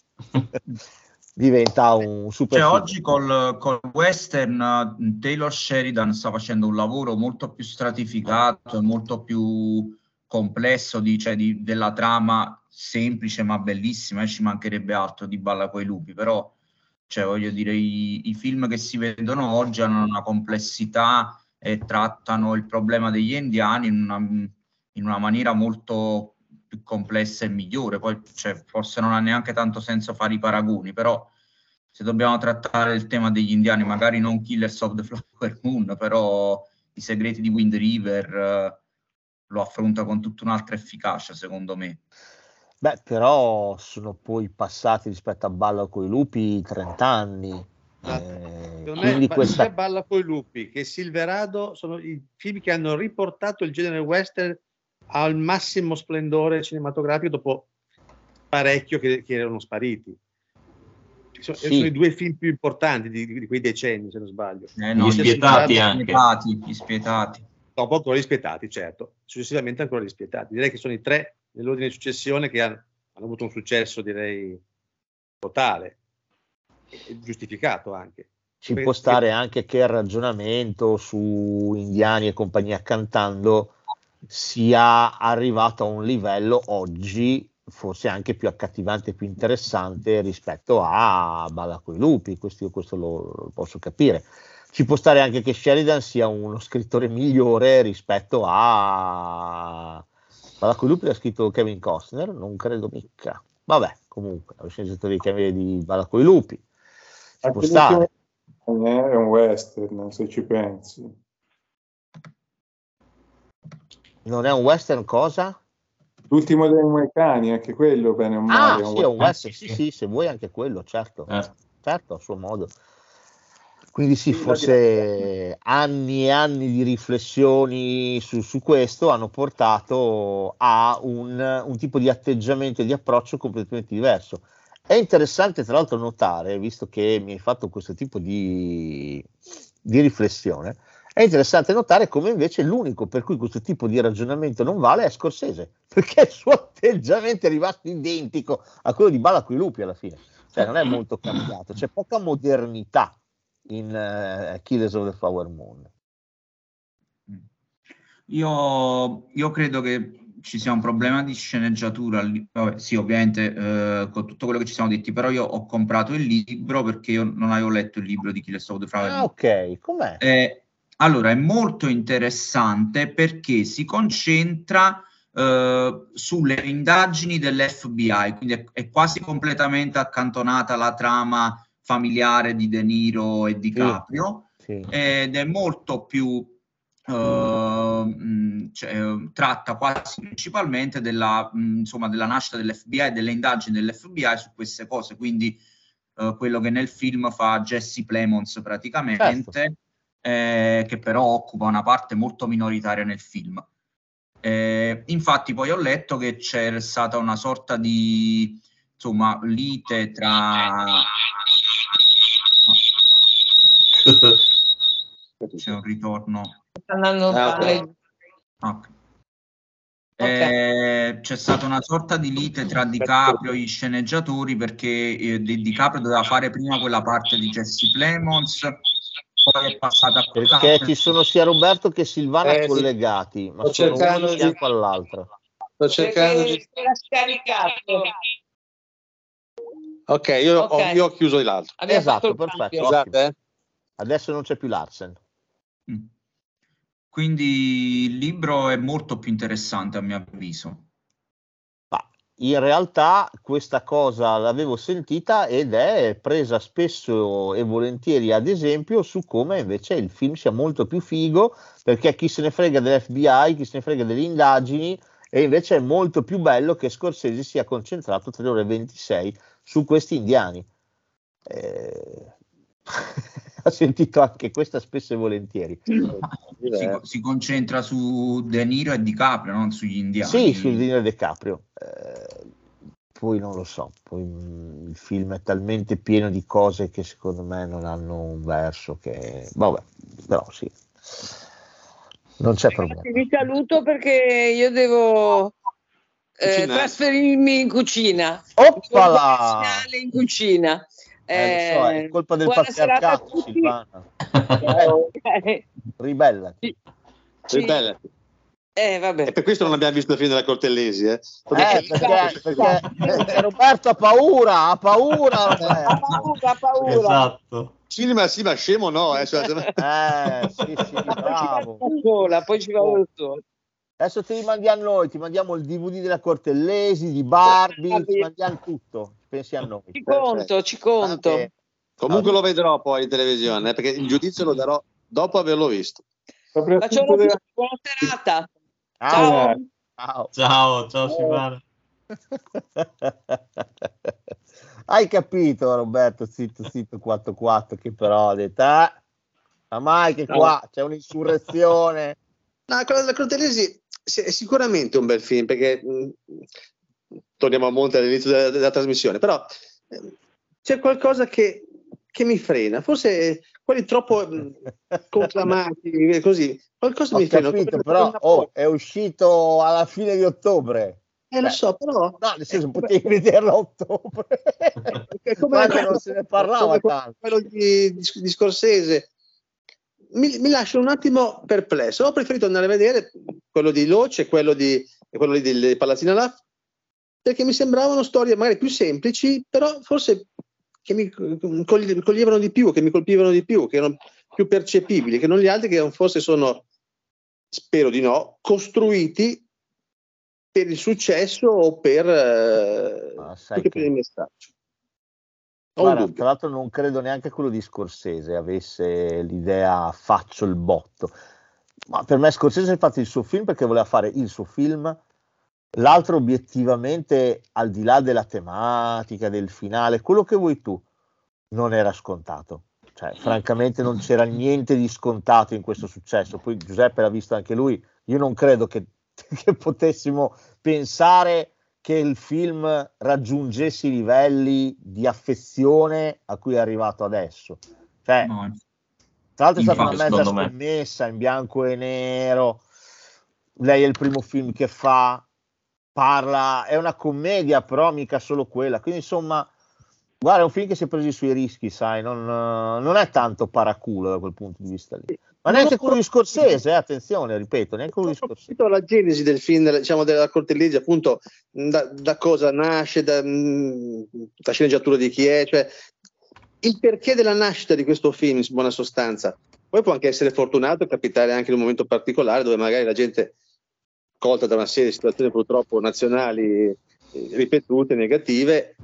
diventa un super Cioè, film. oggi col, col western eh, Taylor Sheridan sta facendo un lavoro molto più stratificato e molto più complesso di, cioè, di- della trama semplice ma bellissima, e ci mancherebbe altro di Balla coi lupi, però cioè, voglio dire, i, i film che si vedono oggi hanno una complessità e trattano il problema degli indiani in una, in una maniera molto più complessa e migliore. Poi cioè, forse non ha neanche tanto senso fare i paragoni, però se dobbiamo trattare il tema degli indiani, magari non Killers of the Flower Moon, però i segreti di Wind River eh, lo affronta con tutta un'altra efficacia, secondo me. Beh, però sono poi passati rispetto a Balla coi lupi trenta anni. Eh, Secondo me, quindi ba- questa... sia Balla coi lupi che Silverado sono i film che hanno riportato il genere western al massimo splendore cinematografico dopo parecchio che, che erano spariti. Sono, Sì. sono i due film più importanti di, di quei decenni, se non sbaglio. Eh, no, Gli Sia Spietati Silverado- anche. Spietati, gli spietati. Dopo ancora gli spietati, certo. Successivamente ancora gli spietati. Direi che sono i tre nell'ordine di successione che hanno, hanno avuto un successo, direi, totale. E giustificato anche. Ci Perché- può stare anche che il ragionamento su indiani e compagnia cantando sia arrivato a un livello oggi forse anche più accattivante e più interessante rispetto a Balla coi lupi, questo, io questo lo, lo posso capire. Ci può stare anche che Sheridan sia uno scrittore migliore rispetto a Balla coi lupi, l'ha scritto Kevin Costner, non credo mica. Vabbè, comunque, lo sceneggiatore di Kevin di Balla coi lupi. Ci può Anche stare. l'ultimo è un western, se ci pensi. Non è un western cosa? L'ultimo dei Moicani, anche quello, bene o Ah, male, è un sì, è un western. western, sì, sì, se vuoi anche quello, certo, Eh. certo, a suo modo. Quindi sì, Sì, lo forse anni e anni di riflessioni su, su questo hanno portato a un, un tipo di atteggiamento e di approccio completamente diverso. È interessante tra l'altro notare, visto che mi hai fatto questo tipo di, di riflessione, è interessante notare come invece l'unico per cui questo tipo di ragionamento non vale è Scorsese, perché il suo atteggiamento è rimasto identico a quello di Balla coi lupi alla fine, cioè non è molto cambiato, c'è poca modernità in uh, Killers of the Flower Moon. Io, io credo che ci sia un problema di sceneggiatura. lì- Vabbè, sì, ovviamente eh, con tutto quello che ci siamo detti, però io ho comprato il libro perché io non avevo letto il libro di Killers of the Flower Ah, Moon. ok, com'è? Eh, allora, è molto interessante perché si concentra eh, sulle indagini dell'F B I, quindi è, è quasi completamente accantonata la trama familiare di De Niro e DiCaprio, Sì. ed è molto più eh, mh, cioè, tratta quasi principalmente della, mh, insomma, della nascita dell'F B I e delle indagini dell'F B I su queste cose, quindi eh, quello che nel film fa Jesse Plemons praticamente, Certo. eh, che però occupa una parte molto minoritaria nel film. Eh, infatti poi ho letto che c'è stata una sorta di insomma lite tra c'è un ritorno. Andando Ah, male. Ok. Eh, c'è stata una sorta di lite tra DiCaprio e gli sceneggiatori perché eh, Di- DiCaprio doveva fare prima quella parte di Jesse Plemons, poi è passata a Perché quell'altra. ci sono sia Roberto che Silvana Eh, sì. collegati, ma Sto sono uno cercando di di- fianco all'altra. Sto cercando Perché di... si era scaricato. Ok, io, Ok. Ho, io ho chiuso l'altro. Abbiamo fatto Esatto, il perfetto. cambio. Scusate, eh. Adesso non c'è più Larsen. Mm. Quindi il libro è molto più interessante a mio avviso. Ma in realtà questa cosa l'avevo sentita ed è presa spesso e volentieri ad esempio su come invece il film sia molto più figo, perché chi se ne frega dell'F B I, chi se ne frega delle indagini, e invece è molto più bello che Scorsese sia concentrato tre ore e ventisei su questi indiani. Eh... Ho sentito anche questa spesso e volentieri. Si, si concentra su De Niro e DiCaprio, non sugli indiani. Sì, su Di Niro e DiCaprio. Eh, poi non lo so, poi mh, il film è talmente pieno di cose che secondo me non hanno un verso che... Vabbè, però sì, non c'è problema. Vi saluto perché io devo eh, Cucinare. trasferirmi in cucina. Oppala! In cucina. Eh, lo so, è colpa del buona serata a patriarcato, tutti. Silvana. Ok. Ribellati. Sì. Ribellati. Eh, vabbè. E per questo non abbiamo visto il film della Cortellesi, eh? Eh, perché, perché, perché Roberto ha paura, ha paura, Ha Roberto. paura, ha paura. Esatto. Cinema sì, ma scemo no, eh? Cioè, Eh, sì, sì, bravo. Da sola, poi ci vado da sola. Adesso ti rimandi a noi, ti mandiamo il D V D della Cortellesi, di Barbie, ti mandiamo tutto, pensi a noi. Ci conto, ci conto. Vabbè. comunque lo vedrò poi in televisione, eh, perché il giudizio lo darò dopo averlo visto. Faccio una della... buona serata. Ciao. Ciao. Ciao. Ciao, ciao Silvana. Hai capito Roberto, zitto zitto quattro quattro, che però ha detto eh, ma mai che qua c'è un'insurrezione. No, quella della Cortellesi è sicuramente un bel film, perché mh, torniamo a monte all'inizio della, della trasmissione, però eh, c'è qualcosa che, che mi frena, forse quelli troppo mh, conclamati così, qualcosa Ho mi frena. capito, però oh, è uscito alla fine di ottobre. Eh, lo so, però... No, nel senso, potevi vederlo a ottobre. Come, Quando non se ne parlava come tanto. quello di, di, di Scorsese. Mi, mi lascia un attimo perplesso. Ho preferito andare a vedere quello di Loach e quello di, e quello lì del Palazzina Laff, perché mi sembravano storie magari più semplici, però forse che mi coglievano di più, che mi colpivano di più, che erano più percepibili, che non gli altri che forse sono, spero di no, costruiti per il successo o per, eh, ah, sai che che... per il messaggio. Guarda, tra l'altro non credo neanche quello di Scorsese avesse l'idea faccio il botto, ma per me Scorsese ha fatto il suo film perché voleva fare il suo film, l'altro obiettivamente, al di là della tematica, del finale, quello che vuoi tu, non era scontato. Cioè, francamente non c'era niente di scontato in questo successo. Poi Giuseppe l'ha visto anche lui, io non credo che, che potessimo pensare che il film raggiungesse i livelli di affezione a cui è arrivato adesso. Cioè, No, tra l'altro è stata una infatti, mezza secondo me. scommessa in bianco e nero. Lei è il primo film che fa, parla, è una commedia, però mica solo quella. Quindi insomma, guarda, è un film che si è preso i suoi rischi, sai, non, non è tanto paraculo da quel punto di vista lì. Ma neanche quello di Scorsese, eh, attenzione, ripeto, neanche quello di Scorsese. La genesi del film, diciamo, della Cortellesi, appunto, da, da cosa nasce, da, da sceneggiatura di chi è, cioè il perché della nascita di questo film, in buona sostanza. Poi può anche essere fortunato capitare anche in un momento particolare dove magari la gente, colta da una serie di situazioni purtroppo nazionali eh, ripetute, negative,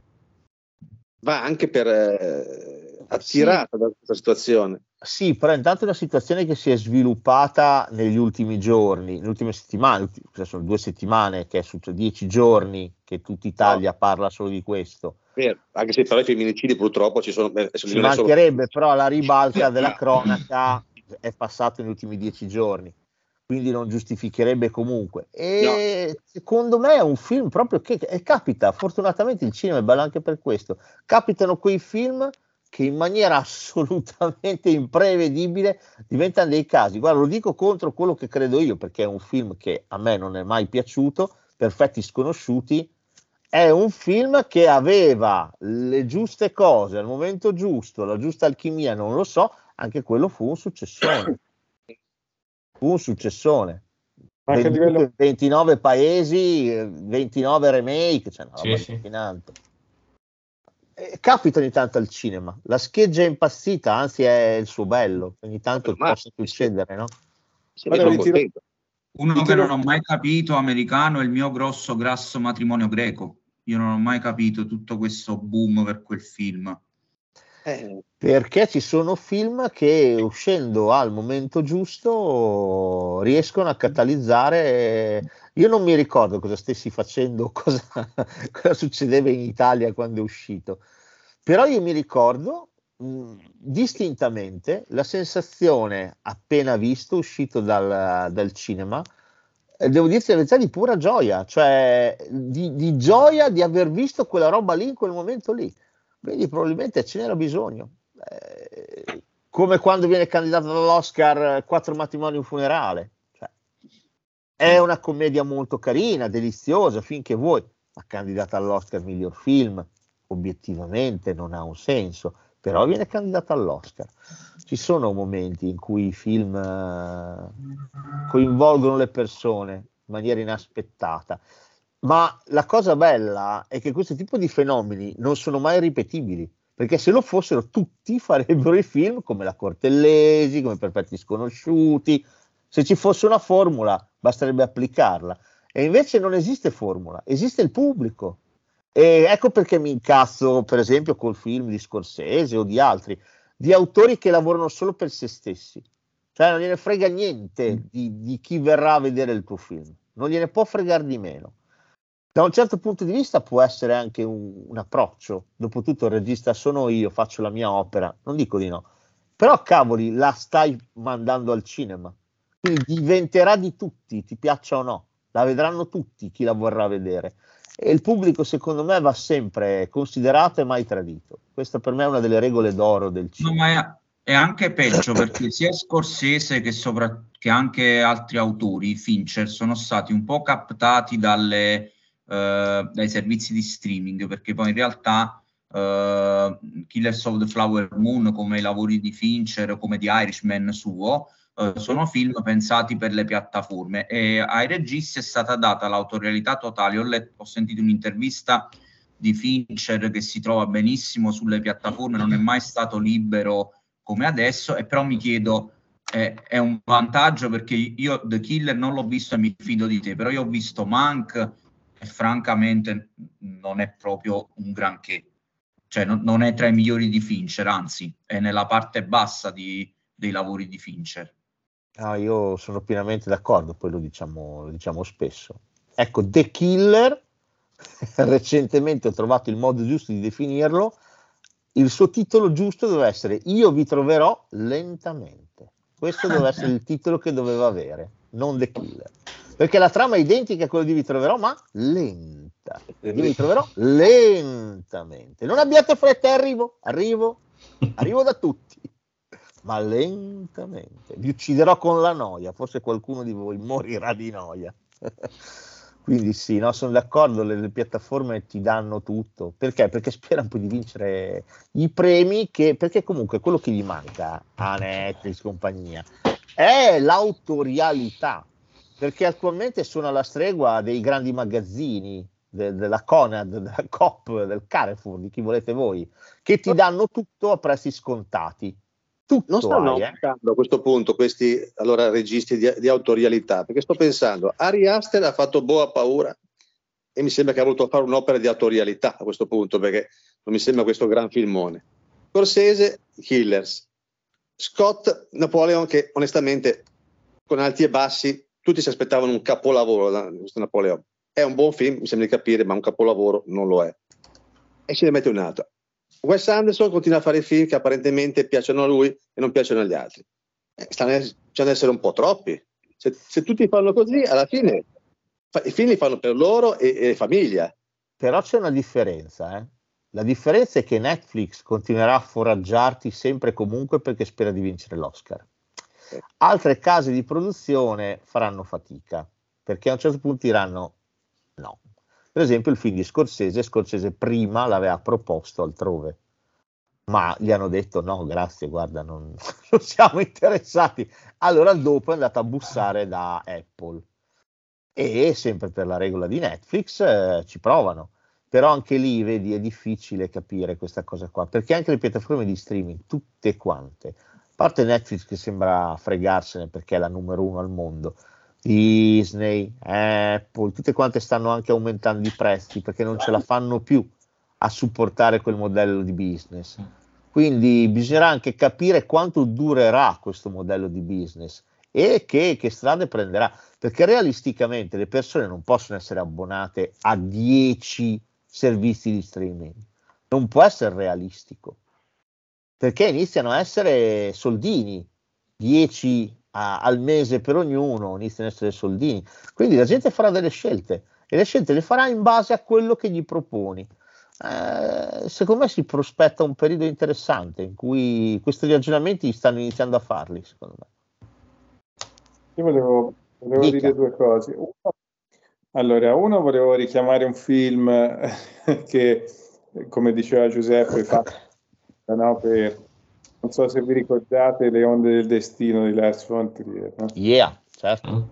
va anche per eh, attirata sì. da questa situazione. Sì, però intanto è una situazione che si è sviluppata negli ultimi giorni, nelle ultime settimane, sono due settimane che è su dieci giorni che tutta Italia no. parla solo di questo. Vero, anche se però i femminicidi purtroppo ci sono. Beh, ci mancherebbe, solo... però la ribalta della cronaca è passata negli ultimi dieci giorni, quindi non giustificherebbe comunque. E no. secondo me è un film proprio che e capita, fortunatamente il cinema è bello anche per questo, capitano quei film che in maniera assolutamente imprevedibile diventano dei casi. Guarda, lo dico contro quello che credo io, perché è un film che a me non è mai piaciuto, Perfetti Sconosciuti. È un film che aveva le giuste cose al momento giusto, la giusta alchimia, non lo so, anche quello fu un successone. Fu un successone. Anche a livello... ventinove paesi, ventinove remake, cioè una roba Sì, sì. allucinante. Eh, capita ogni tanto al cinema, la scheggia è impazzita, anzi è il suo bello, ogni tanto Ma- possa succedere, no? Sì, Guarda, sono vi tiro- contento. Uno vi che tiro- non ho mai capito americano è il mio grosso grasso matrimonio greco. Io non ho mai capito tutto questo boom per quel film. Eh, Perché ci sono film che uscendo al momento giusto riescono a catalizzare. Io non mi ricordo cosa stessi facendo, cosa, cosa succedeva in Italia quando è uscito, però io mi ricordo mh, distintamente la sensazione appena visto, uscito dal, dal cinema, eh, devo dirti la verità, di pura gioia, cioè di, di gioia di aver visto quella roba lì in quel momento lì. Quindi probabilmente ce n'era bisogno. Eh, come quando viene candidato all'Oscar Quattro matrimoni e un funerale. Cioè, è una commedia molto carina, deliziosa, finché vuoi, ma candidata all'Oscar miglior film, obiettivamente non ha un senso, però viene candidata all'Oscar. Ci sono momenti in cui i film eh, coinvolgono le persone in maniera inaspettata. Ma la cosa bella è che questo tipo di fenomeni non sono mai ripetibili, perché se lo fossero tutti farebbero i film come La Cortellesi, come Perfetti Sconosciuti. Se ci fosse una formula basterebbe applicarla, e invece non esiste formula, esiste il pubblico. E ecco perché mi incazzo per esempio col film di Scorsese o di altri, di autori che lavorano solo per se stessi, cioè non gliene frega niente di, di chi verrà a vedere il tuo film, non gliene può fregare di meno. Da un certo punto di vista può essere anche un, un approccio, dopotutto il regista sono io, faccio la mia opera, non dico di no, però cavoli, la stai mandando al cinema, quindi diventerà di tutti, ti piaccia o no, la vedranno tutti chi la vorrà vedere, e il pubblico secondo me va sempre considerato e mai tradito. Questa per me è una delle regole d'oro del No, cinema. ma è, è anche peggio perché sia Scorsese che, sopra, che anche altri autori, Fincher, sono stati un po' captati dalle, eh, dai servizi di streaming, perché poi in realtà eh, Killers of the Flower Moon, come i lavori di Fincher, come di Irishman suo, eh, sono film pensati per le piattaforme, e ai registi è stata data l'autorialità totale. Ho, letto, ho sentito un'intervista di Fincher che si trova benissimo sulle piattaforme, non è mai stato libero come adesso, e però mi chiedo, eh, è un vantaggio, perché io The Killer non l'ho visto e mi fido di te, però io ho visto Mank e francamente non è proprio un granché, cioè non, non è tra i migliori di Fincher, anzi è nella parte bassa di, dei lavori di Fincher. Ah, io sono pienamente d'accordo, poi lo diciamo, lo diciamo spesso. Ecco, The Killer, recentemente ho trovato il modo giusto di definirlo, il suo titolo giusto doveva essere Io vi troverò lentamente. Questo doveva essere il titolo che doveva avere, non The Killer. Perché la trama è identica a quella di Vi troverò, ma lenta. Io vi troverò lentamente. Non abbiate fretta, arrivo, arrivo, arrivo da tutti, ma lentamente. Vi ucciderò con la noia, forse qualcuno di voi morirà di noia. Quindi sì, no, sono d'accordo, le, le piattaforme ti danno tutto. Perché? Perché sperano poi di vincere i premi, che, perché comunque quello che gli manca a Netflix, compagnia, è l'autorialità. Perché attualmente sono alla stregua dei grandi magazzini, de, della Conad, della Coop, del Carrefour, di chi volete voi, che ti danno tutto a prezzi scontati. Tutto non stanno hai, eh? aumentando a questo punto questi allora registi di, di autorialità, perché sto pensando, Ari Aster ha fatto Boa Paura e mi sembra che ha voluto fare un'opera di autorialità a questo punto, perché non mi sembra questo gran filmone. Scorsese, Killers, Scott, Napoleon, che onestamente con alti e bassi tutti si aspettavano un capolavoro da questo Napoleon. È un buon film, mi sembra di capire, ma un capolavoro non lo è. E ce ne mette un altro. Wes Anderson continua a fare film che apparentemente piacciono a lui e non piacciono agli altri. Eh, stanno ad essere un po' troppi. Se, se tutti fanno così, alla fine fa, i film li fanno per loro e, e famiglia. Però c'è una differenza, eh? La differenza è che Netflix continuerà a foraggiarti sempre e comunque perché spera di vincere l'Oscar. Altre case di produzione faranno fatica, perché a un certo punto diranno no. Per esempio il film di Scorsese, Scorsese prima l'aveva proposto altrove, ma gli hanno detto no, grazie, guarda, non, non siamo interessati. Allora dopo è andato a bussare da Apple e sempre per la regola di Netflix eh, ci provano. Però anche lì, vedi, è difficile capire questa cosa qua, perché anche le piattaforme di streaming, tutte quante, a parte Netflix che sembra fregarsene perché è la numero uno al mondo, Disney, Apple, tutte quante stanno anche aumentando i prezzi perché non ce la fanno più a supportare quel modello di business. Quindi bisognerà anche capire quanto durerà questo modello di business e che, che strade prenderà, perché realisticamente le persone non possono essere abbonate a dieci servizi di streaming, non può essere realistico, perché iniziano a essere soldini, dieci a, al mese per ognuno, iniziano a essere soldini, quindi la gente farà delle scelte e le scelte le farà in base a quello che gli proponi. Eh, secondo me si prospetta un periodo interessante in cui questi ragionamenti stanno iniziando a farli, secondo me. Io volevo, volevo dire due cose. Uno, allora, uno volevo richiamare un film che, come diceva Giuseppe, fa, no, per, non so se vi ricordate Le onde del destino di Lars von Trier. No? Yeah, certo.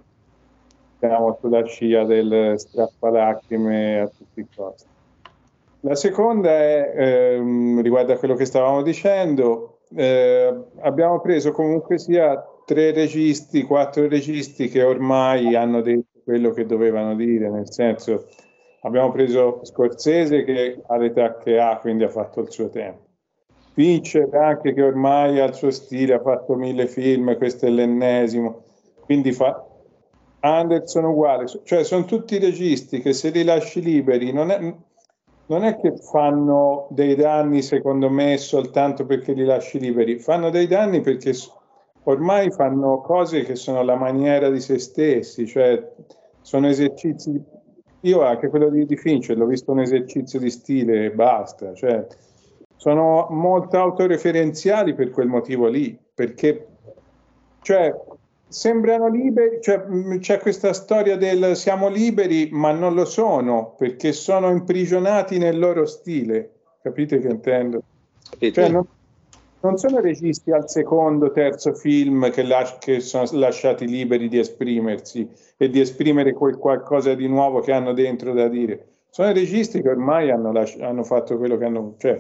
Siamo sulla scia del strappalacrime a tutti i costi. La seconda è, ehm, riguardo a quello che stavamo dicendo, eh, abbiamo preso comunque sia tre registi, quattro registi che ormai hanno detto quello che dovevano dire, nel senso abbiamo preso Scorsese che ha l'età che ha, quindi ha fatto il suo tempo. Fincher anche che ormai ha il suo stile, ha fatto mille film, questo è l'ennesimo, quindi fa Anderson uguale, cioè sono tutti registi che se li lasci liberi non è, non è che fanno dei danni secondo me soltanto perché li lasci liberi, fanno dei danni perché ormai fanno cose che sono la maniera di se stessi, cioè sono esercizi, io anche quello di, di Fincher l'ho visto un esercizio di stile e basta, cioè sono molto autoreferenziali per quel motivo lì, perché cioè sembrano liberi, cioè c'è questa storia del siamo liberi ma non lo sono perché sono imprigionati nel loro stile, capite che intendo? Cioè non, non sono registi al secondo, terzo film che, las- che sono lasciati liberi di esprimersi e di esprimere quel qualcosa di nuovo che hanno dentro da dire, sono registi che ormai hanno, lasci- hanno fatto quello che hanno, cioè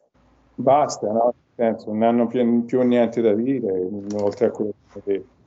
basta, no? Nel senso, non hanno più, più niente da dire oltre a quello che hanno detto.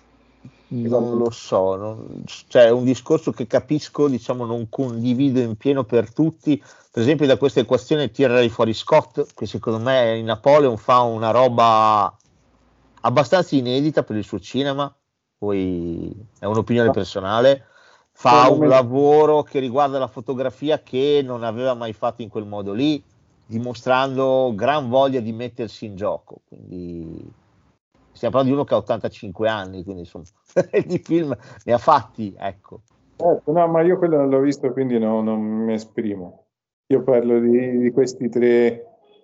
Non lo so, non, cioè è un discorso che capisco, diciamo non condivido in pieno per tutti. Per esempio da questa equazione tirerei fuori Scott, che secondo me in Napoleon fa una roba abbastanza inedita per il suo cinema, poi è un'opinione personale, fa un lavoro che riguarda la fotografia che non aveva mai fatto in quel modo lì, dimostrando gran voglia di mettersi in gioco, quindi stiamo parlando di uno che ha ottantacinque anni, quindi insomma di film ne ha fatti, ecco. Eh, no, ma io quello non l'ho visto, quindi no, non mi esprimo. Io parlo di, di questi tre.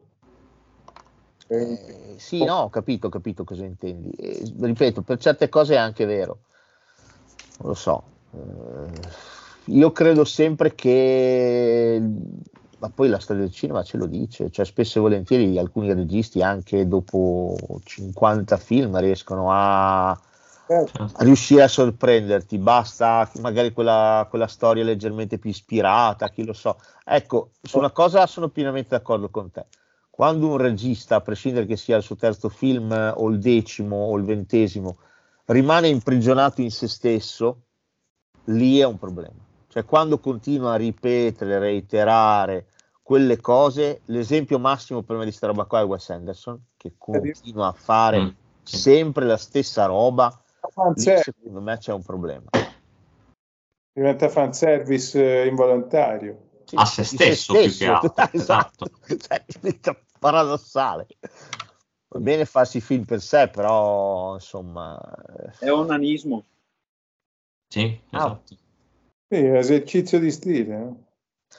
Eh, sì, no, ho capito, ho capito cosa intendi. Eh, ripeto, per certe cose è anche vero. Non lo so. Eh, io credo sempre che, ma poi la storia del cinema ce lo dice, cioè spesso e volentieri alcuni registi anche dopo cinquanta film riescono a, a riuscire a sorprenderti, basta magari quella, quella storia leggermente più ispirata, chi lo so. Ecco, su una cosa sono pienamente d'accordo con te. Quando un regista, a prescindere che sia il suo terzo film o il decimo o il ventesimo, rimane imprigionato in se stesso, lì è un problema. Cioè quando continua a ripetere, reiterare quelle cose, l'esempio massimo per me di sta roba qua è Wes Anderson, che continua a fare mm. sempre la stessa roba, lì secondo me c'è un problema. Diventa fanservice eh, involontario. Sì, a se stesso, se stesso più che altro. Esatto, cioè, diventa paradossale. Va bene farsi film per sé, però insomma... È onanismo. Sì, esatto. Sì, esercizio di stile.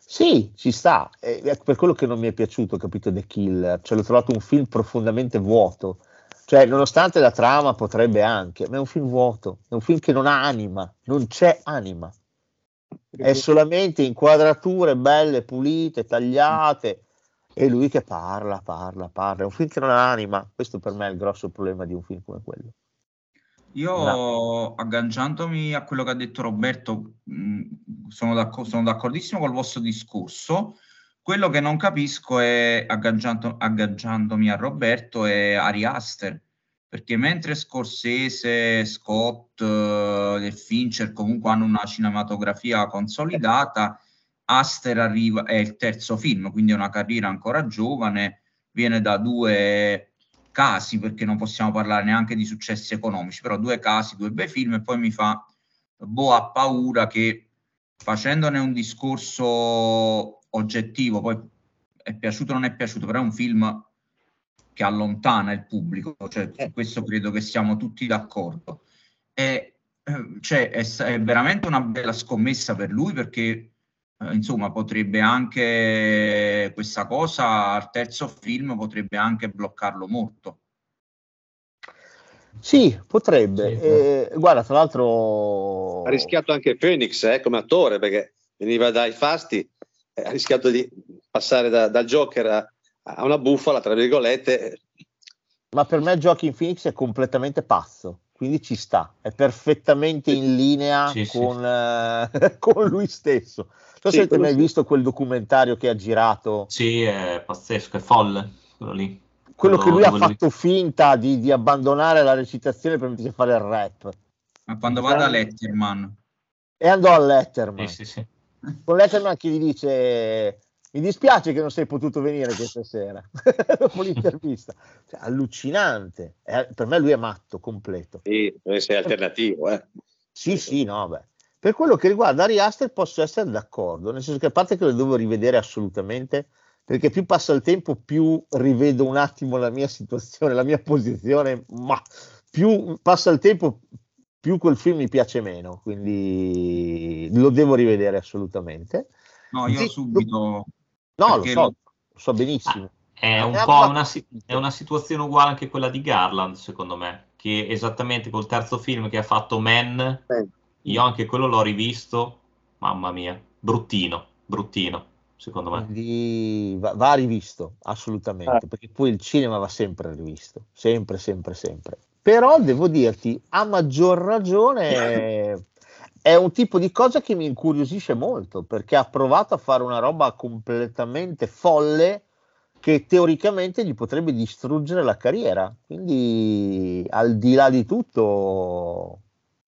Sì, ci sta, è, è per quello che non mi è piaciuto, capito, The Killer, cioè l'ho trovato un film profondamente vuoto, cioè nonostante la trama potrebbe anche, ma è un film vuoto, è un film che non ha anima, non c'è anima, è solamente inquadrature belle, pulite, tagliate, e lui che parla, parla, parla, è un film che non ha anima, questo per me è il grosso problema di un film come quello. Io, No. agganciandomi a quello che ha detto Roberto, mh, sono, d'acc- sono d'accordissimo col vostro discorso. Quello che non capisco è, agganciando- agganciandomi a Roberto, è Ari Aster, perché mentre Scorsese, Scott eh, e Fincher comunque hanno una cinematografia consolidata, Aster arriva, è il terzo film, quindi è una carriera ancora giovane, viene da due casi, perché non possiamo parlare neanche di successi economici, però due casi, due bei film, e poi mi fa boh, ha paura che facendone un discorso oggettivo, poi è piaciuto o non è piaciuto, però è un film che allontana il pubblico, cioè su questo credo che siamo tutti d'accordo. E, eh, cioè, è, è veramente una bella scommessa per lui, perché eh, insomma potrebbe anche questa cosa al terzo film potrebbe anche bloccarlo molto. Sì, potrebbe. Eh, guarda, tra l'altro Ha rischiato anche Phoenix eh, come attore, perché veniva dai fasti, eh, ha rischiato di passare da, dal Joker a, a una bufala, tra virgolette. Ma per me Joaquin Phoenix è completamente pazzo, quindi ci sta, è perfettamente in linea Sì, sì. con, eh, con lui stesso. Non so Sì, se avete quello mai sì. visto quel documentario che ha girato, Sì, è pazzesco, è folle quello lì. quello che lui ha dove lui- fatto finta di, di abbandonare la recitazione per mettersi a fare il rap. Ma quando va da Letterman, E andò a Letterman. Sì, sì, sì. Con Letterman che gli dice: mi dispiace che non sei potuto venire questa sera dopo l'intervista. Cioè, allucinante. Eh, per me lui è matto completo. Sì, deve essere alternativo. Eh. Sì, sì, no, beh. Per quello che riguarda Ari Aster posso essere d'accordo, nel senso che a parte che lo devo rivedere assolutamente, perché più passa il tempo più rivedo un attimo la mia situazione, la mia posizione, ma più passa il tempo più quel film mi piace meno, quindi lo devo rivedere assolutamente. no, io Sì, subito... No, lo perché so, lo- lo so benissimo. È un Eh, po' ma- una, si- è una situazione uguale anche quella di Garland, secondo me, che esattamente col terzo film che ha fatto Man, io anche quello l'ho rivisto, mamma mia, bruttino, bruttino, secondo me. Quindi va, va rivisto assolutamente, perché poi il cinema va sempre rivisto, sempre, sempre, sempre. Però devo dirti, a maggior ragione è un tipo di cosa che mi incuriosisce molto, perché ha provato a fare una roba completamente folle che teoricamente gli potrebbe distruggere la carriera. Quindi, al di là di tutto,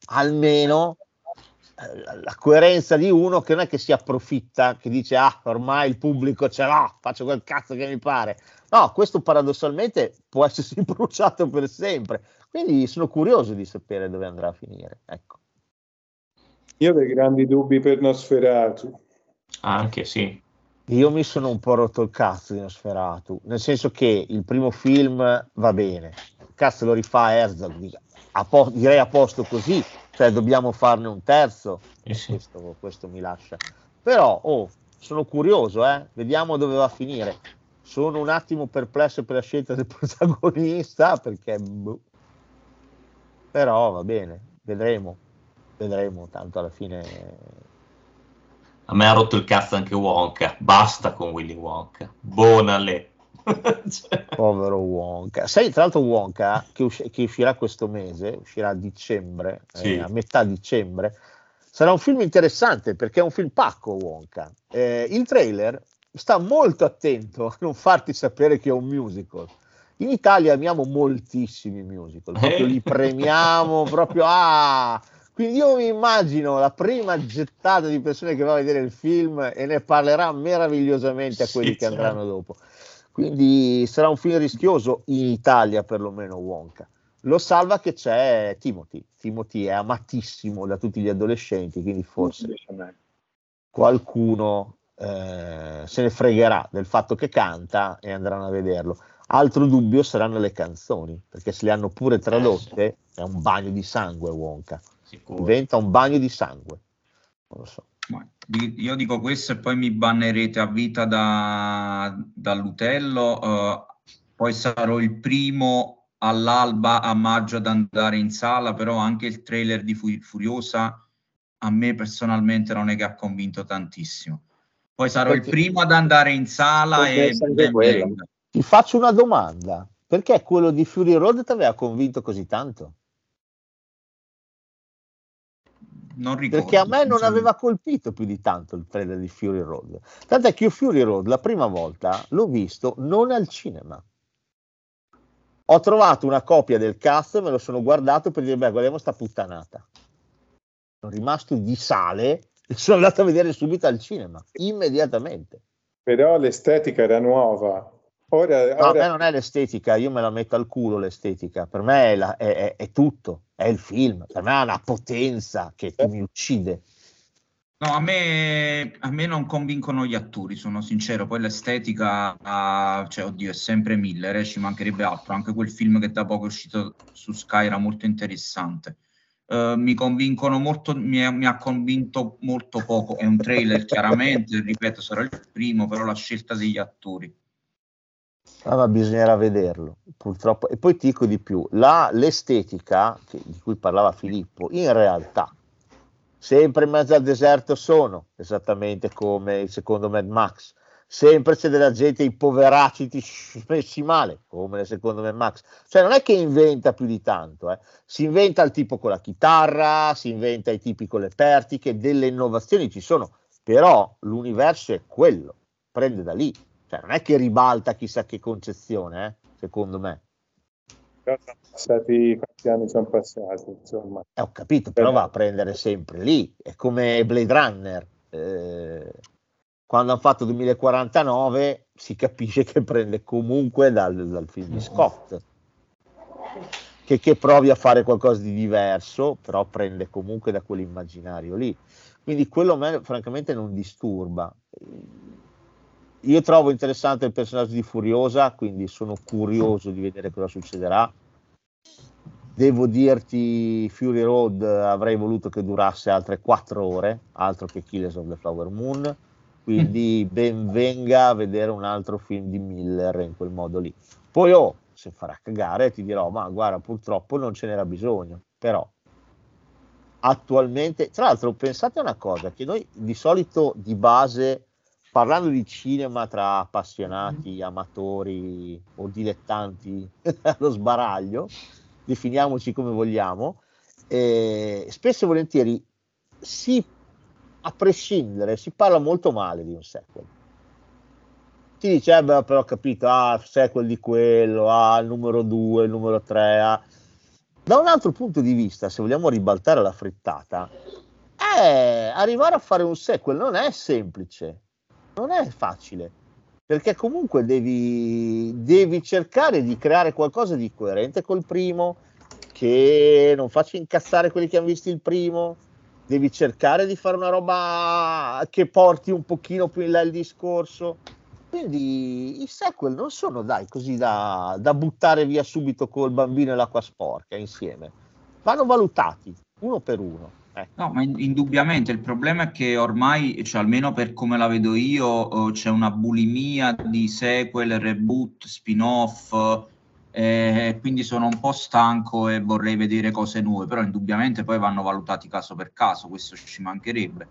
almeno eh, la, la coerenza di uno che non è che si approfitta, che dice ah, ormai il pubblico ce l'ho, faccio quel cazzo che mi pare. No, questo paradossalmente può essersi bruciato per sempre. Quindi sono curioso di sapere dove andrà a finire. Ecco. Io ho dei grandi dubbi per Nosferatu. Anche sì. Io mi sono un po' rotto il cazzo di Nosferatu, nel senso che il primo film va bene, cazzo lo rifà Herzog, dica, a po- direi a posto così, cioè dobbiamo farne un terzo, Eh sì. questo, questo mi lascia. Però, oh, sono curioso, eh? Vediamo dove va a finire. Sono un attimo perplesso per la scelta del protagonista, perché... boh. Però va bene, vedremo, vedremo, tanto alla fine... A me ha rotto il cazzo anche Wonka, basta con Willy Wonka, buonale. Cioè, Povero Wonka. Sai, tra l'altro Wonka, che, usci- che uscirà questo mese, uscirà a dicembre, Sì. eh, a metà dicembre, sarà un film interessante perché è un film pacco Wonka. Eh, il trailer sta molto attento a non farti sapere che è un musical. In Italia amiamo moltissimi musical, proprio li premiamo, proprio ah! Quindi io mi immagino la prima gettata di persone che va a vedere il film e ne parlerà meravigliosamente a quelli Sì, che certo. andranno dopo. Quindi sarà un film rischioso in Italia, perlomeno Wonka. Lo salva che c'è Timothy. Timothy è amatissimo da tutti gli adolescenti, quindi forse qualcuno eh, se ne fregherà del fatto che canta e andranno a vederlo. Altro dubbio saranno le canzoni, perché se le hanno pure tradotte è un bagno di sangue Wonka. Sicuro. Diventa un bagno di sangue. Non lo so. Io dico questo e poi mi bannerete a vita da, dall'Utello, uh, poi sarò il primo all'alba a maggio ad andare in sala, però anche il trailer di Furiosa a me personalmente non è che ha convinto tantissimo. Poi sarò perché il primo ad andare in sala e ben venga. Ti faccio una domanda, perché quello di Fury Road ti aveva convinto così tanto? Non ricordo, perché a me non aveva colpito più di tanto il trailer di Fury Road, tant'è che io Fury Road la prima volta l'ho visto non al cinema, ho trovato una copia del cast, me lo sono guardato per dire beh guardiamo sta puttanata, sono rimasto di sale e sono andato a vedere subito al cinema immediatamente. Però l'estetica era nuova. Ora, no, ora... a me non è l'estetica, io me la metto al culo l'estetica, per me è, la, è, è, è tutto, è il film, per me ha una potenza che, che mi uccide. No, a me, a me non convincono gli attori, sono sincero, poi l'estetica, uh, cioè oddio, è sempre Miller, eh, ci mancherebbe altro, anche quel film che da poco è uscito su Sky era molto interessante. Uh, mi convincono molto, mi, è, mi ha convinto molto poco, è un trailer chiaramente, ripeto, sarà il primo, però la scelta degli attori. Ah, ma bisognerà vederlo purtroppo. E poi ti dico di più, la, l'estetica che, di cui parlava Filippo, in realtà sempre in mezzo al deserto sono esattamente come il secondo Mad Max, sempre c'è della gente, i poveracci messi male come nel secondo Mad Max, cioè non è che inventa più di tanto, eh. Si inventa il tipo con la chitarra, si inventa i tipi con le pertiche, delle innovazioni ci sono, però l'universo è quello, prende da lì. Cioè, non è che ribalta chissà che concezione, eh, secondo me. Sono passati, quanti anni sono passati, insomma. Eh, ho capito, però va a prendere sempre lì. È come Blade Runner. Eh, quando hanno fatto duemilaquarantanove si capisce che prende comunque dal, dal film di Scott. Che, che provi a fare qualcosa di diverso, però prende comunque da quell'immaginario lì. Quindi quello a me francamente non disturba. Io trovo interessante il personaggio di Furiosa, quindi sono curioso di vedere cosa succederà. Devo dirti, Fury Road avrei voluto che durasse altre quattro ore, altro che Killers of the Flower Moon, quindi ben venga a vedere un altro film di Miller in quel modo lì. Poi oh, se farà cagare ti dirò, ma guarda, purtroppo non ce n'era bisogno, però attualmente, tra l'altro pensate a una cosa, che noi di solito di base, parlando di cinema tra appassionati, amatori o dilettanti allo sbaraglio, definiamoci come vogliamo, eh, spesso e volentieri si, a prescindere, si parla molto male di un sequel. Si dice, eh beh, però ho capito, ah, sequel di quello, ah, il numero due, il numero tre, ah. Da un altro punto di vista, se vogliamo ribaltare la frittata, eh, arrivare a fare un sequel non è semplice. Non è facile, perché comunque devi, devi cercare di creare qualcosa di coerente col primo, che non faccia incazzare quelli che hanno visto il primo, devi cercare di fare una roba che porti un pochino più in là il discorso. Quindi i sequel non sono, dai, così da, da buttare via subito col bambino e l'acqua sporca insieme, vanno valutati uno per uno. No, ma indubbiamente il problema è che ormai, cioè almeno per come la vedo io, c'è una bulimia di sequel, reboot, spin-off, eh, quindi sono un po' stanco e vorrei vedere cose nuove, però indubbiamente poi vanno valutati caso per caso, questo ci mancherebbe.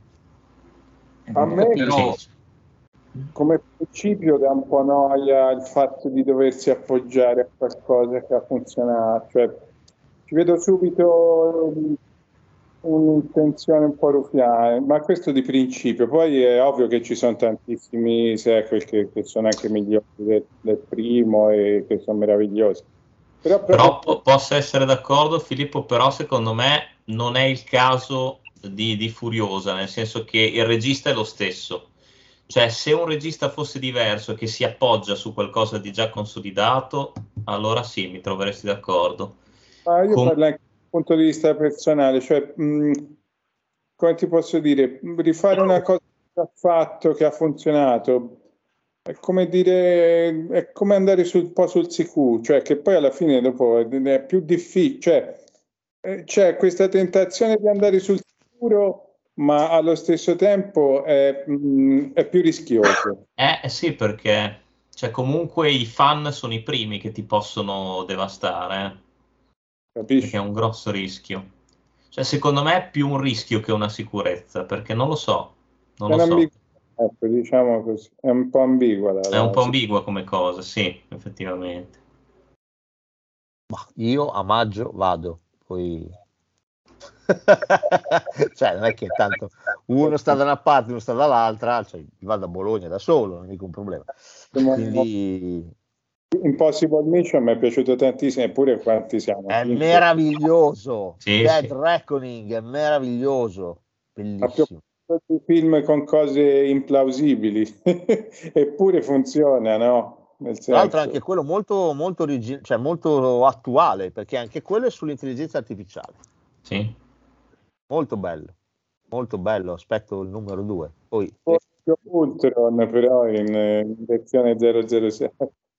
A eh, me però... come principio dà un po' noia il fatto di doversi appoggiare a qualcosa che ha funzionato, cioè ci vedo subito un'intenzione un po' ruffiana, ma questo di principio. Poi è ovvio che ci sono tantissimi sequel che, che sono anche migliori del, del primo e che sono meravigliosi. Però, però po- posso essere d'accordo, Filippo, però secondo me non è il caso di, di Furiosa, nel senso che il regista è lo stesso. Cioè, se un regista fosse diverso e che si appoggia su qualcosa di già consolidato, allora sì, mi troveresti d'accordo. Ah, io Com- parlo anche dal punto di vista personale, cioè, mh, come ti posso dire, rifare una cosa che ha fatto, che ha funzionato, è come dire, è come andare sul, un po' sul sicuro, cioè che poi alla fine dopo è più difficile, cioè eh, c'è questa tentazione di andare sul sicuro ma allo stesso tempo è, mh, è più rischioso. Eh sì, perché cioè, comunque i fan sono i primi che ti possono devastare, eh. Capisci? Perché è un grosso rischio. Cioè, secondo me è più un rischio che una sicurezza, perché non lo so, non È lo so. un'ambigu- ecco, diciamo così, è un po' ambigua la, È un la- po' ambigua come cosa, sì, effettivamente. Ma io a maggio vado, poi cioè non è che tanto uno sta da una parte, uno sta dall'altra, cioè vado a Bologna da solo, non è mica un problema. Quindi Impossible Mission mi è piaciuto tantissimo, eppure quanti siamo? è Cinque? meraviglioso. Sì, Dead sì. Reckoning è meraviglioso, Ha più bellissimo. tutti i film con cose implausibili, eppure funziona, no? Nel Tra l'altro senso, anche quello molto, molto, origi- cioè molto attuale, perché anche quello è sull'intelligenza artificiale. Sì. Molto bello, molto bello, aspetto il numero due. Poi Ultron però in, in versione zero zero sei.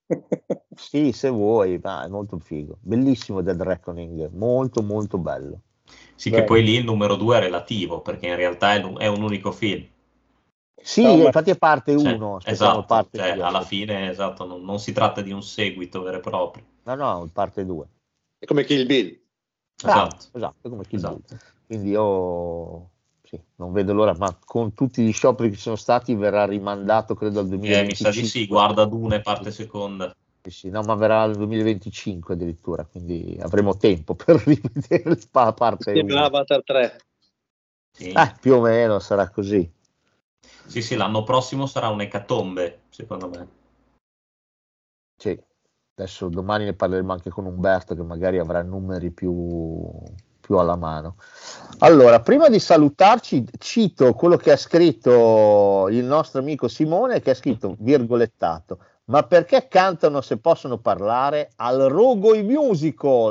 sì, se vuoi, ma è molto figo. Bellissimo Dead Reckoning, molto molto bello. Sì, Beh. che poi lì il numero due è relativo, perché in realtà è, un- è un unico film. Sì, No, ma- infatti è parte Cioè, uno, aspettiamo esatto, parte cioè, due. alla fine, esatto, non, non si tratta di un seguito vero e proprio. No, no, parte due. È come Kill Bill. Bravo, Esatto. esatto, come Kill Bill. Esatto. Quindi io sì, non vedo l'ora, ma con tutti gli scioperi che ci sono stati verrà rimandato, credo, al Eh, mi duemilaventicinque. sa di sì, guarda Dune parte seconda. Sì, sì, no, ma verrà al duemilaventicinque addirittura, quindi avremo tempo per rivedere la parte Sembra uno. Avatar tre. Sì. Eh, più o meno sarà così. Sì, sì, l'anno prossimo sarà un'ecatombe, secondo me. Sì. Adesso domani ne parleremo anche con Umberto, che magari avrà numeri più, più alla mano. Allora, prima di salutarci, cito quello che ha scritto il nostro amico Simone, che ha scritto virgolettato: ma perché cantano se possono parlare? Al Rogo i musical!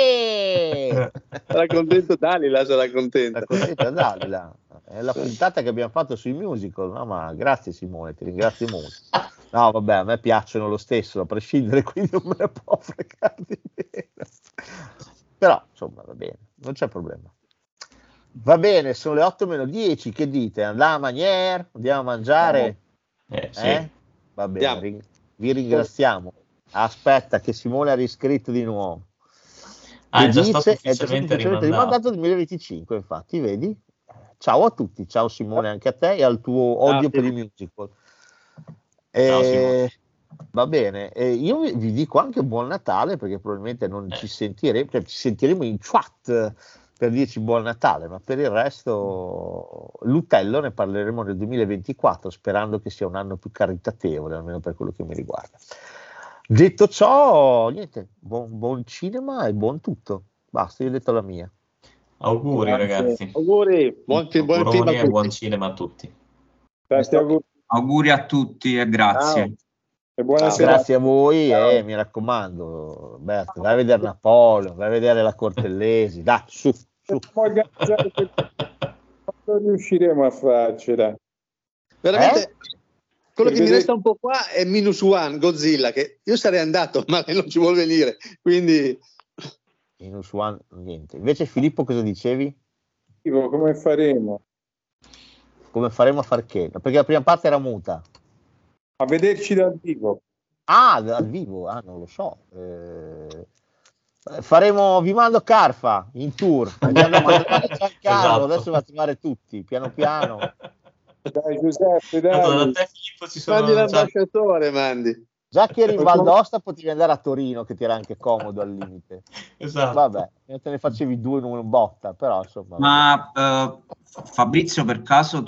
Ale! Sarà contento Dalila, sarà contenta. Sta contenta Dalila. È la puntata che abbiamo fatto sui musical. No, ma grazie Simone, ti ringrazio molto. No, vabbè, a me piacciono lo stesso, a prescindere, quindi non me ne può fregare di meno. Però, insomma, va bene, non c'è problema. Va bene, sono le otto meno dieci, che dite? Andiamo a maniere? Andiamo a mangiare? Eh, sì. Eh? Va bene, Andiamo. ring- vi ringraziamo. Aspetta che Simone ha riscritto di nuovo. Ah, Che è già dice- stato è già stato ufficialmente ufficialmente rimandato. rimandato al duemilaventicinque, infatti, vedi? Ciao a tutti, ciao Simone, anche a te e al tuo odio per i musical. Ciao, Eh, Simone. va bene, eh, io vi, vi dico anche buon Natale, perché probabilmente non ci sentiremo, cioè ci sentiremo in chat per dirci buon Natale, ma per il resto l'Utello ne parleremo nel duemilaventiquattro, sperando che sia un anno più caritatevole, almeno per quello che mi riguarda. Detto ciò, niente, buon, buon cinema e buon tutto. Basta, io ho detto la mia. Auguri, Grazie. ragazzi. Auguri, buon, fi- buon film Auguroni a e buon tutti. cinema a tutti. Tanti auguri. Auguri a tutti e grazie. Ciao. E buonasera. Grazie a voi e mi raccomando, Roberto, vai a vedere Napoleon, vai a vedere la Cortellesi, dai, su, su. Organizzare quel- Quando riusciremo a farcela? Veramente, Eh? quello Per che mi vedere- resta un po' qua è Minus One, Godzilla, che io sarei andato, ma lei non ci vuole venire. Quindi, Minus one, niente. Invece Filippo cosa dicevi? Come faremo? Come faremo a far che? Perché la prima parte era muta. A vederci dal vivo. Ah, dal vivo, ah, non lo so. Eh, faremo, vi mando Carfa in tour. Abbiamo mandato Giancarlo, Esatto. adesso va a trovare tutti, piano piano. Dai Giuseppe, Tanto da dai. te, Filippo, ci sono mandi già... l'ambasciatore, mandi. Già che eri in Val d'Aosta potevi andare a Torino, che ti era anche comodo al limite. Esatto. Vabbè, te ne facevi due in una botta, però insomma. Ma eh, Fabrizio, per caso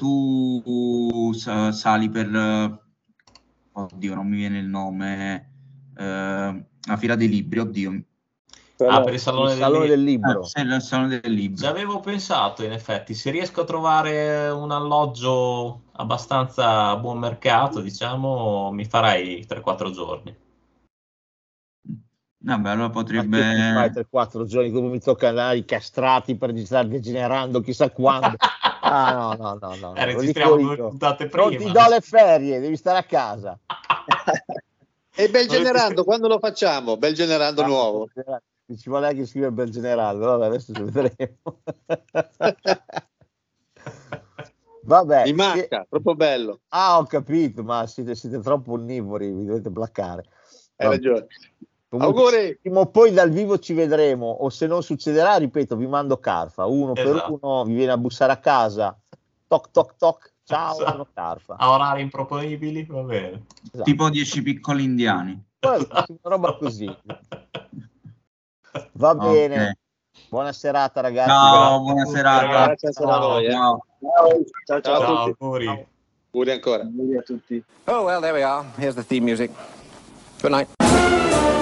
tu sa- sali per... eh, oddio, non mi viene il nome. eh, la Fiera dei Libri, oddio. Ah, per il Salone, Il Salone del del Libro. Libro. Eh, sì, il Salone del Libro. Ci avevo pensato, in effetti, se riesco a trovare un alloggio abbastanza a buon mercato, diciamo, mi farei tre quattro giorni. Vabbè, allora Ma che potrebbe... ti fai tre quattro giorni come mi tocca andare castrati per registrare degenerando chissà quando. Ah no, no, no, no. Eh, no, lo registriamo dico due io. puntate Non prima. ti do le ferie, devi stare a casa. E bel Non è generando, che- quando lo facciamo? Bel generando nuovo. Ci vuole anche scrivere bel generale, però adesso ci vedremo. Vabbè, mi manca, sì. Troppo bello. Ah, ho capito, ma siete, siete troppo onnivori, vi dovete placare. Hai ragione. Comunque, Auguri. prima o poi dal vivo ci vedremo, o se non succederà, ripeto, vi mando Carfa, uno Esatto. per uno, vi viene a bussare a casa, toc toc toc, ciao, Esatto. sono Carfa. A orari improponibili, va bene. Esatto. Tipo dieci piccoli indiani. Una roba così. Va bene. Ok. Buona serata, ragazzi. Ciao, buona serata. Grazie a voi. eh. Ciao. Ciao, ciao, Ciao a Ciao, tutti. auguri. Auguri ancora. auguri a tutti. Oh, well, there we are. Here's the theme music. Good night.